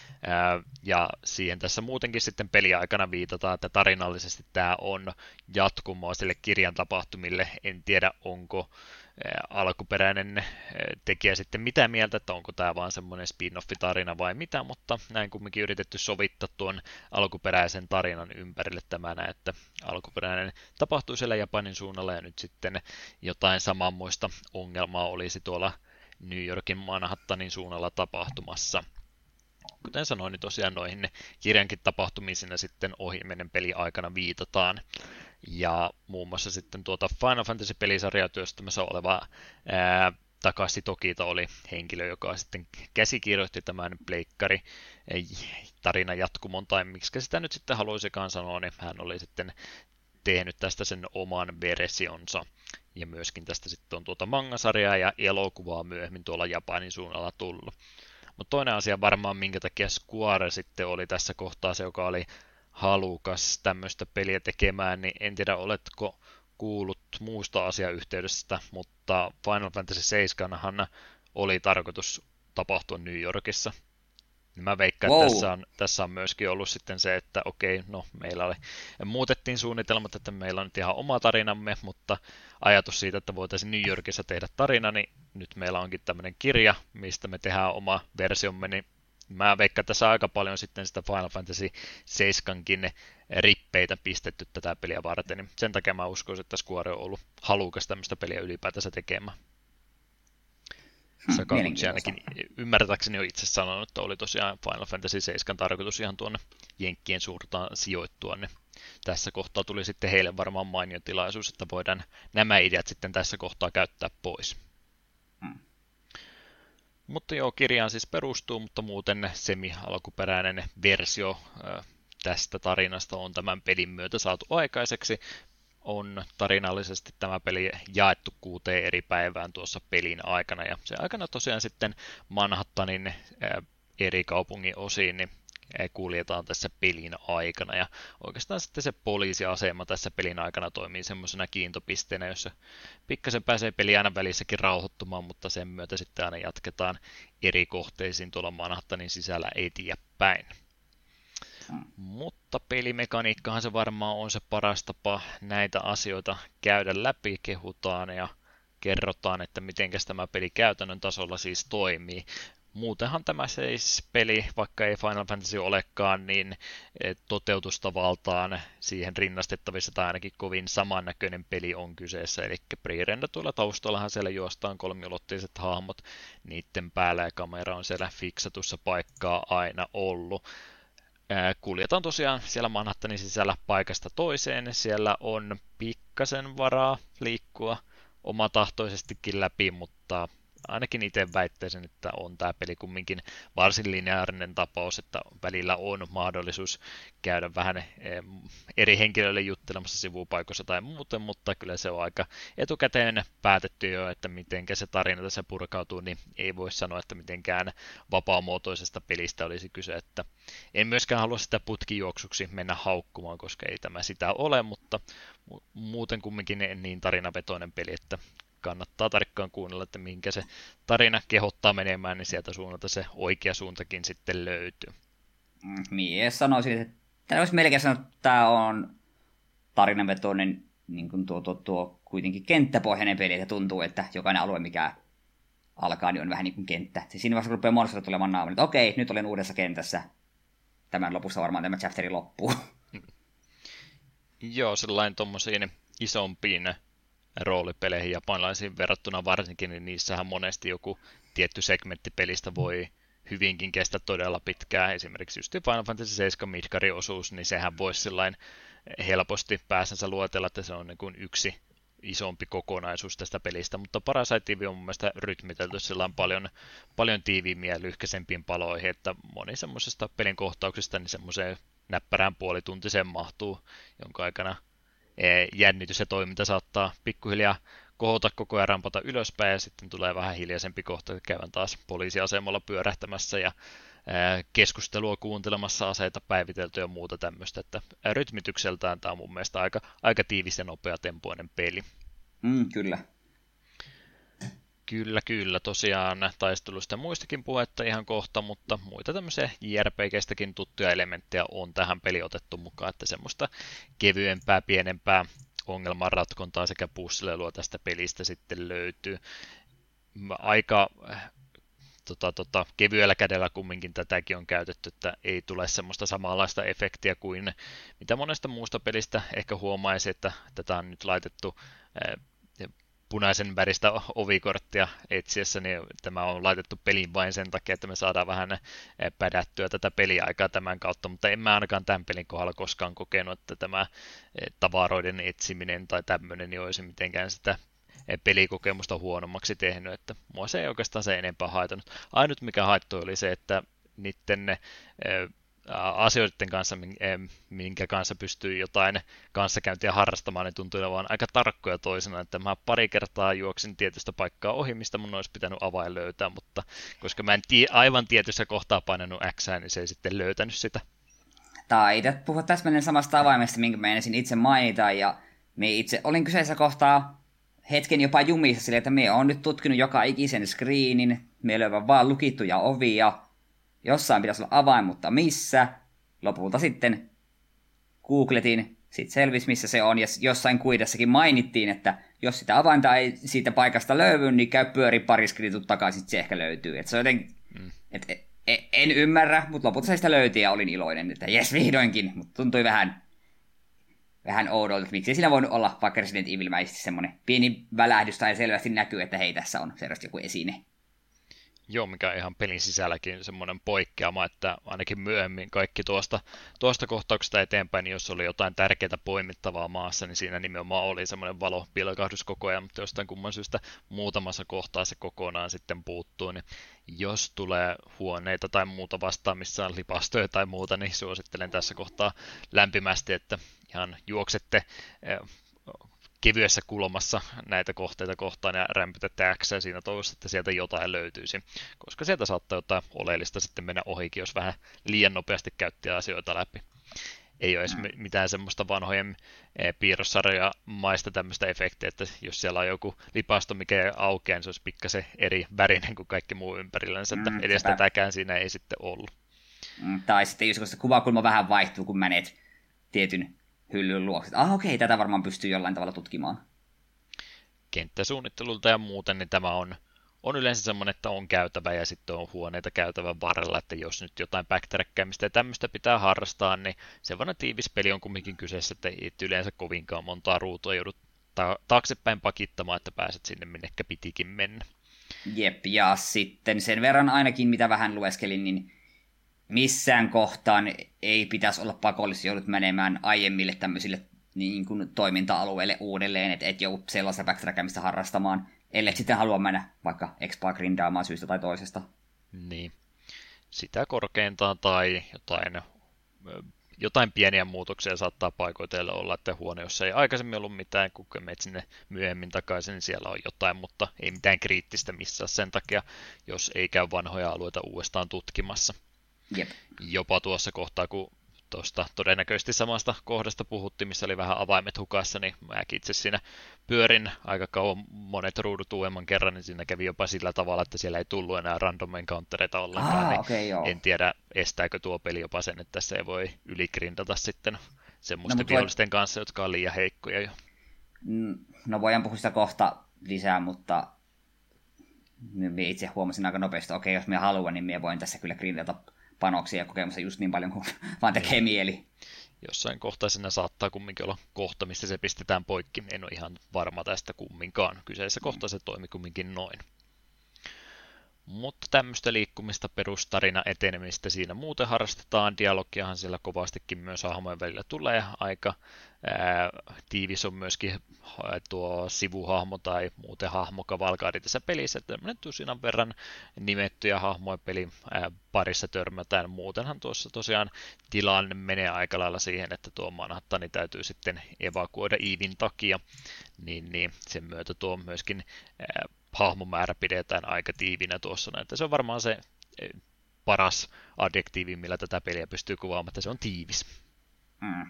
Ja siihen tässä muutenkin sitten peliaikana viitataan, että tarinallisesti tämä on jatkumoa sille kirjan tapahtumille. En tiedä, onko alkuperäinen tekijä sitten mitä mieltä, että onko tämä vaan semmoinen spin-off-tarina vai mitä, mutta näin kumminkin yritetty sovittaa tuon alkuperäisen tarinan ympärille tämä näin, että alkuperäinen tapahtui siellä Japanin suunnalla ja nyt sitten jotain samanmoista ongelmaa olisi tuolla New Yorkin Manhattanin suunnalla tapahtumassa. Kuten sanoin, niin tosiaan noihin kirjankin tapahtumiin siinä sitten ohimennen peliaikana viitataan. Ja muun muassa sitten tuota Final Fantasy-pelisarjaa työstämässä oleva ää, Takashi Tokita oli henkilö, joka sitten käsikirjoitti tämän pleikkari tarinan jatkumon, tai miksi sitä nyt sitten haluaisikaan sanoa, niin hän oli sitten tehnyt tästä sen oman versionsa. Ja myöskin tästä sitten on tuota manga-sarjaa ja elokuvaa myöhemmin tuolla Japanin suunnalla tullut. Mutta toinen asia varmaan, minkä takia Square sitten oli tässä kohtaa se, joka oli halukas tämmöistä peliä tekemään, niin en tiedä, oletko kuullut muusta asiayhteydestä, mutta Final Fantasy seitsemän oli tarkoitus tapahtua New Yorkissa. Mä veikkaan, wow. että tässä on, tässä on myöskin ollut sitten se, että okei, no meillä oli, muutettiin suunnitelmat, että meillä on nyt ihan oma tarinamme, mutta ajatus siitä, että voitaisiin New Yorkissa tehdä tarina, niin nyt meillä onkin tämmöinen kirja, mistä me tehdään oma versiomme, niin mä veikkaan, että tässä on aika paljon sitten sitä Final Fantasy seitsemänkin rippeitä pistetty tätä peliä varten, niin sen takia mä uskoisin, että Square on ollut halukas tämmöistä peliä ylipäätänsä tekemään. Sakaguchi ainakin ymmärtääkseni on itse sanonut, että oli tosiaan Final Fantasy seitsemän tarkoitus ihan tuonne Jenkkien suurtaan sijoittua, niin tässä kohtaa tuli sitten heille varmaan mainio tilaisuus, että voidaan nämä ideat sitten tässä kohtaa käyttää pois. Hmm. Mutta joo, kirjaan siis perustuu, mutta muuten semi-alkuperäinen versio tästä tarinasta on tämän pelin myötä saatu aikaiseksi. On tarinallisesti tämä peli jaettu kuuteen eri päivään tuossa pelin aikana, ja se aikana tosiaan sitten Manhattanin eri kaupungin osiin niin kuljetaan tässä pelin aikana, ja oikeastaan sitten se poliisiasema tässä pelin aikana toimii semmoisena kiintopisteenä, jossa pikkasen pääsee peli aina välissäkin rauhoittumaan, mutta sen myötä sitten aina jatketaan eri kohteisiin tuolla Manhattanin sisällä eteenpäin. Mutta pelimekaniikkahan se varmaan on se paras tapa näitä asioita käydä läpi, kehutaan ja kerrotaan, että miten tämä peli käytännön tasolla siis toimii. Muutenhan tämä siis peli, vaikka ei Final Fantasy olekaan, niin toteutustavaltaan siihen rinnastettavissa tai ainakin kovin samannäköinen peli on kyseessä. Eli pre-rendatuilla taustallahan siellä juostaan kolmiulotteiset hahmot, niiden päällä ja kamera on siellä fiksatussa paikkaa aina ollut. Kuljetaan tosiaan siellä Manhattanin sisällä paikasta toiseen. Siellä on pikkasen varaa liikkua omatahtoisestikin läpi, mutta ainakin itse väittäisin, että on tämä peli kumminkin varsin lineaarinen tapaus, että välillä on mahdollisuus käydä vähän eri henkilöille juttelemassa sivupaikoissa tai muuten, mutta kyllä se on aika etukäteen päätetty jo, että miten se tarina tässä purkautuu, niin ei voi sanoa, että mitenkään vapaamuotoisesta pelistä olisi kyse, että en myöskään halua sitä putkijuoksuksi mennä haukkumaan, koska ei tämä sitä ole, mutta muuten kumminkin niin tarinavetoinen peli, että kannattaa tarkkaan kuunnella, että minkä se tarina kehottaa menemään, niin sieltä suunnalta se oikea suuntakin sitten löytyy. Mm, niin, sanoisin, että tämä olisi melkein sanoa, että tämä on tarinavetoinen niin kuin tuo, tuo, tuo kuitenkin kenttäpohjainen peli, että tuntuu, että jokainen alue, mikä alkaa, niin on vähän niin kuin kenttä. Se siinä vaiheessa rupeaa monsterit tulemaan naamaan, että okei, nyt olen uudessa kentässä. Tämän lopussa varmaan tämä chapteri loppuu. Joo, sellainen tuommoisiin isompiin roolipeleihin japanilaisiin verrattuna varsinkin, niin niissähän monesti joku tietty segmentti pelistä voi hyvinkin kestää todella pitkään. Esimerkiksi just Final Fantasy seitsemän Midgard-osuus, niin sehän voisi sillain helposti pääsensä luetella, että se on niin kuin yksi isompi kokonaisuus tästä pelistä, mutta Parasite Eve on mun mielestä rytmitelty sillä paljon, paljon tiiviimmin ja lyhkäisempiin paloihin, että moni semmoisesta pelin kohtauksista niin semmoiseen näppärään puolituntiseen mahtuu, jonka aikana jännitys ja toiminta saattaa pikkuhiljaa kohota koko ajan, rampata ylöspäin ja sitten tulee vähän hiljaisempi kohta, käydään taas poliisiasemalla pyörähtämässä ja keskustelua kuuntelemassa, aseita päiviteltyä ja muuta tämmöistä, että rytmitykseltään tämä on mun mielestä aika, aika tiivis ja nopea tempoinen peli. Mm, kyllä. Kyllä, kyllä. Tosiaan taistelusta ja muistakin puhetta ihan kohta, mutta muita tämmöisiä J R P G:stäkin tuttuja elementtejä on tähän peli otettu mukaan, että semmoista kevyempää, pienempää ongelmanratkontaa sekä puzzleilua tästä pelistä sitten löytyy. Aika tota, tota, kevyellä kädellä kumminkin tätäkin on käytetty, että ei tule semmoista samanlaista efektiä kuin mitä monesta muusta pelistä ehkä huomaisi, että tätä on nyt laitettu punaisen väristä ovikorttia etsiessä, niin tämä on laitettu peliin vain sen takia, että me saadaan vähän pädättyä tätä peliaikaa tämän kautta, mutta en mä ainakaan tämän pelin kohdalla koskaan kokenut, että tämä tavaroiden etsiminen tai tämmöinen niin olisi mitenkään sitä pelikokemusta huonommaksi tehnyt, että mua se ei oikeastaan se enempää haitannut. Ainut mikä haittoi oli se, että niiden asioiden kanssa, minkä kanssa pystyy jotain kanssakäyntiä harrastamaan, niin tuntui olevan aika tarkkoja toisena, että mä pari kertaa juoksin tietystä paikkaa ohi, mistä mun olisi pitänyt avain löytää, mutta koska mä en tie, aivan tietyssä kohtaa painanut Xää, niin se ei sitten löytänyt sitä. Taidat puhua täsmälleen samasta avaimesta, minkä mä ensin itse mainita, ja me itse olin kyseisessä kohtaa hetken jopa jumissa silleen, että me on nyt tutkinut joka ikisen screenin, meillä on vaan lukittuja ovia, jossain pitäisi olla avain, mutta missä? Lopulta sitten googletin, sitten selvisi missä se on, ja jossain kuidessakin mainittiin, että jos sitä avainta ei siitä paikasta löydy, niin käy pyöri pari skriitut takaisin, sitten se ehkä löytyy. Et se on joten, mm. et, et, et, en ymmärrä, mutta lopulta se sitä löytyi ja olin iloinen, että jes vihdoinkin, mutta tuntui vähän, vähän oudolta, että miksi ei siinä voinut olla vaikka Resident Evil-mäisesti semmoinen pieni välähdys tai selvästi näkyy, että hei tässä on selvästi joku esine. Joo, mikä on ihan pelin sisälläkin semmoinen poikkeama, että ainakin myöhemmin kaikki tuosta, tuosta kohtauksesta eteenpäin, niin jos oli jotain tärkeää poimittavaa maassa, niin siinä nimenomaan oli semmoinen valopilkahdus koko ajan, mutta jostain kumman syystä muutamassa kohtaa se kokonaan sitten puuttuu, niin jos tulee huoneita tai muuta vastaan, missä on lipastoja tai muuta, niin suosittelen tässä kohtaa lämpimästi, että ihan juoksette kevyessä kulmassa näitä kohteita kohtaan ja rämpytätte X ja siinä toivossa, että sieltä jotain löytyisi, koska sieltä saattaa jotain oleellista sitten mennä ohikin, jos vähän liian nopeasti käytti asioita läpi. Ei ole edes mitään semmoista vanhojen piirrossarjoja maista tämmöistä efektiä, että jos siellä on joku lipasto, mikä ei aukea, niin se olisi pikkasen eri värinen kuin kaikki muu ympärillänsä, että mm, edes sepä. Tätäkään siinä ei sitten ollut. Mm, tai sitten jos se kuvakulma vähän vaihtuu, kun menet tietyn hyllyn luokse. Ah okei, tätä varmaan pystyy jollain tavalla tutkimaan. Kenttäsuunnittelulta ja muuten, niin tämä on, on yleensä semmoinen, että on käytävä ja sitten on huoneita käytävän varrella, että jos nyt jotain backtrackkäämistä ja tämmöistä pitää harrastaa, niin sen verran tiivis peli on kumminkin kyseessä, että ei yleensä kovinkaan montaa ruutua joudut ta- taaksepäin pakittamaan, että pääset sinne minnekä pitikin mennä. Jep, ja sitten sen verran ainakin, mitä vähän lueskelin, niin missään kohtaan ei pitäisi olla pakollista, joudut menemään aiemmille tämmöisille niin kuin toiminta-alueille uudelleen, että et joudu sellaista backtrackäämistä harrastamaan, ellei sitten halua mennä vaikka expaa grindaamaan syystä tai toisesta. Niin, sitä korkeintaan tai jotain, jotain pieniä muutoksia saattaa paikoitella olla, että huone, jossa ei aikaisemmin ollut mitään, kun menet sinne myöhemmin takaisin, niin siellä on jotain, mutta ei mitään kriittistä missään sen takia, jos ei käy vanhoja alueita uudestaan tutkimassa. Jep. Jopa tuossa kohtaa, kun tuosta todennäköisesti samasta kohdasta puhuttiin, missä oli vähän avaimet hukassa, niin mäkin itse siinä pyörin aika kauan monet ruudut uudemman kerran, niin siinä kävi jopa sillä tavalla, että siellä ei tullut enää random encountereita ollenkaan. Ah, niin okay, joo. En tiedä, estääkö tuo peli jopa sen, että se ei voi yligrindata sitten semmoisten no, vihollisten voi... kanssa, jotka on liian heikkoja jo. No voidaan puhua sitä kohta lisää, mutta minä itse huomasin aika nopeasti, että okei, jos minä haluan, niin minä voin tässä kyllä grindata panoksia ja kokemassa just niin paljon kuin vaan tekee mieli. Jossain kohtaa siinä saattaa kumminkin olla kohta, mistä se pistetään poikki. En ole ihan varma tästä kumminkaan. Kyseisessä kohtaa se toimi kumminkin noin. Mutta tämmöistä liikkumista, perustarina etenemistä siinä muuten harrastetaan. Dialogiahan siellä kovastikin myös hahmojen välillä tulee. Aika ää, tiivis on myöskin tuo sivuhahmo tai muuten hahmokavalkaadi tässä pelissä. Tämmöinen tusinan verran nimettyjä hahmoja pelin ää, parissa törmätään. Muutenhan tuossa tosiaan tilanne menee aika lailla siihen, että tuo Manhattani täytyy sitten evakuoida Eevin takia. Niin, niin sen myötä tuo myöskin ää, hahmomäärä pidetään aika tiivinä tuossa, että se on varmaan se paras adjektiivi, millä tätä peliä pystyy kuvaamaan, että se on tiivis. Mm.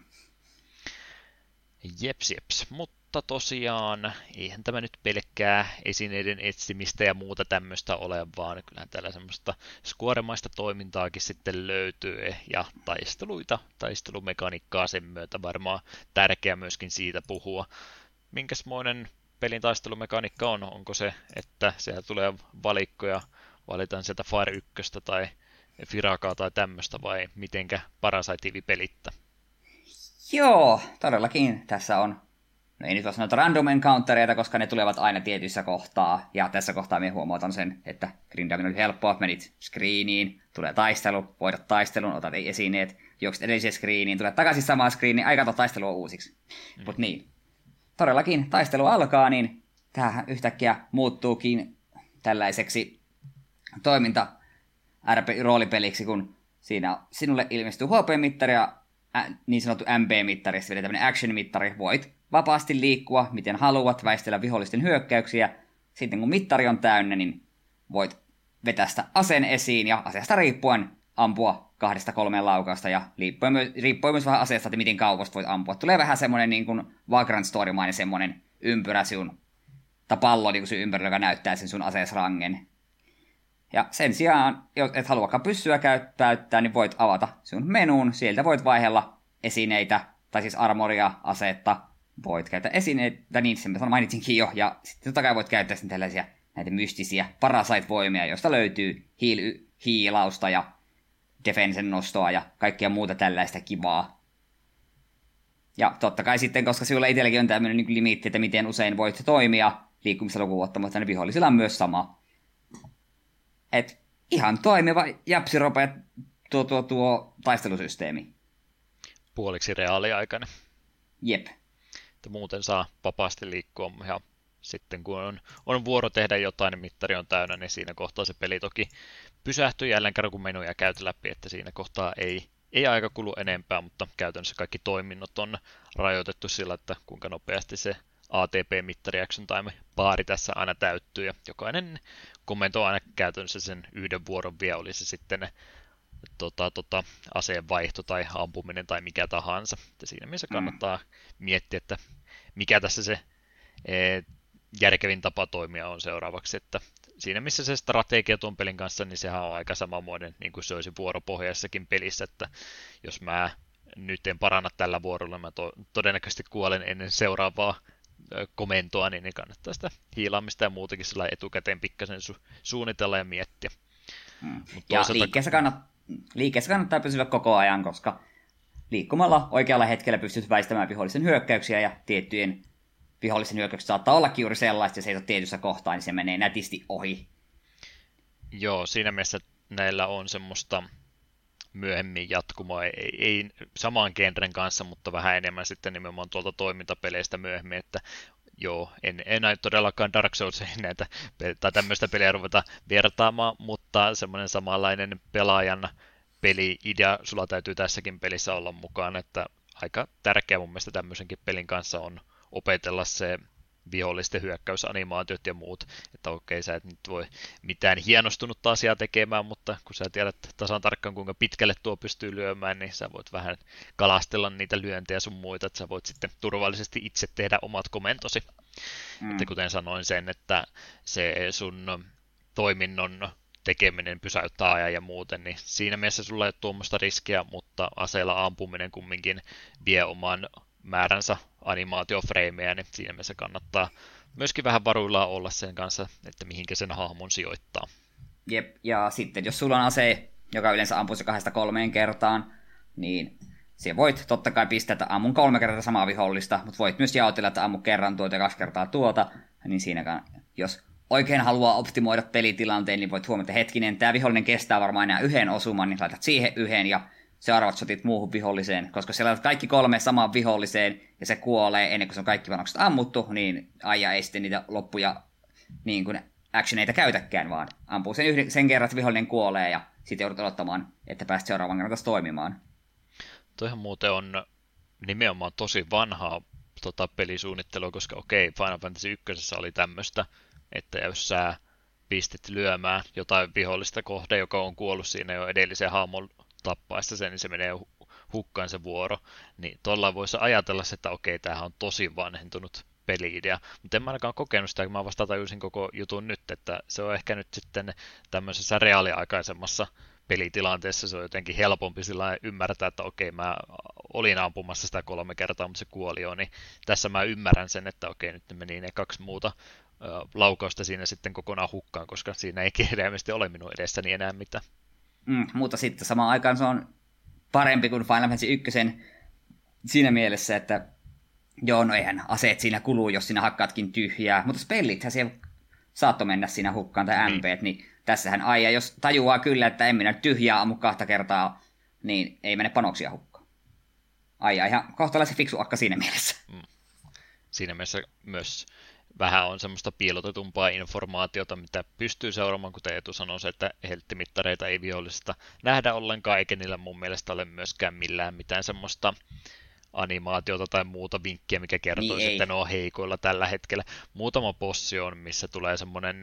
Jeps, jeps, mutta tosiaan eihän tämä nyt pelkkää esineiden etsimistä ja muuta tämmöistä ole, vaan kyllähän täällä semmoista skuoremaista toimintaakin sitten löytyy ja taisteluita, taistelumekaniikkaa sen myötä varmaan tärkeää myöskin siitä puhua. Minkäsmoinen pelin taistelumekaniikka on? Onko se, että siellä tulee valikkoja, valitaan sieltä Fire yksi tai Firakaa tai tämmöistä, vai mitenkä Parasite pelittää? Joo, todellakin tässä on, no ei nyt voi sanoa random encountereita, koska ne tulevat aina tietyissä kohtaa, ja tässä kohtaa minä huomautan sen, että grindaaminen oli helppoa, menit screeniin, tulee taistelu, voidat taistelun, otat esineet, juokset edelliseen screeniin, tulee takaisin samaan screeniin, aika taistelua uusiksi. Mm. Mutta niin, todellakin taistelu alkaa, niin tämähän yhtäkkiä muuttuukin tällaiseksi toiminta-R P-roolipeliksi, kun siinä sinulle ilmestyy H P-mittari ja niin sanottu M P-mittari, eli tämmöinen action-mittari. Voit vapaasti liikkua, miten haluat, väistellä vihollisten hyökkäyksiä. Sitten kun mittari on täynnä, niin voit vetästä aseen esiin ja aseesta riippuen ampua kahdesta kolmeen laukausta ja riippuen myös, riippuen myös vähän aseesta, että miten kaupoista voit ampua. Tulee vähän semmoinen niin kuin Vagrant Story-mainen semmoinen ympyrä sun, tai pallo niin kuin sun ympärillä, joka näyttää sen sun aseesrangen. Ja sen sijaan, jos et haluakaan pyssyä käyttää, niin voit avata sun menuun. Sieltä voit vaihella esineitä, tai siis armoria, asetta. Voit käyttää esineitä, niin sen mä mainitsinkin jo. Ja sitten totta kai voit käyttää sitten tällaisia näitä mystisiä Parasite-voimia, joista löytyy hiil- hiilausta ja defensen nostoa ja kaikkea muuta tällaista kivaa. Ja totta kai sitten, koska sinulla itselläkin on tämmöinen niin limiitti, että miten usein voit toimia liikkumista lukuun ottamatta, niin vihollisilla on myös sama. Et ihan toimiva japsirope tuo, tuo, tuo taistelusysteemi. Puoliksi reaaliaikainen. Jep. Että muuten saa vapaasti liikkua ja sitten kun on, on vuoro tehdä jotain, niin mittari on täynnä, niin siinä kohtaa se peli toki pysähtyy jälleen kerran, kun menuja käyt läpi, että siinä kohtaa ei, ei aika kulu enempää, mutta käytännössä kaikki toiminnot on rajoitettu sillä, että kuinka nopeasti se A T P-mittari action time baari tässä aina täyttyy ja jokainen komento aina käytännössä sen yhden vuoron vie, oli se sitten tota, tota, aseen vaihto tai ampuminen tai mikä tahansa. Että siinä mielessä kannattaa mm. miettiä, että mikä tässä se e, järkevin tapa toimia on seuraavaksi. Että siinä missä se strategia tuon pelin kanssa, niin sehän on aika samanmoinen niin kuin se olisi vuoropohjaisessakin pelissä, että jos mä nyt en paranna tällä vuorolla, mä to- todennäköisesti kuolen ennen seuraavaa komentoa, niin kannattaa sitä hiilaamista ja muutakin sillä etukäteen pikkasen su- suunnitella ja miettiä. Hmm. Mut ja toisaalta... liikkeessä, kannat... liikkeessä kannattaa pysyä koko ajan, koska liikkumalla oikealla hetkellä pystyt väistämään vihollisen hyökkäyksiä ja tiettyjen vihollisen hyökkäykset saattaa ollakin juuri sellaista, jos ei ole tietyssä kohtaa, niin se menee nätisti ohi. Joo, siinä mielessä näillä on semmoista myöhemmin jatkumoa, ei, ei samaan genren kanssa, mutta vähän enemmän sitten nimenomaan tuolta toimintapeleistä myöhemmin, että joo, en, en aio todellakaan Dark Soulsiin näitä tai tämmöistä peliä ruveta vertaamaan, mutta semmoinen samanlainen pelaajan peli-idea sulla täytyy tässäkin pelissä olla mukaan, että aika tärkeä mun mielestä tämmöisenkin pelin kanssa on opetella se vihollisten hyökkäysanimaatiot ja muut, että okei, sä et nyt voi mitään hienostunutta asiaa tekemään, mutta kun sä tiedät tasan tarkkaan, kuinka pitkälle tuo pystyy lyömään, niin sä voit vähän kalastella niitä lyöntejä sun muita, että sä voit sitten turvallisesti itse tehdä omat komentosi. Mm. Että kuten sanoin sen, että se sun toiminnon tekeminen pysäyttää ajan ja muuten, niin siinä mielessä sulla ei ole tuommoista riskiä, mutta aseella ampuminen kumminkin vie oman määränsä animaatiofreimejä, niin siinä mielessä kannattaa myöskin vähän varuillaan olla sen kanssa, että mihinkä sen hahmon sijoittaa. Jep, ja sitten jos sulla on ase, joka yleensä ampuu se kahdesta kolmeen kertaan, niin se voit totta kai pistää, että ammun kolme kertaa samaa vihollista, mutta voit myös jaotella, että ammu kerran tuota ja kaksi kertaa tuota, niin siinä jos oikein haluaa optimoida pelitilanteen, niin voit huomata, että hetkinen, tämä vihollinen kestää varmaan enää yhden osuman, niin laitat siihen yhden ja seuraavat shotit muuhun viholliseen. Koska siellä laitat kaikki kolme samaan viholliseen ja se kuolee ennen kuin se on kaikki panokset ammuttu, niin aija ei sitten niitä loppuja niin kuin actioneita käytäkään, vaan ampuu sen, yhden, sen kerran, että vihollinen kuolee ja sitten joudut odottamaan, että pääst seuraavan kerran toimimaan. Toihan muuten on nimenomaan tosi vanhaa tota, pelisuunnittelua, koska okei, Final Fantasy yksi oli tämmöistä, että jos sä pistit lyömään jotain vihollista kohde, joka on kuollut siinä jo edellisen hahmon tappaessa sen, niin se menee hukkaan se vuoro, niin tuolla voisi ajatella se, että okei, tämähän on tosi vanhentunut peli-idea, mutta en mä ainakaan kokenut sitä, kun mä vasta tajusin koko jutun nyt, että se on ehkä nyt sitten tämmöisessä reaaliaikaisemmassa pelitilanteessa se on jotenkin helpompi sillä ymmärtää, että okei, mä olin ampumassa sitä kolme kertaa, mutta se kuoli jo, niin tässä mä ymmärrän sen, että okei, nyt ne meni ne kaksi muuta ö, laukausta siinä sitten kokonaan hukkaan, koska siinä ei kirjaimesti ole minun edessäni enää mitään. Mm, mutta sitten samaan aikaan se on parempi kuin Final Fantasy yksi siinä mielessä, että joo, no eihän aseet siinä kuluu, jos sinä hakkaatkin tyhjää, mutta spellithän siellä saattoi mennä siinä hukkaan tai M P:t, niin tässähän aija, jos tajuaa kyllä, että en minä tyhjää ammu kahta kertaa, niin ei mene panoksia hukkaan. Aija ihan kohtalaisen fiksu akka siinä mielessä. Mm. Siinä mielessä myös vähän on semmoista piilotetumpaa informaatiota, mitä pystyy seuraamaan, kuten Eetu sanoi, että helttimittareita ei vihollisesta nähdä ollenkaan, eikä niillä mun mielestä ole myöskään millään mitään semmoista animaatiota tai muuta vinkkiä, mikä kertoo, niin että ne on heikoilla tällä hetkellä. Muutama bossi on, missä tulee semmoinen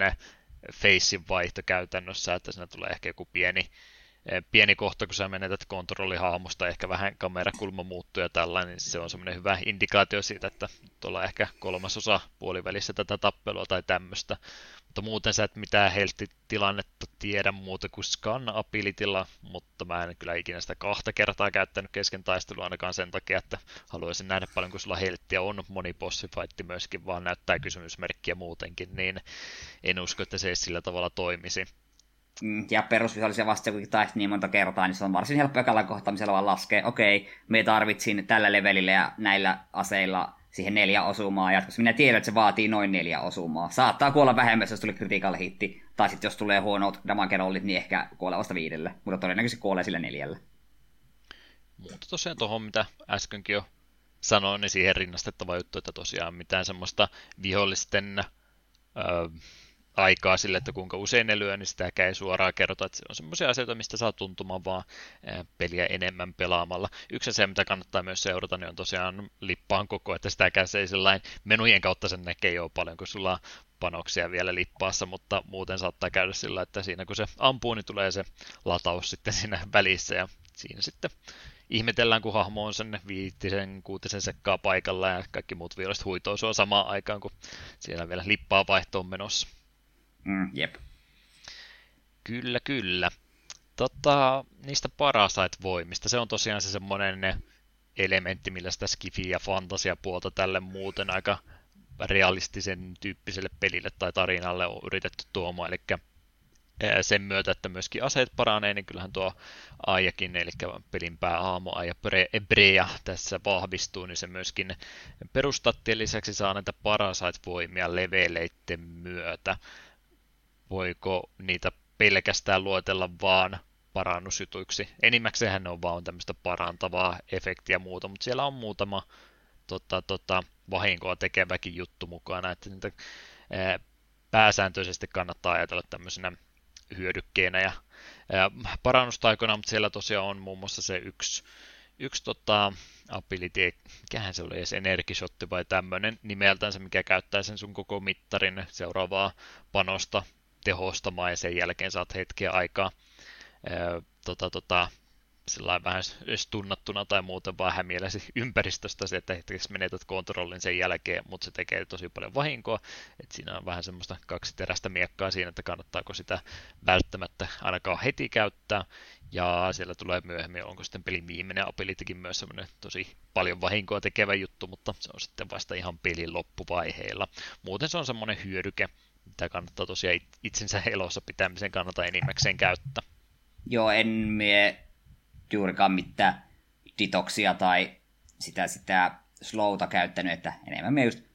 facein vaihto käytännössä, että siinä tulee ehkä joku pieni, pieni kohta, kun sä menetät kontrollihahmosta, ehkä vähän kamerakulma muuttuu ja tällainen, niin se on semmoinen hyvä indikaatio siitä, että tuolla ehkä kolmasosa puolivälissä tätä tappelua tai tämmöistä. Mutta muuten sä et mitään helttitilannetta tiedä muuta kuin scan abilitylla, mutta mä en kyllä ikinä sitä kahta kertaa käyttänyt kesken taistelua ainakaan sen takia, että haluaisin nähdä paljon, kun sulla helttiä on moni bossifaitti myöskin, vaan näyttää kysymysmerkkiä muutenkin, niin en usko, että se ei sillä tavalla toimisi. Ja perusvihollisia vastaan, kun taisi niin monta kertaa, niin se on varsin helppo ekalla kohtaamisella vaan laskee, okei, me tarvitsin tällä levelillä ja näillä aseilla siihen neljä osumaa, ja koska minä tiedän, että se vaatii noin neljä osumaa. Saattaa kuolla vähemmän, jos tuli critical hitti, tai sitten jos tulee huonot damage-rollit, niin ehkä kuolee vasta viidelle, mutta todennäköisesti kuolee sillä neljällä. Mutta tosiaan tuohon, mitä äskenkin jo sanoin, niin siihen rinnastettava juttu, että tosiaan mitään semmoista vihollisten öö, aikaa sille, että kuinka usein ne lyö, niin sitäkään ei suoraan kerrota, että se on semmoisia asioita, mistä saa tuntumaan vaan peliä enemmän pelaamalla. Yksi asia, mitä kannattaa myös seurata, niin on tosiaan lippaan koko, että sitäkään se ei sellainen menujen kautta sen näkee jo paljon, kun sulla on panoksia vielä lippaassa, mutta muuten saattaa käydä sillä, että siinä kun se ampuu, niin tulee se lataus sitten siinä välissä, ja siinä sitten ihmetellään, kun hahmo on sen viitisen, kuutisen sekkaa paikalla, ja kaikki muut viholliset huitoo sua samaan aikaan, kun siellä vielä lippaa vaihtoon menossa. Mm, jep. Kyllä, kyllä. Tota, niistä Parasite-voimista. Se on tosiaan se semmoinen elementti, millä sitä skifi- ja fantasia-puolta tälle muuten aika realistisen tyyppiselle pelille tai tarinalle on yritetty tuomaan. Eli sen myötä, että myöskin aseet paranee, niin kyllähän tuo Aijakin, eli pelin päähahmo Aija Brea tässä vahvistuu, niin se myöskin perustattien lisäksi saa näitä Parasite-voimia leveleiden myötä. Voiko niitä pelkästään luetella vaan parannusjutuiksi? Enimmäkseenhän ne on vaan tämmöistä parantavaa efektiä ja muuta, mutta siellä on muutama tota, tota, vahinkoa tekeväkin juttu mukana, että niitä ää, pääsääntöisesti kannattaa ajatella tämmöisenä hyödykkeenä ja ää, parannustaikona, mutta siellä tosiaan on muun muassa se yksi, yksi tota, ability, mikähän se oli edes energishotti vai tämmöinen nimeltänsä, mikä käyttää sen sun koko mittarin seuraavaa panosta tehostamaan ja sen jälkeen saat hetken aikaa ää, tota, tota, sellainen vähän stunnattuna tai muuten vaan hämielesi ympäristöstä se, että hetkeksi menetät kontrollin sen jälkeen, mutta se tekee tosi paljon vahinkoa, että siinä on vähän semmoista kaksiteräistä miekkaa siinä, että kannattaako sitä välttämättä ainakaan heti käyttää, ja siellä tulee myöhemmin, onko sitten pelin viimeinen abilitykin myös semmoinen tosi paljon vahinkoa tekevä juttu, mutta se on sitten vasta ihan pelin loppuvaiheilla. Muuten se on semmoinen hyödyke, mitä kannattaa tosiaan itsensä elossa pitämisen kannalta enimmäkseen käyttää. Joo, en mie juurikaan mitään ditoksia tai sitä, sitä slowta käyttänyt, että enemmän me just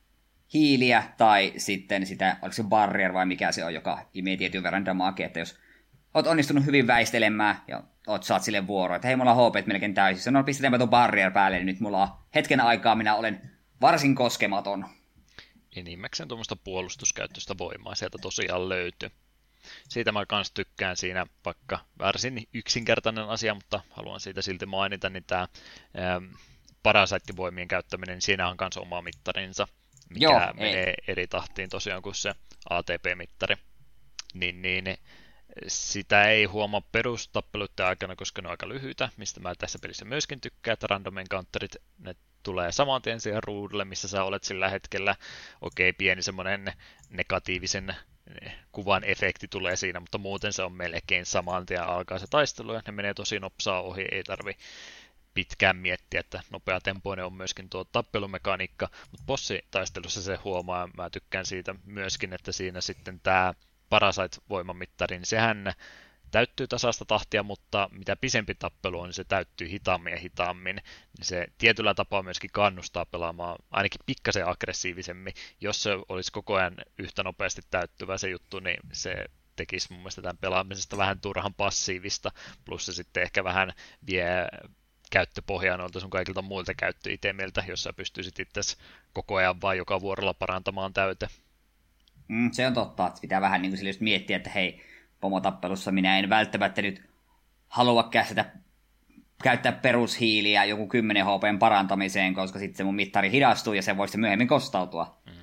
hiiliä tai sitten sitä, oliko se barrier vai mikä se on, joka imee tietyn verran damagea, että jos oot onnistunut hyvin väistelemään ja oot saat sille vuoroa, että hei, mulla on H P melkein täysissä, no pistetäänpä tuon barrier päälle, niin nyt mulla on hetken aikaa, minä olen varsin koskematon. Enimmäkseen tuommoista puolustuskäyttöistä voimaa sieltä tosiaan löytyy. Siitä mä kans tykkään siinä, vaikka varsin yksinkertainen asia, mutta haluan siitä silti mainita, niin tämä parasaittivoimien käyttäminen, niin siinä on kans oma mittarinsa, mikä Joo, menee ei. eri tahtiin tosiaan kuin se A T P-mittari. Niin, niin sitä ei huomaa perustappeluiden aikana, koska ne on aika lyhyitä, mistä mä tässä pelissä myöskin tykkään, että random encounterit, ne tulee saman tien siihen ruudulle, missä sä olet sillä hetkellä. Okei, pieni semmoinen negatiivisen kuvan efekti tulee siinä, mutta muuten se on melkein saman tien alkaa se taistelu, ja ne menee tosi nopsaa ohi, ei tarvi pitkään miettiä, että nopea tempoinen on myöskin tuo tappelumekaniikka, mutta bossitaistelussa se huomaa, mä tykkään siitä myöskin, että siinä sitten tämä Parasite-voimamittari, niin sehän täyttyy tasaista tahtia, mutta mitä pisempi tappelu on, niin se täyttyy hitaammin ja hitaammin. Niin se tietyllä tapaa myöskin kannustaa pelaamaan ainakin pikkasen aggressiivisemmin. Jos se olisi koko ajan yhtä nopeasti täyttyvä se juttu, niin se tekisi mun mielestä tämän pelaamisesta vähän turhan passiivista, plus se sitten ehkä vähän vie käyttöpohjaa noilta sun kaikilta muilta käyttöitemiltä, jos sä pystyisit itse koko ajan vaan joka vuorolla parantamaan täyte. Mm, se on totta, että pitää vähän niin kuin just miettiä, että hei, pomotappelussa minä en välttämättä nyt halua käsitä, käyttää perushiiliä joku kymmenen H P:n parantamiseen, koska sitten se mun mittari hidastuu ja se voi sitten myöhemmin kostautua. Mm.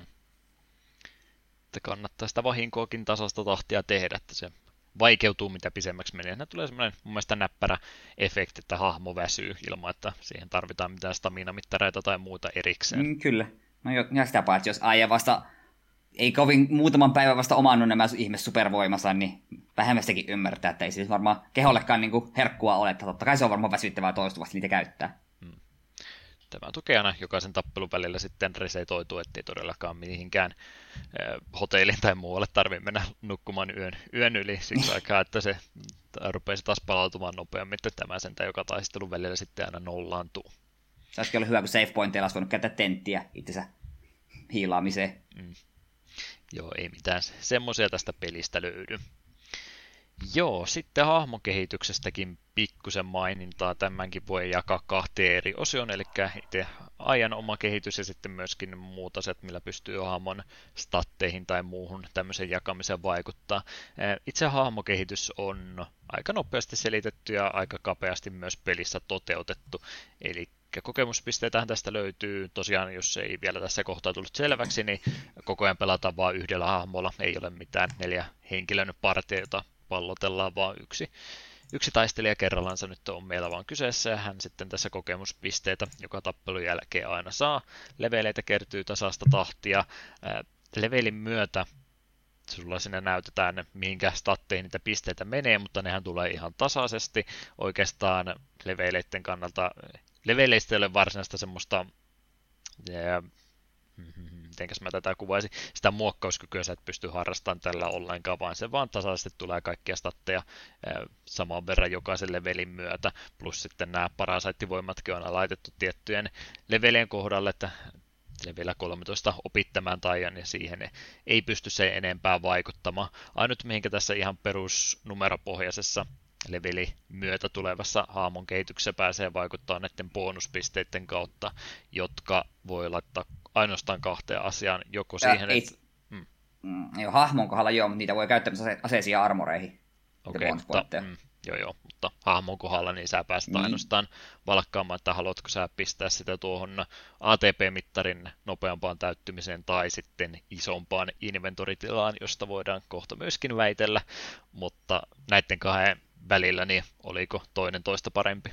Että kannattaa sitä vahinkoakin tasasta tahtia tehdä, että se vaikeutuu mitä pisemmäksi menee. Ja tulee semmoinen mun mielestä näppärä efekti, että hahmo väsyy ilman, että siihen tarvitaan mitään staminamittareita tai muuta erikseen. Mm, kyllä. No ja sitä paitsi, jos aia vasta ei kovin muutaman päivän vasta omannut nämä ihme supervoimansa, niin vähemmästäkin ymmärtää, että ei siis varmaan kehollekaan niin kuin herkkua ole, että totta kai se on varmaan väsyttävää toistuvasti niitä käyttää. Hmm. Tämä tukee aina jokaisen tappelun välillä sitten resetoituu, ettei todellakaan mihinkään eh, hotelliin tai muualle tarvitse mennä nukkumaan yön, yön yli siksi aikaa, että se rupeisi taas palautumaan nopeammin, että tämä sentään joka taistelun välillä sitten aina nollaantuu. Se olisikin ollut hyvä, kun save pointeilla olisi voinut käyttää tenttiä itsensä hiilaamiseen. Hmm. Joo, ei mitään semmoisia tästä pelistä löydy. Joo, sitten hahmokehityksestäkin pikkusen mainintaa. Tämänkin voi jakaa kahteen eri osioon, eli itse ajan oma kehitys ja sitten myöskin muut asiat, millä pystyy hahmon statteihin tai muuhun tämmöisen jakamiseen vaikuttaa. Itse hahmokehitys on aika nopeasti selitetty ja aika kapeasti myös pelissä toteutettu, eli kokemuspisteitähän tästä löytyy. Tosiaan, jos ei vielä tässä kohtaa tullut selväksi, niin koko ajan pelataan vain yhdellä hahmolla. Ei ole mitään neljä henkilön partia, jota pallotellaan, vaan yksi, yksi taistelija kerrallaan nyt on meillä vaan kyseessä, ja hän sitten tässä kokemuspisteitä joka tappelun jälkeen aina saa. Leveleitä kertyy tasaista tahtia. Levelin myötä sulla sinne näytetään, mihinkä statteihin niitä pisteitä menee, mutta nehän tulee ihan tasaisesti. Oikeastaan leveleiden kannalta leveleistä ei ole varsinaista semmoista, ja, mitenkäs mä tätä kuvaisin, sitä muokkauskykyä sä et pysty harrastamaan tällä ollenkaan, vaan se vaan tasaisesti tulee kaikkia statteja saman verran jokaisen levelin myötä, plus sitten nämä parasaittivoimatkin on laitettu tiettyjen levelien kohdalle, että levelillä kolmetoista opit tämän taian, ja siihen ei pysty se enempää vaikuttamaan. Ainut mihinkä tässä ihan perusnumeropohjaisessa leveli myötä tulevassa hahmon kehityksessä pääsee vaikuttaa näiden bonuspisteiden kautta, jotka voi laittaa ainoastaan kahteen asiaan, joko ja siihen, ei, että... Mm. Mm, joo, hahmon kohdalla joo, mutta niitä voi käyttää ase- aseisiin ja armoreihin. Okei, okay, mm, joo joo, mutta hahmon kohdalla niin sä pääset niin ainoastaan valkkaamaan, että haluatko sä pistää sitä tuohon A T P-mittarin nopeampaan täyttymiseen tai sitten isompaan inventoritilaan, josta voidaan kohta myöskin väitellä, mutta näiden kahden välillä, niin oliko toinen toista parempi?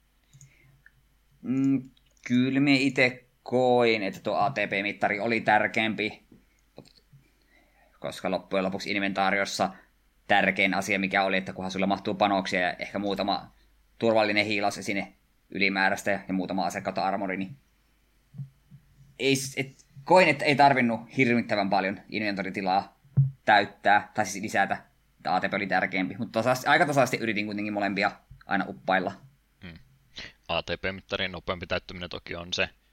Mm, kyllä me itse koin, että tuo A T P-mittari oli tärkeämpi, koska loppujen lopuksi inventaariossa tärkein asia, mikä oli, että kunhan sulla mahtuu panoksia ja ehkä muutama turvallinen hiilaus sinne ylimääräistä ja, ja muutama ase kautta armori, niin ei, et, koin, että ei tarvinnut hirvittävän paljon inventoritilaa täyttää, tai siis lisätä. A T P oli tärkeämpi, mutta tasaisesti, aika tasaisesti yritin kuitenkin molempia aina uppailla. Hmm. A T P-mittarin nopeampi täyttyminen toki on se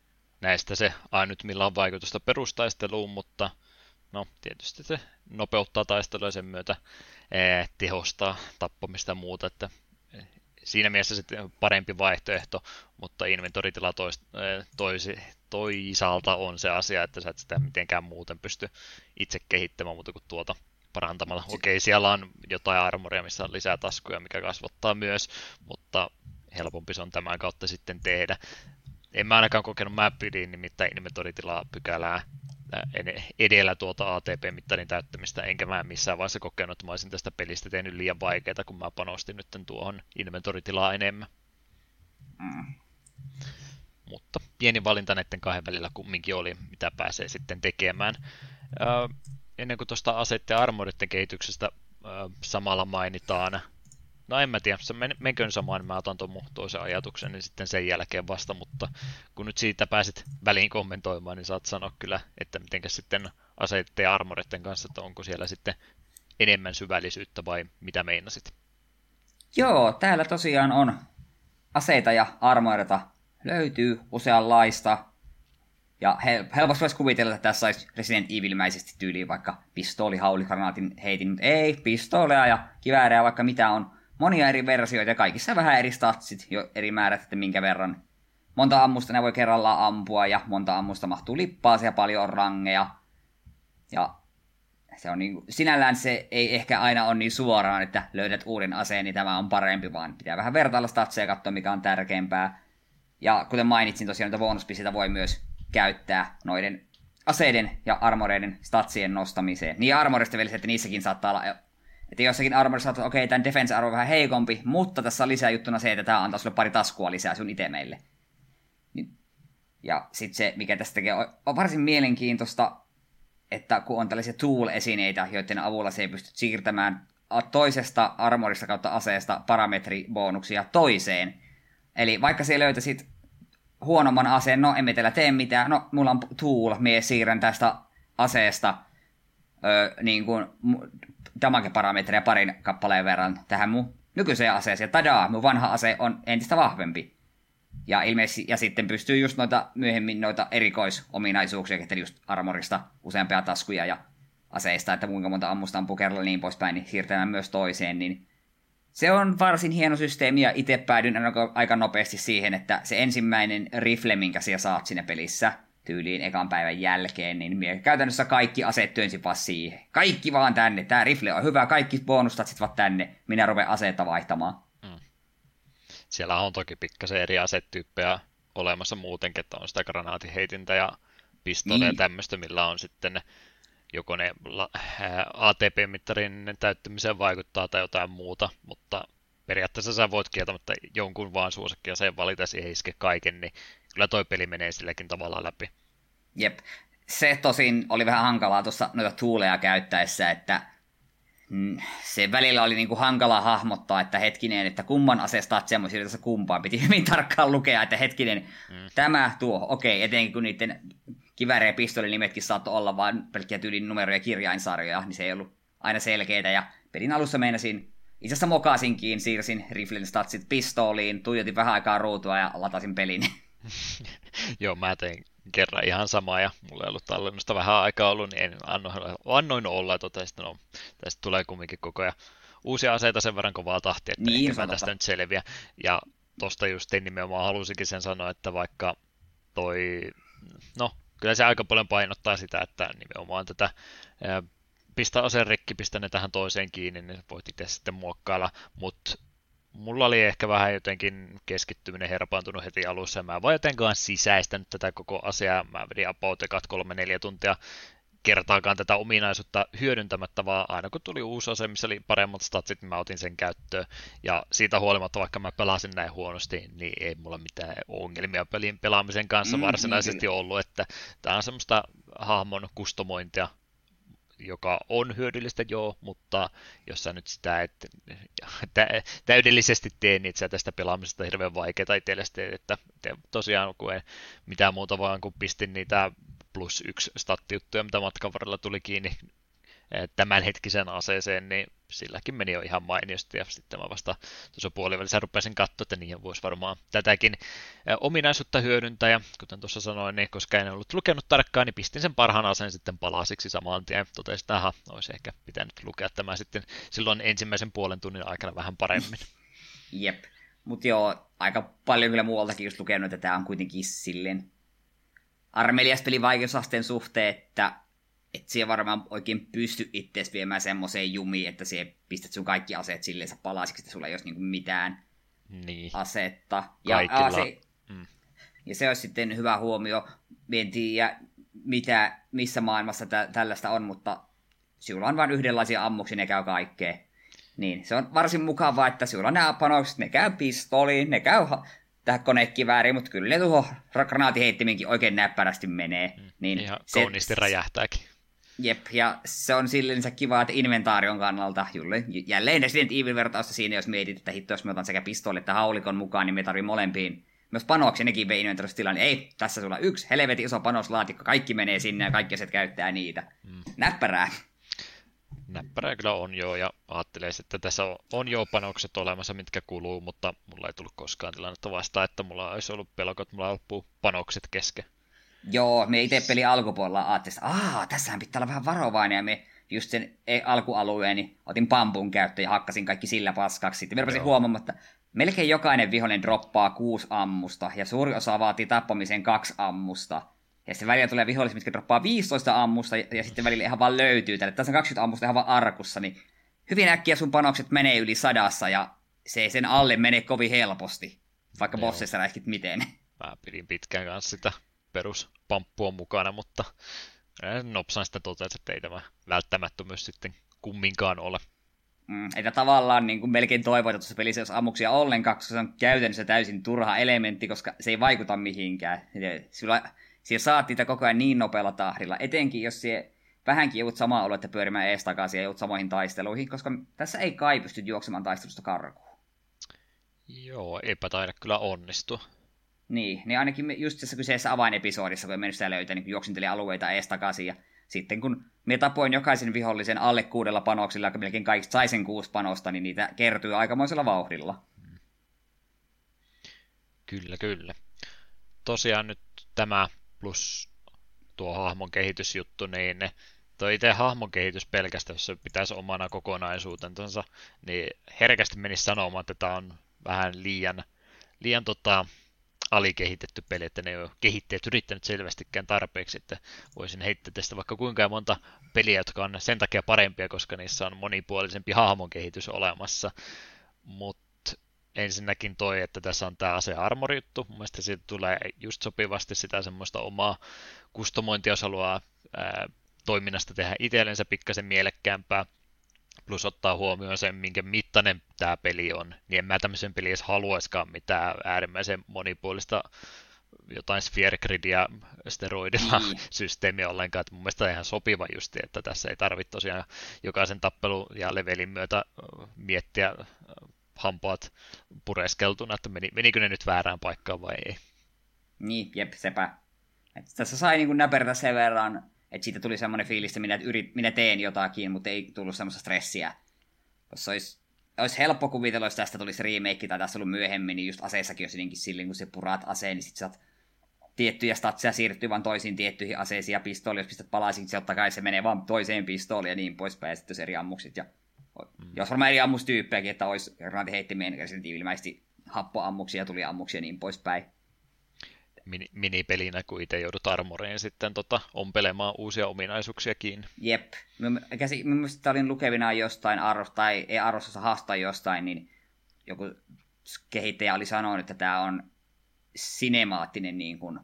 näistä se ainut, millä on vaikutusta perustaisteluun, mutta no tietysti se nopeuttaa taistelua sen myötä ee, tehostaa tappamista ja muuta, että siinä mielessä sitten parempi vaihtoehto, mutta inventoritila tois, toisi, toisaalta on se asia, että sä et sitä mitenkään muuten pysty itse kehittämään muuta kuin tuota parantamalla. Okei, siellä on jotain armoria, missä on lisää taskuja, mikä kasvattaa myös, mutta helpompi se on tämän kautta sitten tehdä. En mä ainakaan kokenut, mä pidin nimittäin inventoritilaa pykälää edellä tuota A T P-mittarin täyttämistä, enkä mä missään vaiheessa kokenut, että mä olisin tästä pelistä tehnyt liian vaikeaa, kun mä panostin nyt tuohon inventoritilaa enemmän. Mm. Mutta pieni valinta näiden kahden välillä kumminkin oli, mitä pääsee sitten tekemään. Öö, ennen kuin tuosta aseiden ja armoritten kehityksestä öö, samalla mainitaan, no en mä tiedä, se men- menkön samaan, niin mä otan tuon mun toisen ajatuksen niin sitten sen jälkeen vasta, mutta kun nyt siitä pääsit väliin kommentoimaan, niin saat sanoa kyllä, että mitenkäs sitten aseiden ja armoritten kanssa, että onko siellä sitten enemmän syvällisyyttä vai mitä meinasit? Joo, täällä tosiaan on aseita ja armorita löytyy useanlaista. Ja hel- helposti voisi kuvitella, että tässä olisi Resident Evil-mäisesti tyyliin vaikka pistooli, haulikranaatin heitin, mutta ei, pistooleja ja kiväärejä, vaikka mitä on. Monia eri versioita ja kaikissa vähän eri statsit, jo eri määrät, että minkä verran. Monta ammusta ne voi kerrallaan ampua ja monta ammusta mahtuu lippaasia, paljon on rangeja. Ja se on niin, sinällään se ei ehkä aina ole niin suoraan, että löydät uuden aseen, niin tämä on parempi, vaan pitää vähän vertailla statseja ja katsoa, mikä on tärkeämpää. Ja kuten mainitsin, tosiaan niitä bonuspisteitä voi myös käyttää noiden aseiden ja armoreiden statsien nostamiseen. Niin armorista vielä, että niissäkin saattaa olla, että jossakin armorissa saattaa, okei, okay, tämän defense-arvo on vähän heikompi, mutta tässä on lisää juttuna se, että tämä antaa sulle pari taskua lisää sun itemeille. Ja sitten se, mikä tästä tekee, on varsin mielenkiintoista, että kun on tällaisia tool-esineitä, joiden avulla se ei pysty siirtämään toisesta armorista kautta aseesta parametribonuksia toiseen. Eli vaikka se löytäisit huonomman aseen, no emme teillä tee mitään, no mulla on tool, mie siirrän tästä aseesta öö, niin kuin damage-parametreja parin kappaleen verran tähän mun nykyiseen aseeseen. Tadaa, mun vanha ase on entistä vahvempi. Ja ilmeisesti, ja sitten pystyy just noita myöhemmin noita erikoisominaisuuksia, että just armorista useampia taskuja ja aseista, että kuinka monta ammusta ampuu kerralla niin poispäin, niin siirtämään myös toiseen, niin se on varsin hieno systeemi, ja itse päädyin aika nopeasti siihen, että se ensimmäinen rifle, minkä siellä saat siinä pelissä, tyyliin ekan päivän jälkeen, niin minä käytännössä kaikki aseet työnsin vaan siihen. Kaikki vaan tänne, tämä rifle on hyvä, kaikki bonustatsit vaan tänne, minä rupean aseetta vaihtamaan. Mm. Siellä on toki pikkasen eri asetyyppejä olemassa muutenkin, että on sitä granaatiheitintä ja pistooleja niin. Tämmöistä, millä on sitten joko ne A T P-mittarin täyttämiseen vaikuttaa tai jotain muuta, mutta periaatteessa sä voit kieltämättä jonkun vaan suosikkiaseen valita, siihen iske kaiken, niin kyllä toi peli menee silläkin tavalla läpi. Jep. Se tosin oli vähän hankalaa tuossa noita tuuleja käyttäessä, että se välillä oli niinku hankalaa hahmottaa, että hetkinen, että kumman asestatsia mä siirrytässä kumpaan. Piti hyvin tarkkaan lukea, että hetkinen, mm. tämä, tuo, okei, etenkin kun niiden kivääri- ja pistolinimetkin saattoi olla vain pelkkiä tyylin numero- ja kirjainsarjoja, niin se ei ollut aina selkeitä. Ja pelin alussa meinasin, itse asiassa mokasinkin, siirsin riflen statsit pistooliin, tuijotin vähän aikaa ruutua ja latasin pelin. Joo, mä tein kerran ihan samaa ja mulla ei ollut tallennusta vähän aikaa ollut, niin en annoin, annoin olla, että no, tästä tulee kumminkin koko ajan uusia aseita sen verran kovaa tahtia, että niin, ehkä mä tästä nyt selviä. Ja tosta just nimenomaan halusinkin sen sanoa, että vaikka toi, no kyllä se aika paljon painottaa sitä, että nimenomaan tätä ää, pistä aseen rikki, pistä ne tähän toiseen kiinni, niin voit itse sitten muokkailla, mutta mulla oli ehkä vähän jotenkin keskittyminen herpaantunut heti alussa, ja mä vaan jotenkaan sisäistänyt tätä koko asiaa. Mä vedin about ekat kolme neljä tuntia kertaakaan tätä ominaisuutta hyödyntämättä, vaan aina kun tuli uusi ase, missä oli paremmat statsit, niin mä otin sen käyttöön. Ja siitä huolimatta, vaikka mä pelasin näin huonosti, niin ei mulla mitään ongelmia pelin pelaamisen kanssa varsinaisesti mm, ollut, että tää on semmoista hahmon kustomointia, joka on hyödyllistä, joo, mutta jos sä nyt sitä et täydellisesti tee, niin sä tästä pelaamisesta hirveän vaikeaa itsellesi teet, että tosiaan kun ei mitään muuta vaan, kun pistin niitä plus yksi stattijuttuja, mitä matkan varrella tuli kiinni tämänhetkisen aseeseen, niin silläkin meni jo ihan mainiosti, ja sitten mä vasta tuossa puolivälissä rupesin katsoa, että niihin voisi varmaan tätäkin ominaisuutta hyödyntää, ja kuten tuossa sanoin, niin koska en ollut lukenut tarkkaan, niin pistin sen parhaan aseen sitten palasiksi saman tien, totesin, että aha, olisi ehkä pitänyt lukea tämä sitten silloin ensimmäisen puolen tunnin aikana vähän paremmin. Jep, mutta joo, aika paljon kyllä muualtakin just lukenut, että tämä on kuitenkin silleen armelias peli vaikeusasteen suhteen, että et siihen varmaan oikein pysty itseäsi viemään semmoiseen jumiin, että siihen pistät sun kaikki aseet silleen palasiksi, että sulla ei olisi niinku mitään niin. asetta. Ja, Kaikilla. se, mm. ja se olisi sitten hyvä huomio. En tiedä, mitä, missä maailmassa tä, tällaista on, mutta sinulla on vain yhdenlaisia ammuksia, ne käy kaikkea. Niin, se on varsin mukavaa, että sinulla on nämä panokset, ne käy pistoliin, ne käy ha- tähän konekivääriin, mutta kyllä ne tuohon granaatiheittimiinkin oikein näppärästi menee. Mm. Niin ihan se, kauniisti räjähtääkin. Jep, ja se on sillensä kiva, että inventaarion kannalta, julle, jälleen Resident Evil-vertausta siinä, jos mietit, että hitto, jos me otan sekä pistooli että haulikon mukaan, niin me tarvii molempiin. Myös panoksia nekin vei inventarista tilanne. Ei, tässä sulla yksi helvetin iso panoslaatikko, kaikki menee sinne ja kaikki aset käyttää niitä. Mm. Näppärää. Näppärää kyllä on joo, ja ajattelee, että tässä on, on jo panokset olemassa, mitkä kuluu, mutta mulla ei tullut koskaan tilannetta vastaan, että mulla olisi ollut pelko, että mulla loppuu panokset kesken. Joo, me itse pelin alkupuolella ajattelin, että aah, tässähän pitää olla vähän varovainen, ja me just sen alkualueen niin otin pampun käyttöön ja hakkasin kaikki sillä paskaksi. Sitten me rupesin huomaamaan, että melkein jokainen vihollinen droppaa kuusi ammusta, ja suuri osa vaatii tappamiseen kaksi ammusta. Ja sitten välillä tulee vihollisia, mitkä droppaa viisitoista ammusta, ja, ja sitten välillä ihan vaan löytyy tälle. Tässä on kaksikymmentä ammusta ihan vaan arkussa, niin hyvin äkkiä sun panokset menee yli sadassa, ja se ei sen alle mene kovin helposti, vaikka Joo. bossissa räiskit miten. Mä pidin pitkään kanssa sitä peruspamppua mukana, mutta nopsaan sitten totesin, että ei tämä välttämättömyys sitten kumminkaan ole. Mm, että tavallaan niin kuin melkein toivoit, että tuossa pelissä jos ammuksia ollenkaan, koska se on käytännössä täysin turha elementti, koska se ei vaikuta mihinkään. Sillä, siellä saat niitä koko ajan niin nopealla tahdilla, etenkin jos siellä vähänkin joudut samaa oloa, että pyörimään ees takaisin ja joudut samoihin taisteluihin, koska tässä ei kai pysty juoksemaan taistelusta karkuun. Joo, eipä taida kyllä onnistua. Niin, niin ainakin just tässä kyseessä avainepisodissa, kun en mennyt sitä löytää, niin juoksintelin alueita ees takaisin, ja sitten kun me tapoin jokaisen vihollisen alle kuudella panoksilla, joka melkein kaikista sai sen kuusi panosta, niin niitä kertyy aikamoisella vauhdilla. Kyllä, kyllä. Tosiaan nyt tämä plus tuo hahmon kehitysjuttu, niin tuo itse hahmon kehitys pelkästään, jos se pitäisi omana kokonaisuutensa, niin herkästi menisi sanomaan, että tämä on vähän liian, liian tota, alikehitetty peli, että ne ei ole kehittäjät yrittänyt selvästikään tarpeeksi, että voisin heittää tästä vaikka kuinka monta peliä, jotka on sen takia parempia, koska niissä on monipuolisempi hahmon kehitys olemassa, mutta ensinnäkin toi, että tässä on tämä ase-armor-juttu, mun mielestä siitä tulee just sopivasti sitä semmoista omaa kustomointia, jos haluaa ää, toiminnasta tehdä itsellensä pikkasen mielekkäämpää, plus ottaa huomioon sen, minkä mittainen tämä peli on, niin en mä tämmöisen peliin edes haluaisikaan mitään äärimmäisen monipuolista jotain sphere gridia steroidilla mm. systeemiä ollenkaan, että mun mielestä on ihan sopiva justi, että tässä ei tarvitse tosiaan jokaisen tappelu ja levelin myötä miettiä hampaat pureskeltuna, että meni, menikö ne nyt väärään paikkaan vai ei. Niin, jep, sepä. Et tässä sai niin näpertä sen verran, että siitä tuli semmoinen fiilis, että minä, yrit, minä teen jotakin, mutta ei tullut semmoista stressiä. Jos olisi, olisi helppo kuvitella, jos tästä tulisi remake tai tässä ollut myöhemmin, niin just aseissakin olisi jotenkin silleen, kun se puraat aseen, niin sit saat tiettyjä statseja siirtyy vaan toisiin tiettyihin aseisiin ja pistooli, jos pistät palasin, se totta kai se menee vaan toiseen pistooliin ja niin poispäin, ja sitten jos eri ammuksit. Ja mm. jos varmaan eri ammustyyppejäkin, että olisi granatiheittämien ilmeisesti happoammuksia, tuli ammuksia ja niin poispäin. Mini, minipelinä, kun itse joudut armoriin sitten tota, ompelemaan uusia ominaisuuksia kiinni. Jep. Minun mielestä olin lukevina jostain arvosta, tai ei arvostossa haastaa jostain, niin joku kehittäjä oli sanonut, että tämä on sinemaattinen niin kuin,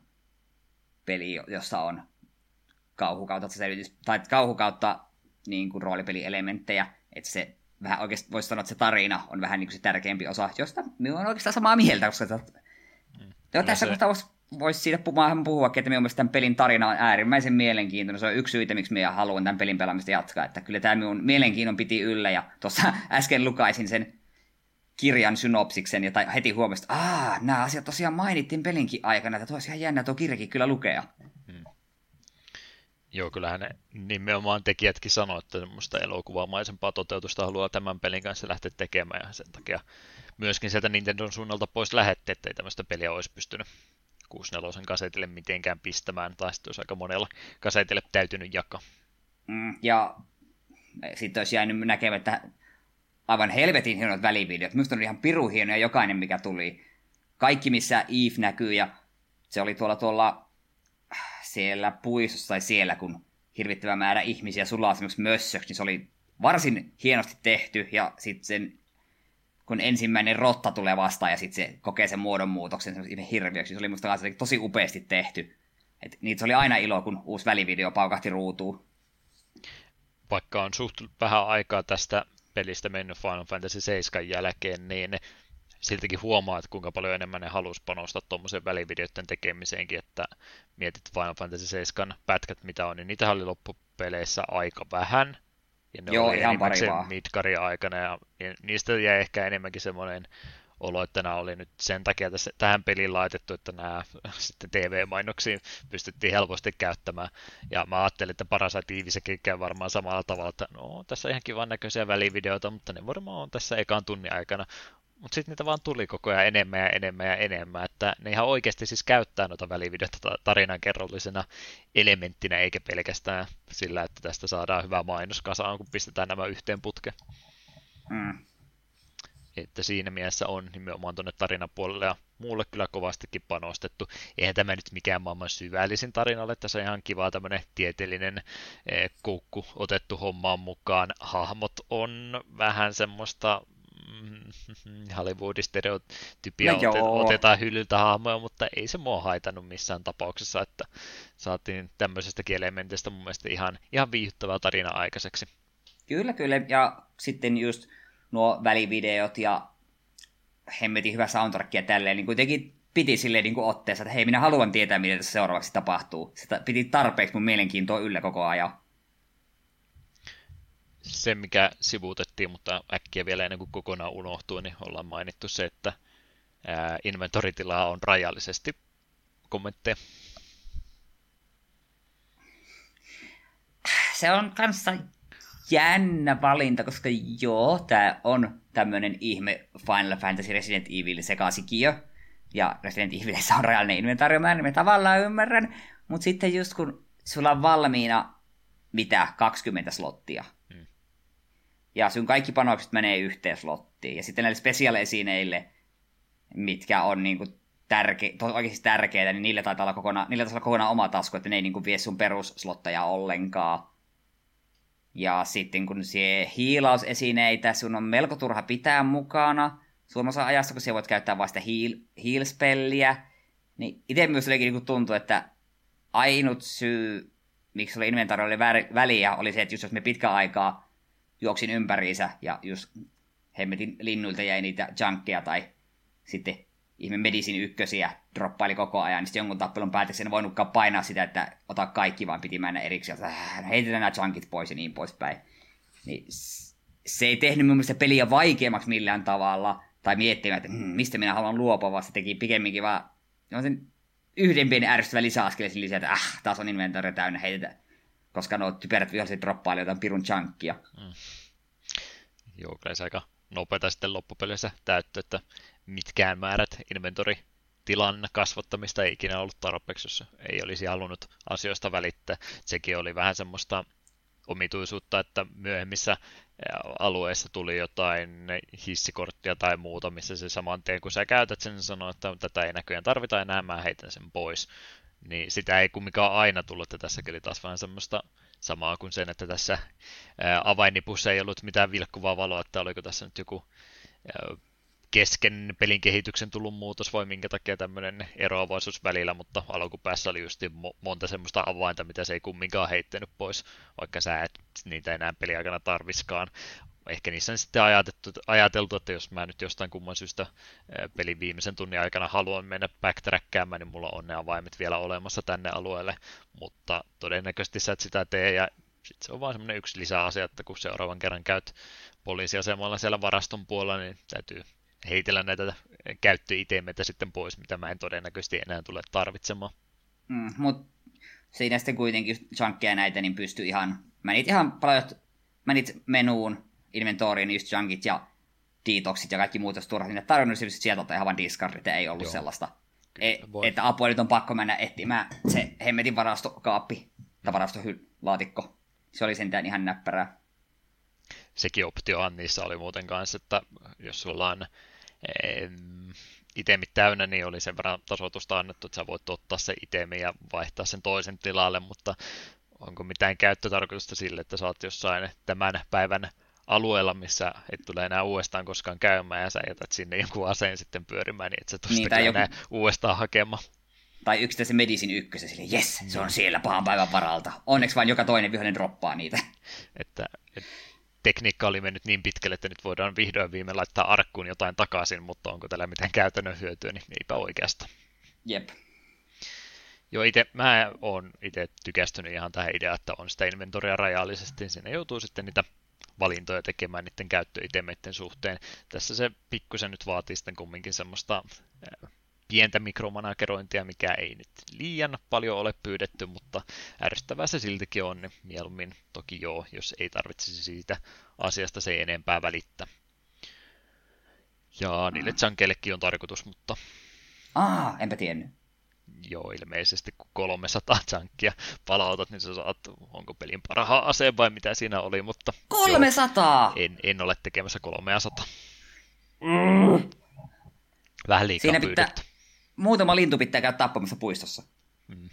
peli, jossa on kauhukautta selvitys, tai kauhukautta niin kuin, roolipelielementtejä, että se vähän oikeasti voisi sanoa, että se tarina on vähän niin kuin se tärkeämpi osa, josta minun on oikeastaan samaa mieltä, koska mm. Joo, tässä se... kohtaa voisi vois siitä puhua, että minun mielestä tämän pelin tarina on äärimmäisen mielenkiintoinen. Se on yksi syitä, miksi minä haluan tämän pelin pelaamista jatkaa. Että kyllä tämä minun mielenkiinnon piti yllä. Ja tuossa äsken lukaisin sen kirjan synopsiksen ja heti huomasin, että aah, nämä asiat tosiaan mainittiin pelinkin aikana. Että olisi ihan jännä tuo kirjakin kyllä lukea. Hmm. Joo, kyllähän ne nimenomaan tekijätkin sanoo, että semmoista elokuvamaisempaa toteutusta haluaa tämän pelin kanssa lähteä tekemään, ja sen takia myöskin sieltä Nintendon suunnalta pois lähetti, ettei tämmöistä peliä olisi pystynyt kuusikymmentäneljä kasetille mitenkään pistämään, tai sitten olisi aika monella kasetille täytynyt jakaa. Mm, ja sitten olisi jäänyt näkemättä aivan helvetin hienot välivideot. Minusta on ihan pirun hienoja jokainen, mikä tuli. Kaikki, missä Eve näkyy, ja se oli tuolla tuolla siellä puistossa tai siellä, kun hirvittävä määrä ihmisiä sulaa semmoiksi mössöksi, niin se oli varsin hienosti tehty, ja sitten sen, kun ensimmäinen rotta tulee vastaan, ja sitten se kokee sen muodonmuutoksen semmoisen hirviöksi, se oli musta tosi upeasti tehty. Et niitä oli aina ilo, kun uusi välivideo paukahti ruutuun. Vaikka on suht vähän aikaa tästä pelistä mennyt Final Fantasy seitsemän jälkeen, niin siltikin huomaa, että kuinka paljon enemmän ne halusi panostaa tuommoisen välivideoiden tekemiseenkin, että mietit Final Fantasy seitsemän pätkät, mitä on, niin niitä oli loppupeleissä aika vähän. Ja ne Joo, oli ihan enimmäkseen pari vaan. midgarin aikana, ja niistä jäi ehkä enemmänkin semmoinen olo, että nämä oli nyt sen takia tässä, tähän peliin laitettu, että nämä sitten T V-mainoksiin pystyttiin helposti käyttämään. Ja mä ajattelin, että Parasite-Evisekin käy varmaan samalla tavalla, että no, tässä on ihan kivan näköisiä välivideoita, mutta ne varmaan on tässä ekan tunnin aikana. Mutta sitten niitä vaan tuli koko ajan enemmän ja enemmän ja enemmän, että ne ihan oikeasti siis käyttää noita välivideoita tarinankerrollisena elementtinä, eikä pelkästään sillä, että tästä saadaan hyvä mainos kasaan, kun pistetään nämä yhteen putkeen. Mm. Että siinä mielessä on nimenomaan tuonne tarinapuolelle ja muulle kyllä kovastikin panostettu. Eihän tämä nyt mikään maailman syvällisin tarina ole, tässä on ihan kiva tämmöinen tieteellinen eh, koukku otettu hommaan mukaan. Hahmot on vähän semmoista Hollywoodin stereotypia, No joo. otetaan hyllyltä hahmoja, mutta ei se mua haitannut missään tapauksessa, että saatiin tämmöisestä elementistä mun mielestä ihan, ihan viihdyttävää tarinaa aikaiseksi. Kyllä, kyllä. Ja sitten just nuo välivideot ja hemmetin hyvä soundtrack ja tälleen, niin kuitenkin piti silleen niin kuin otteessa, että hei, minä haluan tietää, mitä tässä seuraavaksi tapahtuu. Sitä piti tarpeeksi mun mielenkiintoa yllä koko ajan. Se, mikä sivuutettiin, mutta äkkiä vielä ennen kuin kokonaan unohtuu, niin ollaan mainittu se, että ää, inventoritilaa on rajallisesti. Kommentteja? Se on kanssa jännä valinta, koska joo, tää on tämmönen ihme Final Fantasy Resident Evil sekasikiö. Ja Resident Evilissä on rajallinen inventaariomäärä, niin mä tavallaan ymmärrän. Mutta sitten just kun sulla on valmiina, mitä, kaksikymmentä slottia. Hmm. Ja sun kaikki panokset menee yhteen slottiin. Ja sitten näille special-esineille, mitkä on niinku tärke, oikeasti tärkeitä, niin niille taitaa olla kokonaan, niille taitaa olla kokonaan oma tasku, että ne ei niinku vie sun perusslotteja ollenkaan. Ja sitten kun se hiilausesineitä, sun on melko turha pitää mukana. Suurin osa ajasta, kun siellä voit käyttää vain sitä heal, heal-spelliä. Niin itse myös niin tuntuu, että ainut syy, miksi oli inventaari oli väliä, oli se, että just jos me pitkä aikaa juoksin ympäriinsä ja just hemmetin linnuilta jäi niitä junkkeja tai sitten ihme medisin ykkösiä droppaili koko ajan, niin sitten jonkun tappelun päätöksen en voinutkaan painaa sitä, että ota kaikki, vaan piti mennä erikseen, että äh, heitetään nämä junkit pois ja niin poispäin. Niin se ei tehnyt mun mielestä peliä vaikeammaksi millään tavalla, tai miettimään, että hmm, mistä minä haluan luopua, vaan se teki pikemminkin vaan sen yhden pienen ärsyttävän lisäaskeleen lisää, että äh, taas on inventoria täynnä, heitetään, koska nuo typerät viholliset droppaili jotain pirun junkia. Mm. Joo, kyllä se aika nopeata sitten loppupeleissä täyttö, että mitkään määrät inventoritilan kasvattamista ei ikinä ollut tarpeeksi, jos ei olisi halunnut asioista välittää. Sekin oli vähän semmoista omituisuutta, että myöhemmissä alueissa tuli jotain hissikorttia tai muuta, missä se saman tien, kun sä käytät sen, sanoo, että tätä ei näköjään tarvita enää, mä heitän sen pois. Niin sitä ei kumminkaan aina tullut, että tässäkin oli taas vähän semmoista samaa kuin sen, että tässä avainnipussa ei ollut mitään vilkkuvaa valoa, että oliko tässä nyt joku kesken pelin kehityksen tullut muutos vai minkä takia tämmöinen eroavaisuus välillä, mutta alkupäässä oli just monta semmoista avainta, mitä se ei kumminkaan heittänyt pois, vaikka sä et niitä enää peliaikana tarviskaan. Ehkä niissä on sitten ajateltu, ajateltu, että jos mä nyt jostain kumman syystä pelin viimeisen tunnin aikana haluan mennä backtrackkäämään, niin mulla on ne avaimet vielä olemassa tänne alueelle, mutta todennäköisesti sä et sitä tee, ja sitten se on vaan semmoinen yksi lisäasia, että kun seuraavan kerran käyt poliisiasemalla siellä varaston puolella, niin täytyy heitellä näitä käyttöitemeitä sitten pois, mitä mä en todennäköisesti enää tule tarvitsemaan. Mm, mutta siinä sitten kuitenkin junkkeja näitä, niin pystyi ihan, menit ihan paljon, menit menuun, inventoriin, just junkit ja detoxit ja kaikki muut, jos turhat niille tarvinnut, niin sieltä ottaa ihan vaan discardit, ei ollut Joo. sellaista, e, että apua nyt on pakko mennä etsimään se hemmetin varastokaappi, tai varastolaatikko. Se oli sentään ihan näppärää. Sekin optiohan niissä oli muuten kanssa, että jos sulla on itemit täynnä, niin oli sen verran tasoitusta annettu, että sä voit ottaa se itemi ja vaihtaa sen toisen tilalle, mutta onko mitään käyttötarkoitusta sille, että sä oot jossain tämän päivän alueella, missä et tule enää uudestaan koskaan käymään ja sä jätät sinne jonkun aseen sitten pyörimään, niin et sä tuosta niin, enää joku... uudestaan hakemaan. Tai yksittäisen Medisin ykkösen, silleen jes, se on siellä pahan päivän varalta. Onneksi vain joka toinen vihollinen droppaa niitä. Että, et, tekniikka oli mennyt niin pitkälle, että nyt voidaan vihdoin viimein laittaa arkkuun jotain takaisin, mutta onko tällä mitään käytännön hyötyä, niin eipä oikeastaan. Jep. Joo, ite, mä oon itse tykästynyt ihan tähän ideaan, että on sitä inventoria rajallisesti. Siinä joutuu sitten niitä valintoja tekemään niiden käyttöitemeiden suhteen. Tässä se pikkusen nyt vaatii sitten kumminkin semmoista pientä mikromanagerointia, mikä ei nyt liian paljon ole pyydetty, mutta ärsyttävää se siltikin on, niin mieluummin toki joo, jos ei tarvitsisi siitä asiasta se enempää välittää. Ja niille chunkeillekin on tarkoitus, mutta... Aa, enpä tiennyt. Joo, ilmeisesti kun kolmesataa chunkia palautat, niin sä saat, onko pelin parhaan aseen vai mitä siinä oli, mutta... kolmesataa! Joo, en, en ole tekemässä kolmesataa. Mm. Vähän liikaa siinä pyydetty. Pitää, muutama lintu pitää käydä tappamassa puistossa. Mm.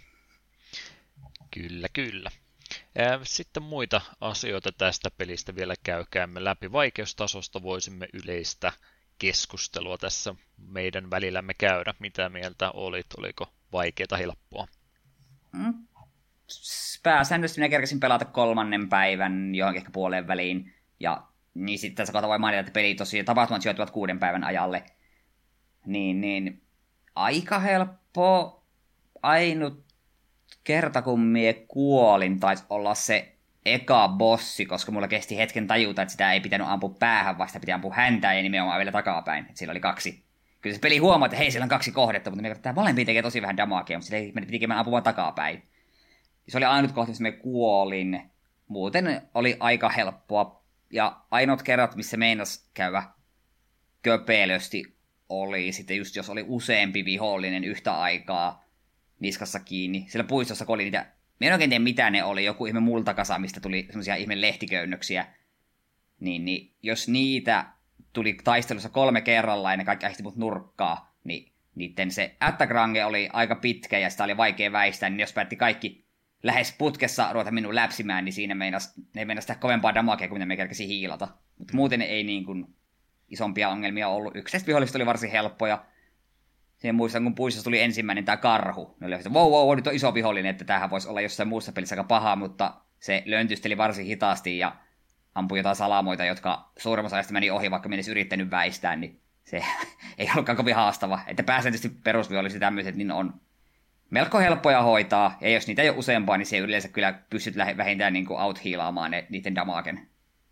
Kyllä, kyllä. Sitten muita asioita tästä pelistä vielä käykäämme läpi. Vaikeustasosta voisimme yleistä keskustelua tässä meidän välillämme käydä. Mitä mieltä olit? Oliko vaikeaa helppoa? Mm. Pääsääntöisesti minä kerkesin pelata kolmannen päivän johonkin ehkä puoleen väliin. Ja niin sitten tässä kohtaa voi mainita, että peli tosiaan tapahtumat sijoittuvat kuuden päivän ajalle. Niin, niin aika helppo. Ainut kerta kun mie kuolin taisi olla se eka bossi, koska mulla kesti hetken tajuta, että sitä ei pitänyt ampua päähän, vaan sitä piti ampua häntään ja nimenomaan vielä takapäin. Että siellä oli kaksi. Kyllä se peli huomaa, että hei, siellä on kaksi kohdetta, mutta me katsotaan, että molempiin tekee tosi vähän damagea, mutta sillä piti tekemään ampumaan takapäin. Se oli ainut kohta, missä me kuolin. Muuten oli aika helppoa. Ja ainoat kerrat, missä meinas käydä köpelösti, oli sitten just, jos oli useampi vihollinen yhtä aikaa niskassa kiinni. Siellä puistossa, kun oli niitä, minä en oikein tiedä mitä ne oli, joku ihme multakasa, mistä tuli semmoisia ihme lehtiköynnöksiä. Niin, niin jos niitä tuli taistelussa kolme kerrallaan ja ne kaikki ahti mut nurkkaa, niin niiden se attack range oli aika pitkä ja sitä oli vaikea väistää, niin jos päätti kaikki lähes putkessa ruveta minun läpsimään, niin siinä meinas, ne meinas sitä kovempaa damagea kuin mitä me kerkesi hiilata. Mutta muuten ei niin kuin isompia ongelmia ollut. Yksi vihollisista oli varsin helppoja. Siihen muistan, kun puistossa tuli ensimmäinen tämä karhu. Ne oli että wow, wow, nyt on iso vihollinen, että tämähän voisi olla jossain muussa pelissä aika paha, mutta se löntysteli varsin hitaasti ja ampui jotain salamoita, jotka suurimmassa ajasta meni ohi, vaikka menisi yrittänyt väistää, niin se ei ollutkaan kovin haastava. Että pääsääntöisesti perusviholliset tämmöiset niin on melko helppoja hoitaa, ja jos niitä ei ole useampaa, niin se yleensä kyllä pystyt vähintään niin kuin out-healaamaan ne, niiden damagen.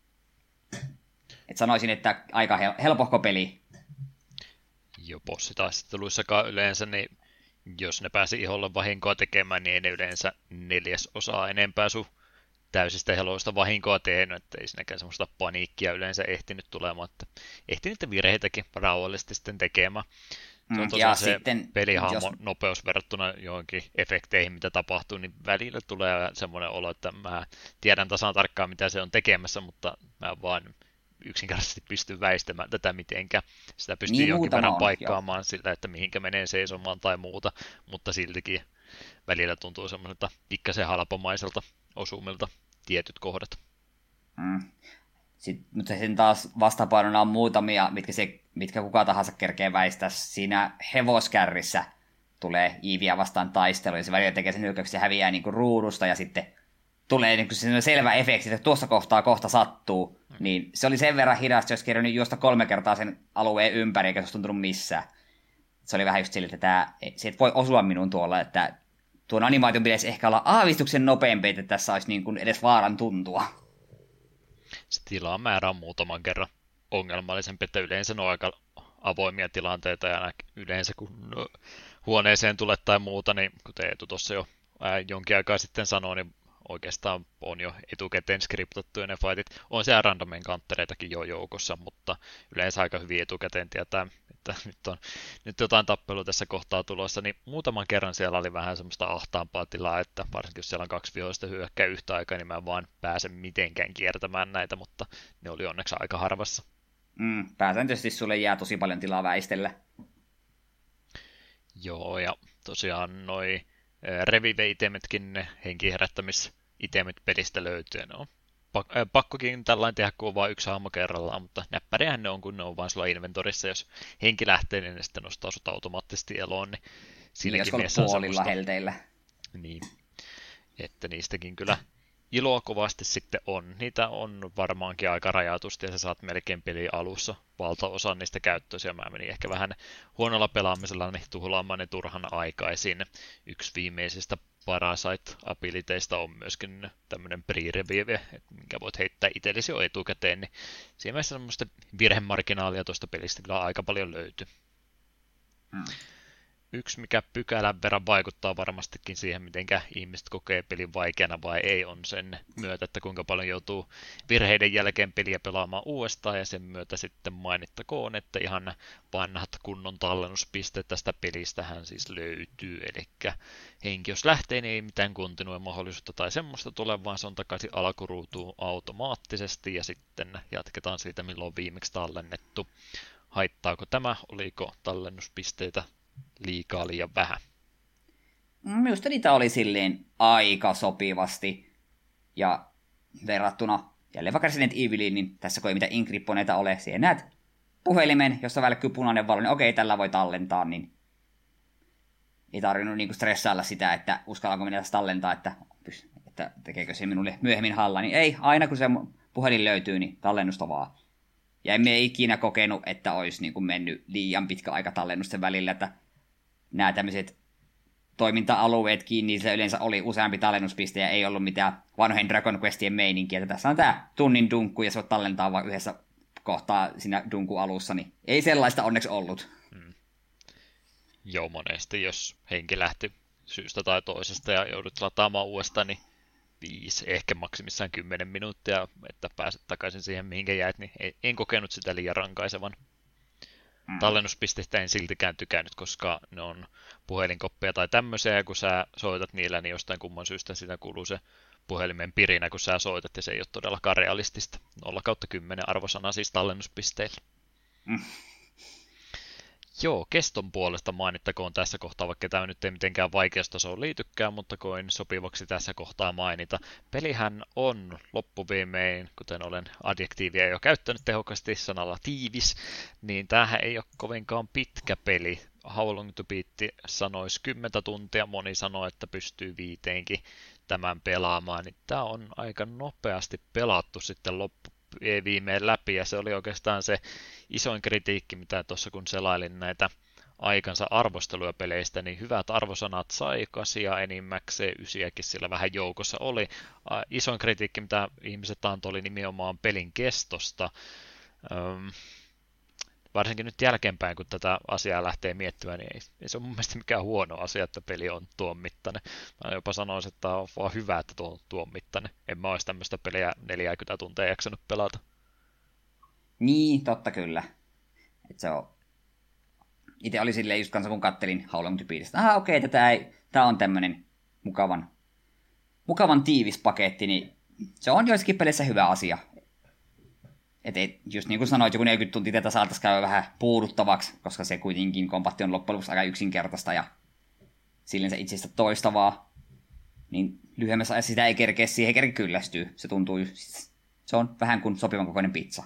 Et sanoisin, että aika hel- helpohko peli. Joo, bossitaisteluissakaan yleensä, niin jos ne pääsi iholle vahinkoa tekemään, niin ei ne yleensä neljäsosaa enempää sun täysistä heloista vahinkoa tehnyt, että ei siinäkään semmoista paniikkia yleensä ehtinyt tulemaan, että ehti niitä virheitäkin rauhallisesti sitten tekemään. Se on tosiaan se pelihahmon jos... nopeus verrattuna johonkin efekteihin, mitä tapahtuu, niin välillä tulee semmoinen olo, että mä tiedän tasan tarkkaan, mitä se on tekemässä, mutta mä vaan yksinkertaisesti pystyn väistämään tätä mitenkään. Sitä pystyy niin, jonkin verran on, paikkaamaan jo. Sillä, että mihinkä menee seisomaan tai muuta, mutta siltikin välillä tuntuu semmoiselta pikkasen halpamaiselta osumilta tietyt kohdat. Mm. Sitten, mutta sitten taas vastapainona on muutamia, mitkä, se, mitkä kuka tahansa kerkee väistää. Siinä hevoskärrissä tulee Iiviä vastaan taistelu, ja se välillä tekee sen hyökkäyksen, se häviää niin kuin ruudusta, ja sitten tulee niin kuin selvä efekti, että tuossa kohtaa kohta sattuu. Mm. Niin se oli sen verran hidasta, jos kerran juosta kolme kertaa sen alueen ympäri, eikä se olisi tuntunut missään. Se oli vähän just sille, että tämä, se et voi osua minun tuolla, että tuon animaation pitäisi ehkä olla aavistuksen nopeampi, että tässä olisi niin kuin edes vaaran tuntua. Se tilan määrä on muutaman kerran ongelmallisempi, että yleensä ne on aika avoimia tilanteita ja yleensä kun huoneeseen tulee tai muuta, niin kuten Eetu tuossa jo ää, jonkin aikaa sitten sanoin, niin oikeastaan on jo etukäteen skriptattuja ne fightit. On siellä random encountereitakin jo joukossa, mutta yleensä aika hyvin etukäteen tietää, että nyt on nyt jotain tappelua tässä kohtaa tulossa, niin muutaman kerran siellä oli vähän semmoista ahtaampaa tilaa, että varsinkin jos siellä on kaksi vihollista hyökkää yhtä aikaa, niin mä en vaan pääse mitenkään kiertämään näitä, mutta ne oli onneksi aika harvassa. Mm, pääsääntöisesti sulle jää tosi paljon tilaa väistellä. Joo, ja tosiaan noi revive-itemetkin, ne henkiherättämis-itemet pelistä löytyy. Ne on pakkokin tällainen tehdä, kun on vain yksi hahmo kerrallaan, mutta näppärihän ne on, kun ne on vain sulla inventorissa. Jos henki lähtee, niin ne sitten nostaa sut automaattisesti eloon. Niin siinäkin mielessä on puolilla semmoista helteillä. Niin, että niistäkin kyllä iloa kovasti sitten on. Niitä on varmaankin aika rajatusti ja sä saat melkein peli alussa valtaosa niistä käyttöisiä. Mä menin ehkä vähän huonolla pelaamisella niin tuhlaamaan ne turhan aikaisin. Yksi viimeisistä Parasite-abiliteista on myöskin tämmöinen pre-revive, minkä voit heittää itsellesi jo etukäteen. Niin siinä mielessä semmoista virhemarginaalia tuosta pelistä kyllä aika paljon löytyy. Hmm. Yksi, mikä pykälän verran vaikuttaa varmastikin siihen, miten ihmiset kokee pelin vaikeana vai ei, on sen myötä, että kuinka paljon joutuu virheiden jälkeen peliä pelaamaan uudestaan, ja sen myötä sitten mainittakoon, että ihan vanhat kunnon tallennuspisteet tästä pelistähän siis löytyy, eli henki jos lähtee, niin ei mitään kontinue-mahdollisuutta tai semmoista tule, vaan se on takaisin alkuruutuun automaattisesti, ja sitten jatketaan siitä, milloin on viimeksi tallennettu. Haittaako tämä, oliko tallennuspisteitä liikaa liian vähän? Minusta niitä oli silleen aika sopivasti. Ja verrattuna jälleen vaikka Resident Eviliin, niin tässä kun ei mitään inkripponeita ole, siihen näet puhelimen, jossa välkkyy punainen valo, niin okei, tällä voi tallentaa, niin ei tarvinnut niinku stressailla sitä, että uskallanko minä tässä tallentaa, että, että tekeekö se minulle myöhemmin halla, niin ei, aina kun se puhelin löytyy, niin tallennusta vaan. Ja emme ikinä kokenut, että olisi niin kuin mennyt liian pitkä aika tallennusten välillä, että nämä tämmöiset toiminta-alueetkin, niin se yleensä oli useampi tallennuspiste ja ei ollut mitään vanhojen Dragon Questien meininkiä, että tässä on tämä tunnin dunkku ja se voit tallentaa vain yhdessä kohtaa siinä dunkun alussa, niin ei sellaista onneksi ollut. Hmm. Joo, monesti jos henki lähti syystä tai toisesta ja joudut lataamaan uudestaan, niin viisi, ehkä maksimissaan kymmenen minuuttia, että pääset takaisin siihen, mihinkä jäät, niin en kokenut sitä liian rankaisevan. Mm. Tallennuspisteistä en siltikään tykännyt, koska ne on puhelinkoppeja tai tämmöisiä, ja kun sä soitat niillä, niin jostain kumman syystä siitä kuuluu se puhelimen pirinä, kun sä soitat, ja se ei ole todellakaan realistista. nolla kautta kymmenen arvosana siis tallennuspisteillä. Mm. Joo, keston puolesta mainittakoon tässä kohtaa, vaikka tämä nyt ei mitenkään vaikeustasoon liitykään, mutta koin sopivaksi tässä kohtaa mainita. Pelihän on loppuviimein, kuten olen adjektiivia jo käyttänyt tehokkaasti sanalla tiivis, niin tämähän ei ole kovinkaan pitkä peli. How Long to Beat sanoisi kymmentä tuntia, moni sanoo, että pystyy viiteenkin tämän pelaamaan, niin tämä on aika nopeasti pelattu sitten loppu viimein läpi, ja se oli oikeastaan se isoin kritiikki, mitä tuossa kun selailin näitä aikansa arvosteluja peleistä, niin hyvät arvosanat sai, kasia enimmäkseen, ysiäkin sillä vähän joukossa oli. Isoin kritiikki, mitä ihmiset antoi, oli nimenomaan pelin kestosta. Öm, varsinkin nyt jälkeenpäin, kun tätä asiaa lähtee miettimään, niin ei, ei se ole mun mielestä mikään huono asia, että peli on tuon mittainen. Mä jopa sanoisin, että on vaan hyvä, että tuo on tuon mittainen. En mä olisi tämmöistä peliä neljäkymmentä tuntia jaksanut pelata. Niin, totta kyllä. Et se on... Itse oli silleen just kanssa, kun kattelin How Long to Beat, että aha, okei, okay, tätä ei... Tää on tämmönen mukavan, mukavan tiivis paketti, niin se on joissakin peleissä hyvä asia. Että just niin kuin sanoit, joku neljäkymmentä tuntia tätä saataisiin käydä vähän puuduttavaksi, koska se kuitenkin kompatti on loppujen lopuksi aika yksinkertaista ja sillensä itsestä toistavaa. Niin lyhyemmässä ajassa sitä ei kerkeä, siihen ei kerkeä kyllästyy. Se tuntuu, se on vähän kuin sopivan kokoinen pizza.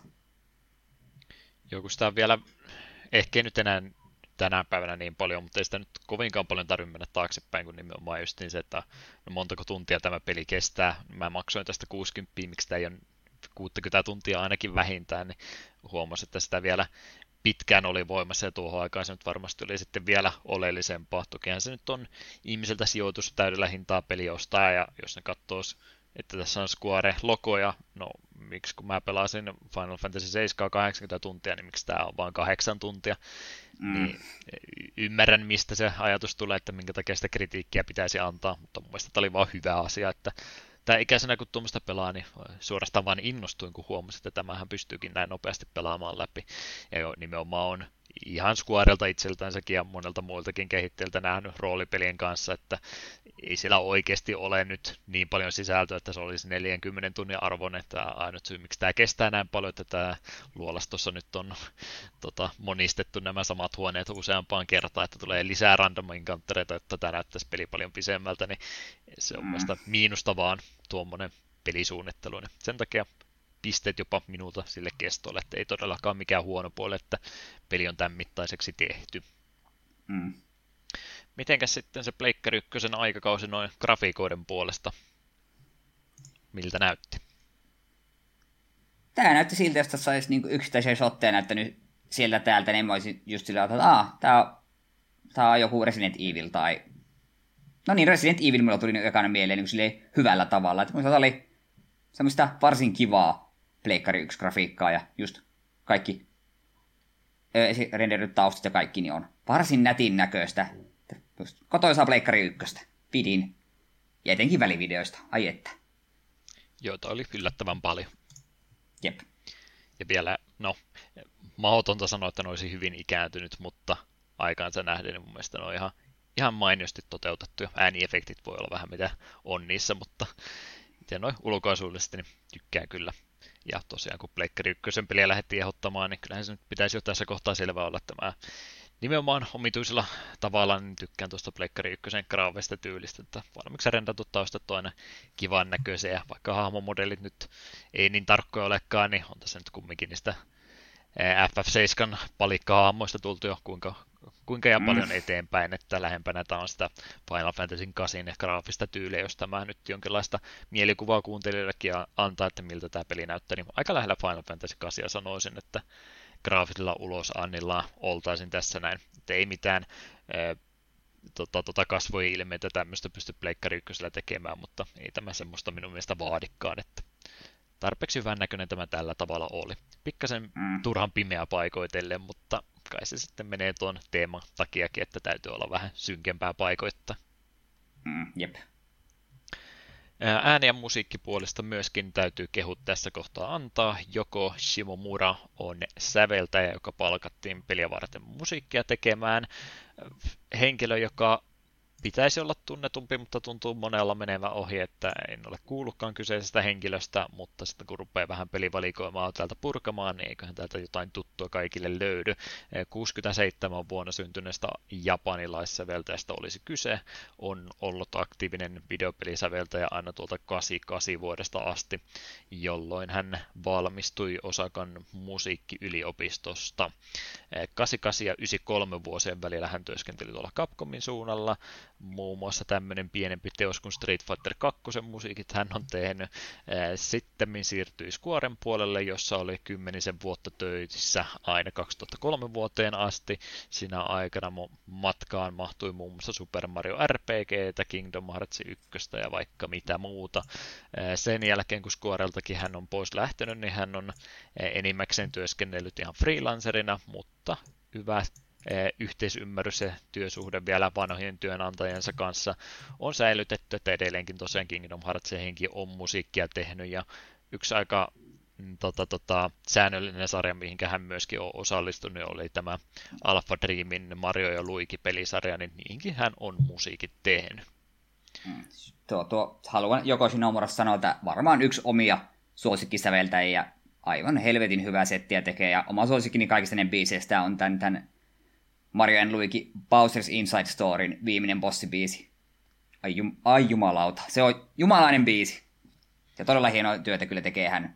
Joku sitä on vielä, ehkä nyt enää tänä päivänä niin paljon, mutta ei sitä nyt kovinkaan paljon tarvitse mennä taaksepäin, kun nimenomaan just niin se, että no montako tuntia tämä peli kestää. Mä maksoin tästä kuusikymmentä, miksi tämä ei ole kuusikymmentä tuntia ainakin vähintään, niin huomasin, että sitä vielä pitkään oli voimassa ja tuohon aikaan se nyt varmasti oli sitten vielä oleellisempaa. Tokihan se nyt on ihmiseltä sijoitus täydellä hintaa peli ostaa, ja jos ne katsoo, että tässä on Square-logoja, no miksi kun mä pelasin Final Fantasy seitsemän kahdeksankymmentä tuntia, niin miksi tämä on vain kahdeksan tuntia. Mm. Niin y- ymmärrän, mistä se ajatus tulee, että minkä takia sitä kritiikkiä pitäisi antaa, mutta mun mielestä tämä oli vaan hyvä asia, että tämä ikäisenä kun tuommoista pelaa, niin suorastaan vaan innostuin, kun huomasin, että tämähän pystyykin näin nopeasti pelaamaan läpi. Ja jo, nimenomaan on ihan Squarelta itseltänsäkin ja monelta muiltakin kehittäjiltä nähnyt roolipelien kanssa, että ei siellä oikeasti ole nyt niin paljon sisältöä, että se olisi neljänkymmenen tunnin arvoinen. Tämä ainut syy, miksi tämä kestää näin paljon, että tämä luolastossa nyt on tota, monistettu nämä samat huoneet useampaan kertaan, että tulee lisää random encountereita, että tämä näyttäisi peli paljon pisemmältä, niin se on mm. vasta miinusta vaan tuommoinen pelisuunnittelu. Sen takia pisteet jopa minulta sille kestolle, että ei todellakaan mikään huono puoli, että peli on tämän mittaiseksi tehty. Mm. Mitenkäs sitten se Pleikkari ykkösen aikakausi noin grafiikoiden puolesta? Miltä näytti? Tämä näytti siltä, jos tässä olisi niinku yksittäisiä shotteja näyttänyt sieltä täältä, niin mä olisin just sillä tavalla, että aah, tää on, tää on joku Resident Evil tai... No niin, Resident Evil mulla tuli ekana mieleen niin silleen hyvällä tavalla. Että muista oli semmoista varsin kivaa Pleikkari yksi grafiikkaa ja just kaikki renderyt taustat ja kaikki niin on varsin nätin näköistä. Just kotoisaa Pleikkari ykköstä. Pidin. Ja etenkin välivideoista. Ai että. Joita oli yllättävän paljon. Jep. Ja vielä, no, mahdotonta sanoa, että ne olisi hyvin ikääntynyt, mutta aikaansa nähden niin mun mielestä ne on ihan, ihan mainiosti toteutettu. Ääniefektit voi olla vähän mitä on niissä, mutta miten noin ulkoasuudellisesti niin tykkään kyllä. Ja tosiaan kun Pleikkari ykkösen peliä lähdettiin ehdottamaan, niin kyllähän se nyt pitäisi jo tässä kohtaa selvä olla tämä nimenomaan omituisella tavalla, niin tykkään tuosta Pleikkari ykkösen graafista tyylistä, että valmiiksi rendatut taustat on aina kivan näköisiä, ja vaikka hahmomodellit nyt ei niin tarkkoja olekaan, niin on tässä nyt kumminkin niistä F F seitsemän palikkahahmoista tultu jo kuinka, kuinka ja paljon eteenpäin, että lähempänä tämä on sitä Final Fantasy kahdeksan graafista tyyliä, jos tämä nyt jonkinlaista mielikuvaa kuuntelijoillekin antaa, että miltä tämä peli näyttää, niin aika lähellä Final Fantasy kahdeksan sanoisin, että graafisella ulosannilla oltaisin tässä näin, että ei mitään ää, tota, tota kasvojen ilmeitä tämmöistä pysty Pleikkari ykkösellä tekemään, mutta ei tämä semmoista minun mielestä vaadikaan, että tarpeeksi hyvän näköinen tämä tällä tavalla oli. Pikkasen mm. turhan pimeä paikoitellen, mutta kai se sitten menee tuon teeman takiakin, että täytyy olla vähän synkempää paikoittaa. Mm, jep. Ääni- ja musiikkipuolesta myöskin täytyy kehut tässä kohtaa antaa. Joko Shimomura on säveltäjä, joka palkattiin peliä varten musiikkia tekemään. Henkilö, joka pitäisi olla tunnetumpi, mutta tuntuu monella menevän ohi, että en ole kuullutkaan kyseisestä henkilöstä, mutta sitten kun rupeaa vähän pelivalikoimaa täältä purkamaan, niin eiköhän täältä jotain tuttua kaikille löydy. kuusikymmentäseitsemän vuonna syntyneestä japanilaissäveltäjästä olisi kyse, on ollut aktiivinen videopelisäveltäjä aina tuolta kahdeksankymmentäkahdeksan vuodesta asti, jolloin hän valmistui Osakan musiikkiyliopistosta. kahdeksankymmentäkahdeksan ja yhdeksänkymmentäkolme vuosien välillä hän työskenteli tuolla Capcomin suunnalla. Muun muassa tämmöinen pienempi teos kuin Street Fighter kaksi musiikit hän on tehnyt. Sitten siirtyi Squaren puolelle, jossa oli kymmenisen vuotta töissä aina kaksituhattakolme vuoteen asti. Siinä aikana matkaan mahtui muun muassa Super Mario R P G:tä, Kingdom Hearts yksi ja vaikka mitä muuta. Sen jälkeen, kun Squareltakin hän on pois lähtenyt, niin hän on enimmäkseen työskennellyt ihan freelancerina, mutta hyvä yhteisymmärrys ja työsuhde vielä vanhojen työnantajansa kanssa on säilytetty, että edelleenkin tosiaan Kingdom Heartsenkin on musiikkia tehnyt ja yksi aika tota, tota, säännöllinen sarja, mihinkä hän myöskin on osallistunut, oli tämä Alpha Dreamin Mario ja Luigi-pelisarja, niin niihinkin hän on musiikit tehnyt. Tuo, tuo, haluan joko Shinomurasta sanoa, että varmaan yksi omia suosikkisäveltäjiä, aivan helvetin hyvää settiä tekee, ja oma suosikkini kaikista ne biiseistä on tämän, tämän Mario and Luigi Bowser's Inside Storyn viimeinen bossibiisi. Ai, jum, ai jumalauta, se on jumalainen biisi. Ja todella hienoa työtä kyllä tekee hän.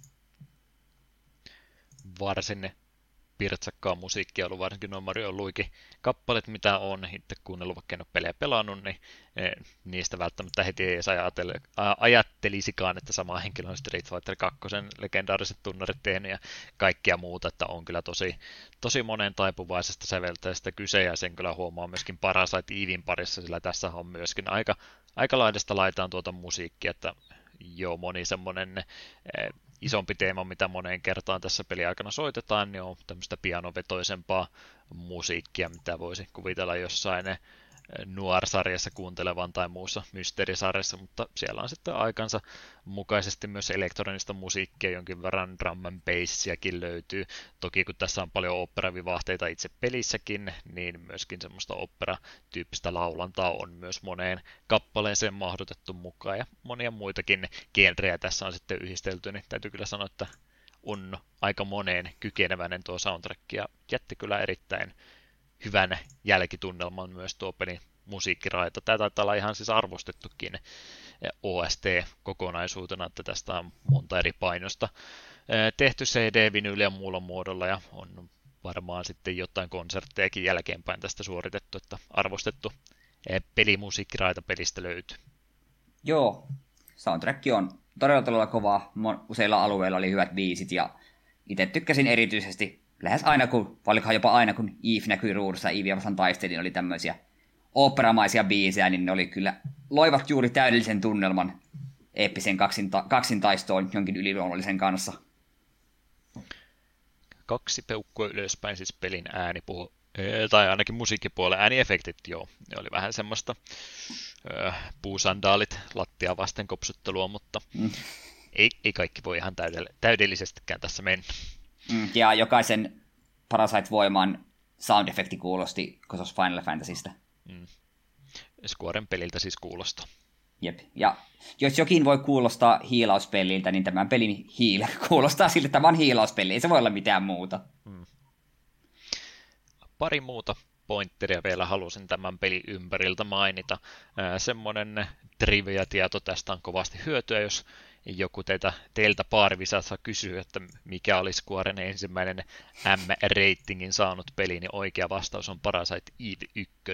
Varsin pirtsakkaa musiikkia ollut, varsinkin nuo Mario Luigi-kappaleet, mitä on itse kuunnellut, vaikka en ole pelejä pelannut, niin niistä välttämättä heti ei edes ajattelisikaan, että sama henkilö on Street Fighter kaksi legendaariset tunnarit tehnyt ja kaikkia muuta, että on kyllä tosi, tosi monen taipuvaisesta säveltäjästä kyse, ja sen kyllä huomaa myöskin Parasite Evin parissa, sillä tässä on myöskin aika, aika laidasta laitaan tuota musiikkia, että joo, moni semmoinen isompi teema, mitä moneen kertaan tässä peliaikana soitetaan, niin on tämmöistä pianovetoisempaa musiikkia, mitä voisi kuvitella jossain Noir-sarjassa kuuntelevan tai muussa mysteerisarjassa, mutta siellä on sitten aikansa mukaisesti myös elektronista musiikkia, jonkin verran drum and bassiakin löytyy. Toki kun tässä on paljon operavivahteita itse pelissäkin, niin myöskin semmoista opera-tyyppistä laulantaa on myös moneen kappaleeseen mahdotettu mukaan, ja monia muitakin genrejä tässä on sitten yhdistelty, niin täytyy kyllä sanoa, että on aika moneen kykeneväinen tuo soundtrack, ja jätti kyllä erittäin hyvän jälkitunnelman myös tuo pelin musiikkiraita. Tämä taitaa olla ihan siis arvostettukin O S T-kokonaisuutena, että tästä on monta eri painosta tehty C D-vinyyliä muulla muodolla, ja on varmaan sitten jotain konserttejakin jälkeenpäin tästä suoritettu, että arvostettu pelimusiikkiraita pelistä löytyy. Joo, soundtrack on todella todella kova. Useilla alueilla oli hyvät biisit, ja itse tykkäsin erityisesti lähes aina, kun, paljonkohan jopa aina, kun Eve näkyi ruudussa, Evea vastaan taistelin, oli tämmöisiä oopperamaisia biisejä, niin ne oli kyllä, loivat juuri täydellisen tunnelman eeppisen kaksinta, kaksintaistoon jonkin yliluonnollisen kanssa. Kaksi peukkua ylöspäin, siis pelin ääni puhu, tai ainakin musiikkipuolen ääniefektit, joo, ne oli vähän semmoista ö, puusandaalit lattia vasten kopsuttelua, mutta mm. ei, ei kaikki voi ihan täydell- täydellisestikään tässä mennä. Ja jokaisen Parasite-voiman sound-efekti kuulosti Kosos Final Fantasystä. Mm. Squaren peliltä siis kuulostaa. Jep. Ja jos jokin voi kuulostaa hiilauspeliltä, niin tämän pelin hiil kuulostaa siltä, että tämä on hiilauspeli. Ei se voi olla mitään muuta. Mm. Pari muuta pointteria vielä halusin tämän pelin ympäriltä mainita. Ää, semmoinen trivia-tieto tästä on kovasti hyötyä, jos joku teitä, teiltä paarivisassa kysyy, että mikä olisi Squaren ensimmäinen M-ratingin saanut peli, niin oikea vastaus on Parasite Eve yksi.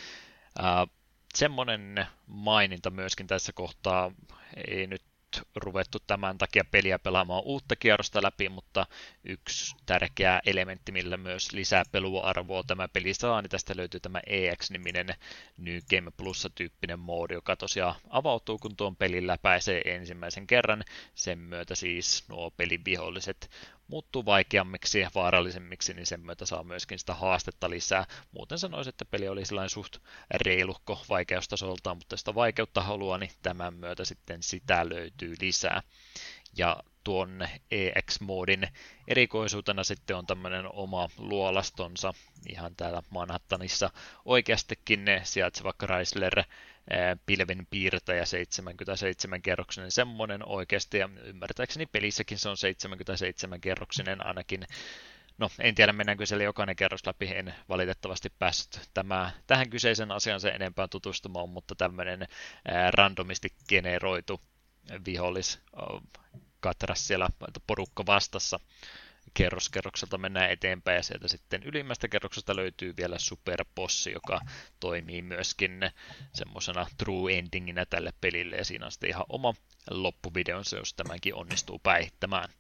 Ää, semmoinen maininta myöskin tässä kohtaa, ei nyt ruvettu tämän takia peliä pelaamaan uutta kierrosta läpi, mutta yksi tärkeä elementti, millä myös lisää peluarvoa tämä peli saa, niin tästä löytyy tämä E X-niminen New Game Plus-tyyppinen moodi, joka tosiaan avautuu, kun tuon pelin läpäisee ensimmäisen kerran. Sen myötä siis nuo pelin viholliset muuttuu vaikeammiksi ja vaarallisemmiksi, niin sen myötä saa myöskin sitä haastetta lisää. Muuten sanoisin, että peli oli sellainen suht reilukko vaikeustasoltaan, mutta sitä vaikeutta haluaa, niin tämän myötä sitten sitä löytyy lisää. Ja tuon E X-moodin erikoisuutena sitten on tämmöinen oma luolastonsa ihan täällä Manhattanissa. Oikeastikin ne sijaitseva Chrysler pilven piirtäjä seitsemänkymmentäseitsemän kerroksinen semmoinen oikeasti, ja ymmärtääkseni pelissäkin se on seitsemänkymmentäseitsemän kerroksinen ainakin. No, en tiedä mennäänkö siellä jokainen kerros läpi, en valitettavasti päässyt tämä, tähän kyseisen asian sen enempää tutustumaan, mutta tämmöinen ää, randomisti generoitu vihollis katras siellä porukka vastassa. Kerroskerrokselta mennään eteenpäin ja sieltä sitten ylimmästä kerroksesta löytyy vielä superbossi, joka toimii myöskin semmoisena true endinginä tälle pelille ja siinä on sitten ihan oma loppuvideonsa, jos tämänkin onnistuu päihittämään.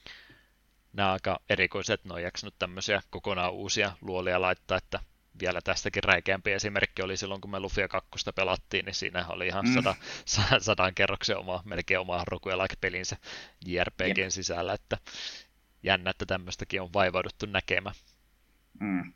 Nämä aika erikoiset, ne on jaksanut tämmöisiä kokonaan uusia luolia laittaa, että vielä tästäkin räikeämpi esimerkki oli silloin, kun me Lufia kaksi pelattiin, niin siinä oli ihan mm. sada, sadan kerroksen oma, melkein oma roguelike-pelinsä J R P G:n yep. sisällä, että jännä, että tämmöistäkin on vaivauduttu näkemään. Mm.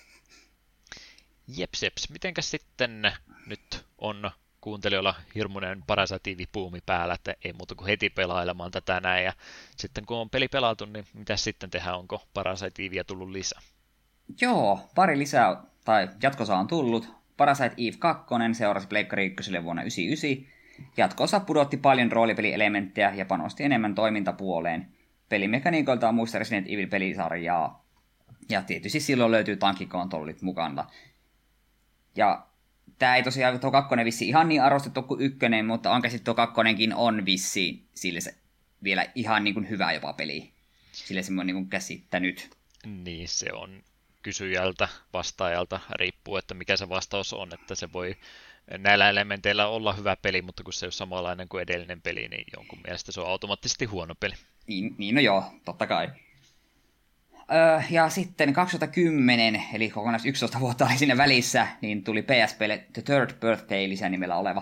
Jeps, jeps. Mitenkäs sitten nyt on kuuntelijoilla hirmuinen Parasite-puumi päällä, että ei muuta kuin heti pelailemaan tätä näin. Ja sitten kun on peli pelattu, niin mitä sitten tehdään? Onko Parasite-Evea tullut lisää? Joo, pari lisää, tai jatkosa on tullut. Parasite Eve kaksi seurasi Pleikkari ykköselle vuonna yhdeksänkymmentäyhdeksän. Jatkossa pudotti paljon roolipelielementtejä ja panosti enemmän toimintapuoleen. Pelimekaniikoilta on muista Resident Evil-pelisarjaa. Ja tietysti silloin löytyy tankkikontrollit mukana. Ja tää ei tosiaan tuo kakkonen vissi ihan niin arvostettu kuin ykkönen, mutta on käsit tuo kakkonenkin on vissi sille se vielä ihan niin kuin hyvä jopa peli. Sille semmoinen niin kuin käsittänyt. Niin, se on kysyjältä, vastaajalta, riippuu, että mikä se vastaus on, että se voi näillä elementeillä olla hyvä peli, mutta kun se ei ole samanlainen kuin edellinen peli, niin jonkun mielestä se on automaattisesti huono peli. Niin, niin no joo, totta kai. Öö, ja sitten kaksituhattakymmenen, eli kokonais yksitoista vuotta oli siinä välissä, niin tuli P S P:lle The Third Birthday lisänimellä oleva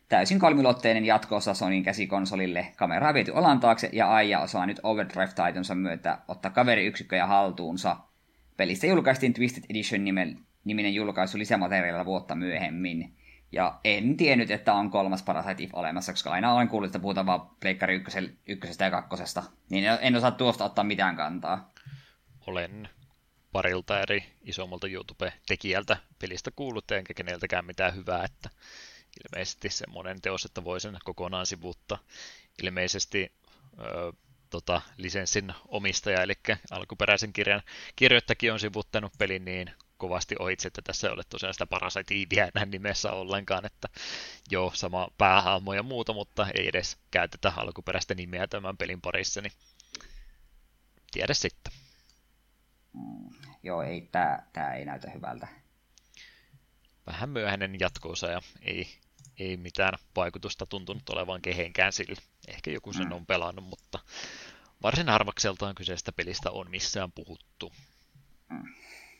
täysin kolmilotteinen jatko-osa Sonyn käsikonsolille. Kamera on viety olan taakse ja Aija osaa nyt Overdrive-taitonsa myötä ottaa kaveriyksikköjä haltuunsa. Pelistä julkaistiin Twisted Edition niminen julkaisu lisämateriaalilla vuotta myöhemmin. Ja en tiennyt, että on kolmas Parasite Eve olemassa, koska aina olen kuullut, että puhutaan vaan Pleikkari ykkösestä ja kakkosesta. Niin en osaa tuosta ottaa mitään kantaa. Olen parilta eri isommalta YouTube-tekijältä pelistä kuullut, enkä keneltäkään mitään hyvää, että ilmeisesti semmoinen teos, että voi sen kokonaan sivuuttaa. Ilmeisesti ö, tota, lisenssin omistaja, eli alkuperäisen kirjan kirjoittajakin on sivuuttanut pelin niin kovasti ohitse, että tässä ei ole tosiaan sitä Parasite Eveä enää nimessä ollenkaan, että joo, sama päähahmo ja muuta, mutta ei edes käytetä alkuperäistä nimeä tämän pelin parissa, niin tiedä sitten. Mm, joo, ei, tää, tää ei näytä hyvältä. Vähän myöhäinen jatko-osa ja ei, ei mitään vaikutusta tuntunut olevan kehenkään sillä. Ehkä joku sen on pelannut, mutta varsin harvakseltaan kyseistä pelistä on missään puhuttu. Mm.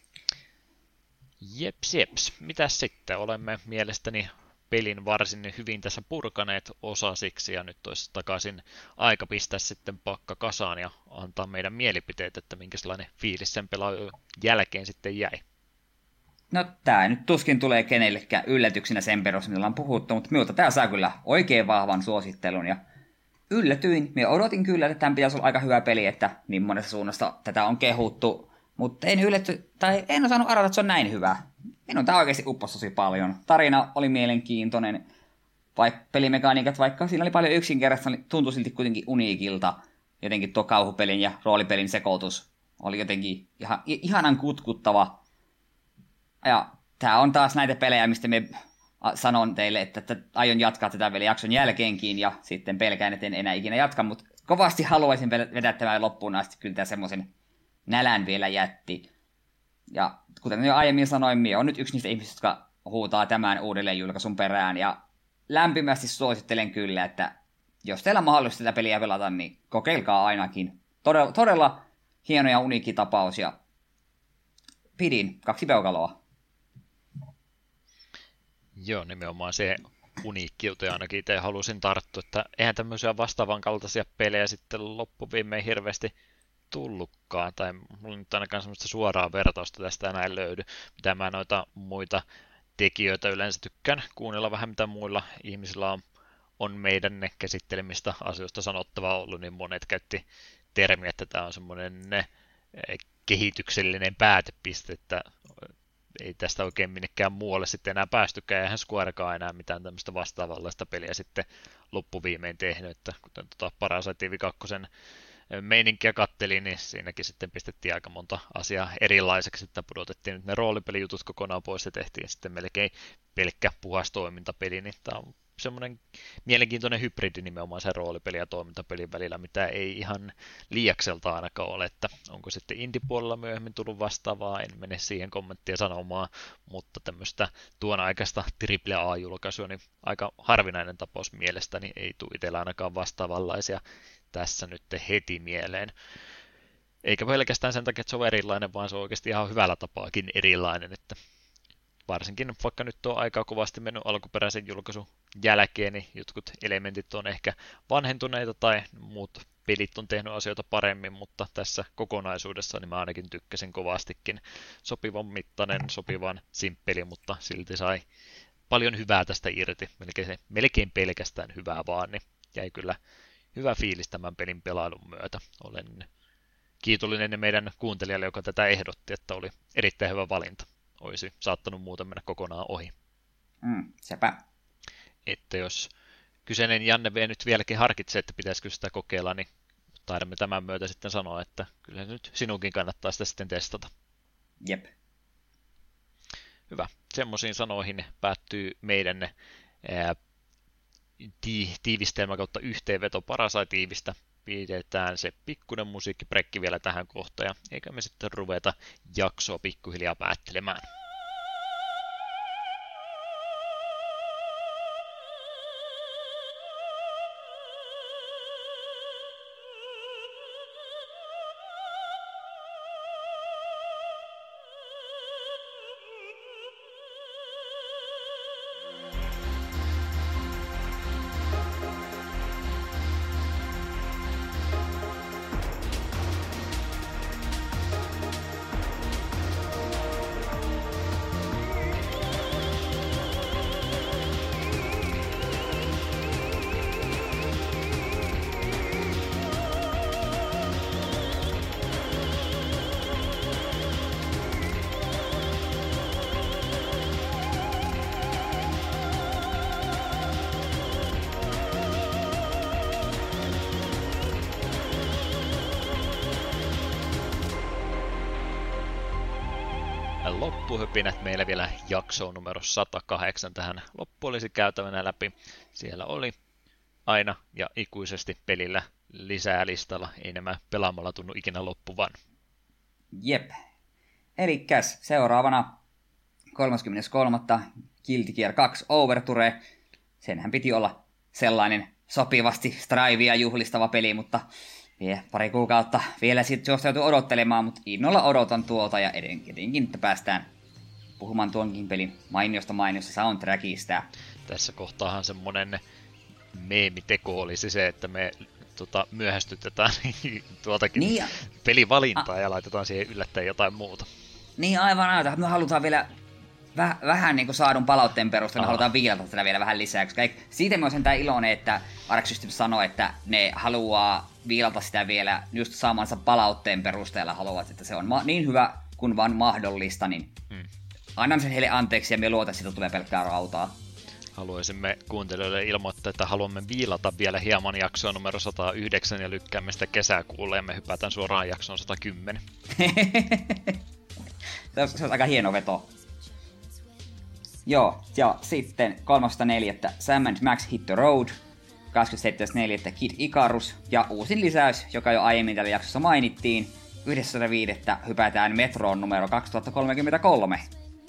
Jeps, jeps. Mitäs sitten? Olemme mielestäni pelin varsin hyvin tässä purkaneet osasiksi ja nyt olisi takaisin aika pistää sitten pakka kasaan ja antaa meidän mielipiteet, että minkälainen fiilis sen pelaajan jälkeen sitten jäi. No tää nyt tuskin tulee kenellekään yllätyksenä sen perusteella, millä on puhuttu, mutta minulta tää saa kyllä oikein vahvan suosittelun ja yllätyin. Minä odotin kyllä, että tämän pitäisi olla aika hyvä peli, että niin monesta suunnasta tätä on kehuttu, mutta en yllätty, tai en osannut arvata, että se on näin hyvä. Minun tämä oikeasti upposi tosi paljon. Tarina oli mielenkiintoinen, vaikka pelimekaniikat, vaikka siinä oli paljon yksinkertaista, niin tuntui silti kuitenkin uniikilta. Jotenkin tuo kauhupelin ja roolipelin sekoitus oli jotenkin ihan, ihanan kutkuttava. Ja tämä on taas näitä pelejä, mistä me sanon teille, että, että aion jatkaa tätä vielä jakson jälkeenkin, ja sitten pelkään, että en enää ikinä jatka, mutta kovasti haluaisin vetää tämän loppuun asti, kyllä tämä semmoisen nälän vielä jätti. Ja kuten jo aiemmin sanoin, minä olen nyt yksi niistä ihmisistä, jotka huutaa tämän uudelleen julkaisun perään, ja lämpimästi suosittelen kyllä, että jos teillä on mahdollista tätä peliä pelata, niin kokeilkaa ainakin. Todella, todella hieno ja uniikki tapaus, ja pidin kaksi peukaloa. Joo, nimenomaan se uniikkiuteen ainakin itse halusin tarttua, että eihän tämmöisiä vastaavan kaltaisia pelejä sitten loppuviimein hirveästi tullutkaan, tai mulla nyt ainakaan semmoista suoraa vertausta tästä enää ei löydy, mitä mä noita muita tekijöitä yleensä tykkään kuunnella vähän, mitä muilla ihmisillä on, on meidän ne käsittelemistä asioista sanottavaa ollut, niin monet käytti termiä, että tämä on semmoinen kehityksellinen päätepiste, että ei tästä oikein minnekään muualle sitten enää päästykään, eihän Squarekaan enää mitään tämmöistä vastaavanlaista peliä sitten loppuviimein tehnyt, että kuten tuota Parasite Eve kaksi meininkiä kattelin, niin siinäkin sitten pistettiin aika monta asiaa erilaiseksi, että pudotettiin nyt ne roolipelijutut kokonaan pois ja tehtiin sitten melkein pelkkä puhas toimintapeli, niin tämä on semmoinen mielenkiintoinen hybridi nimenomaan sen roolipeli ja toimintapelin välillä, mitä ei ihan liiakselta ainakaan ole, että onko sitten indie-puolella myöhemmin tullut vastaavaa, en mene siihen kommenttia sanomaan, mutta tämmöistä tuon aikaista triple A-julkaisua, niin aika harvinainen tapaus mielestäni, ei tule itsellä ainakaan vastaavanlaisia tässä nyt heti mieleen. Eikä pelkästään sen takia, että se on erilainen, vaan se on oikeasti ihan hyvällä tapaakin erilainen, että varsinkin vaikka nyt on aika kovasti mennyt alkuperäisen julkaisun jälkeen, niin jotkut elementit on ehkä vanhentuneita tai muut pelit on tehnyt asioita paremmin, mutta tässä kokonaisuudessa niin mä ainakin tykkäsin kovastikin. Sopivan mittainen, sopivan simppeli, mutta silti sai paljon hyvää tästä irti, melkein, melkein pelkästään hyvää vaan, niin jäi kyllä hyvä fiilis tämän pelin pelailun myötä. Olen kiitollinen meidän kuuntelijalle, joka tätä ehdotti, että oli erittäin hyvä valinta. Olisi saattanut muuten mennä kokonaan ohi. Mm, sepä. Että jos kyseinen Janne V nyt vieläkin harkitsee, että pitäisikö sitä kokeilla, niin taidamme tämän myötä sitten sanoa, että kyllä nyt sinunkin kannattaa sitä sitten testata. Jep. Hyvä. Semmoisiin sanoihin päättyy meidän ää, ti- tiivistelmä kautta yhteenveto Parasite Evestä. Pidetään se pikkuinen musiikkibrekki vielä tähän kohtaan, ja eikä me sitten ruveta jaksoa pikkuhiljaa päättelemään. loppuhypinät. Meillä vielä jakso numero sata kahdeksan tähän loppu olisi käytävänä läpi. Siellä oli aina ja ikuisesti pelillä lisää listalla. Ei nämä pelaamalla tunnu ikinä loppuvan. Jep. Elikkäs seuraavana kolmaskymmeneskolmas Guilty Gear kaksi Overture. Senhän piti olla sellainen sopivasti strivea juhlistava peli, mutta vielä pari kuukautta vielä sitten tuosta joutuu odottelemaan, mutta innolla odotan tuota ja edenkin, että päästään puhumaan tuonkin pelin mainiosta mainiosta soundtrackista. Tässä kohtaahan semmonen meemiteko olisi se, että me tota, myöhästytetään tuotakin niin, pelivalintaa a- ja laitetaan siihen yllättäen jotain muuta. Niin aivan aivan. Me halutaan vielä väh, vähän niin kuin saadun palautteen perusteella, halutaan viilata tätä vielä vähän lisää, koska ei, siitä myös on tämä iloinen, että Arc Systems sanoi, että ne haluaa viilata sitä vielä just saamansa palautteen perusteella, haluavat, että se on ma- niin hyvä kuin vaan mahdollista, niin hmm. annan sen heille anteeksi ja me luota, että siitä tulee pelkkää rautaa. Haluaisimme kuuntelijoille ilmoittaa, että haluamme viilata vielä hieman jaksoa numero sata yhdeksän ja lykkäämme sitä kesäkuulle ja me hypätään suoraan jaksoon sata kymmenen. se, on, se on aika hieno veto. Joo, ja sitten kolmastoista neljättä Sam and Max Hit the Road, kahdeskymmenesseitsemäs neljättä Kid Icarus ja uusin lisäys, joka jo aiemmin tällä jaksossa mainittiin, yhdeksästoista viidettä hypätään Metroon numero kaksituhattakolmekymmentäkolme.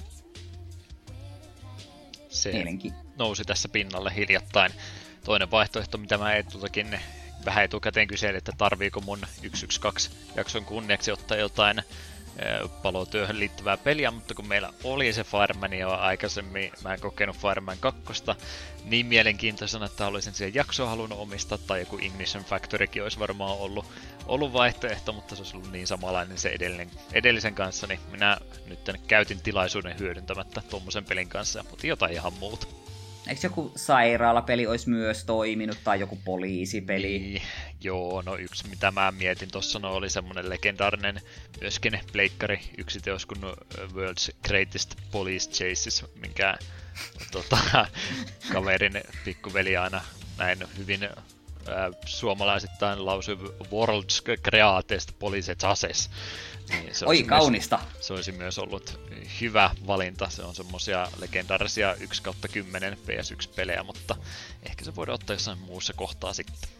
Se nousi tässä pinnalle hiljattain. Toinen vaihtoehto, mitä mä etutakin vähän etukäteen kyselin, että tarviiko mun yksi yksi kaksi jakson kunniaksi ottaa jotain palotyöhön liittyvää peliä, mutta kun meillä oli se Fireman jo aikaisemmin, mä en kokenut Fireman kakkosta niin mielenkiintoisena, että olisin siihen jaksoa halunnut omistaa, tai joku Ignition Factorykin olisi varmaan ollut, ollut vaihtoehto, mutta se olisi ollut niin samanlainen se edellinen, edellisen kanssa, niin minä nyt käytin tilaisuuden hyödyntämättä tuommoisen pelin kanssa ja otin jotain ihan muuta. Eikö joku sairaalapeli olisi myös toiminut, tai joku poliisipeli? Niin, joo, no yksi mitä mä mietin tuossa no, oli semmonen legendaarinen myöskin pleikkari yksi teos kuin World's Greatest Police Chases, minkä tota, kaverin pikkuveli aina näin hyvin ää, suomalaisittain lausui World's Greatest Police Chases. Niin se Oi, kaunista! Myös, se olisi myös ollut hyvä valinta. Se on semmosia legendaarisia yksi kautta kymmenen P S yksi-pelejä, mutta ehkä se voidaan ottaa jossain muussa kohtaa sitten.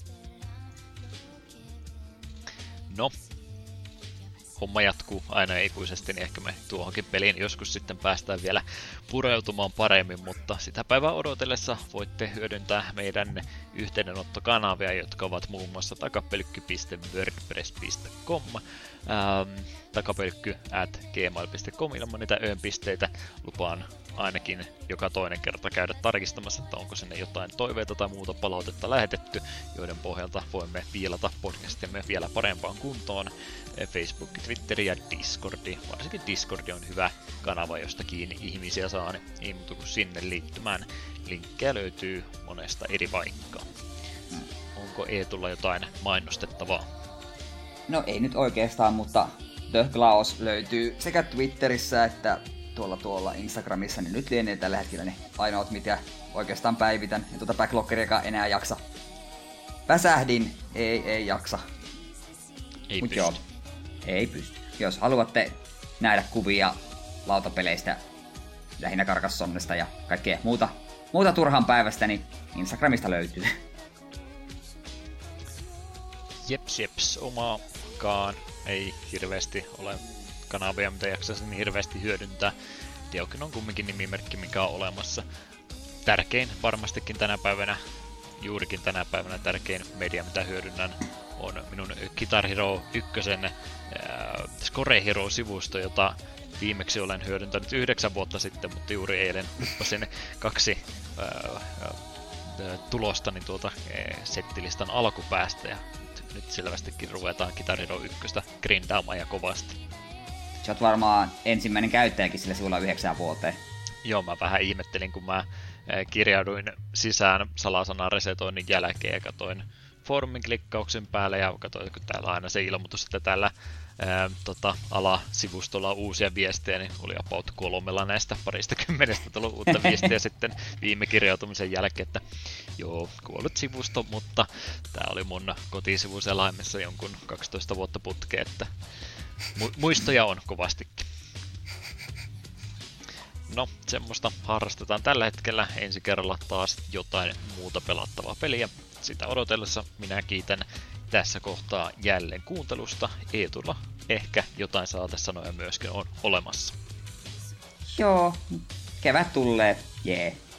No, homma jatkuu aina ikuisesti, niin ehkä me tuohonkin peliin joskus sitten päästään vielä pureutumaan paremmin, mutta sitä päivää odotellessa voitte hyödyntää meidän yhteydenottokanavia, jotka ovat muun muassa takapelkky piste wordpress piste com, ähm, takapelkky at gmail piste com ilman niitä öönpisteitä. Lupaan ainakin joka toinen kerta käydä tarkistamassa, että onko sinne jotain toiveita tai muuta palautetta lähetetty, joiden pohjalta voimme viilata podcastimme vielä parempaan kuntoon. Facebook, Twitter ja Discordi. Varsinkin Discordi on hyvä kanava, josta kiinni ihmisiä saa, niin ei muuta kuin sinne liittymään. Linkkejä löytyy monesta eri paikkaa. Onko Eetulla jotain mainostettavaa? No ei nyt oikeastaan, mutta The Glaos löytyy sekä Twitterissä että tuolla tuolla Instagramissa, niin nyt lienee tällä hetkellä ne ainoat, mitä oikeastaan päivitän. Ja tuota backloggeriakaan enää jaksa. Väsähdin, ei, ei jaksa. Ei Mut pysty. Joo, ei pysty. Jos haluatte nähdä kuvia lautapeleistä, lähinnä Carcassonnesta ja kaikkea muuta, muuta turhan päivästä, niin Instagramista löytyy. Jeps, jeps, omaakaan ei hirveästi ole kanavia, mitä jaksaisin niin hirveästi hyödyntää. Diokin on kumminkin nimimerkki, mikä on olemassa. Tärkein varmastikin tänä päivänä, juurikin tänä päivänä tärkein media, mitä hyödynnän, on minun Guitar Hero yksi äh, Score Hero-sivusto, jota viimeksi olen hyödyntänyt yhdeksän vuotta sitten, mutta juuri eilen uppasin kaksi äh, äh, tulostani tuolta äh, settilistan alkupäästä, ja nyt, nyt selvästikin ruvetaan Guitar Hero yksi grindaamaan ja kovasti. Sä oot varmaan ensimmäinen käyttäjäkin sillä sivulla yhdeksään vuoteen. Joo, mä vähän ihmettelin, kun mä kirjauduin sisään salasanan resetoinnin jälkeen ja katoin foorumin klikkauksen päälle ja katsoin, kun täällä on aina se ilmoitus, että täällä ää, tota, alasivustolla on uusia viestejä, niin oli about kolmella näistä parista kymmenestä tullut uutta viestiä sitten viime kirjautumisen jälkeen, että joo, kuollut sivusto, mutta tää oli mun kotisivuselaimessa jonkun kaksitoista vuotta putkeen, että mu- muistoja on kovastikin. No, semmoista harrastetaan tällä hetkellä. Ensi kerralla taas jotain muuta pelattavaa peliä. Sitä odotellessa minä kiitän tässä kohtaa jälleen kuuntelusta. Eetulla ehkä jotain saatesanoja myöskin on olemassa. Joo, kevät tulee. Jee. Yeah.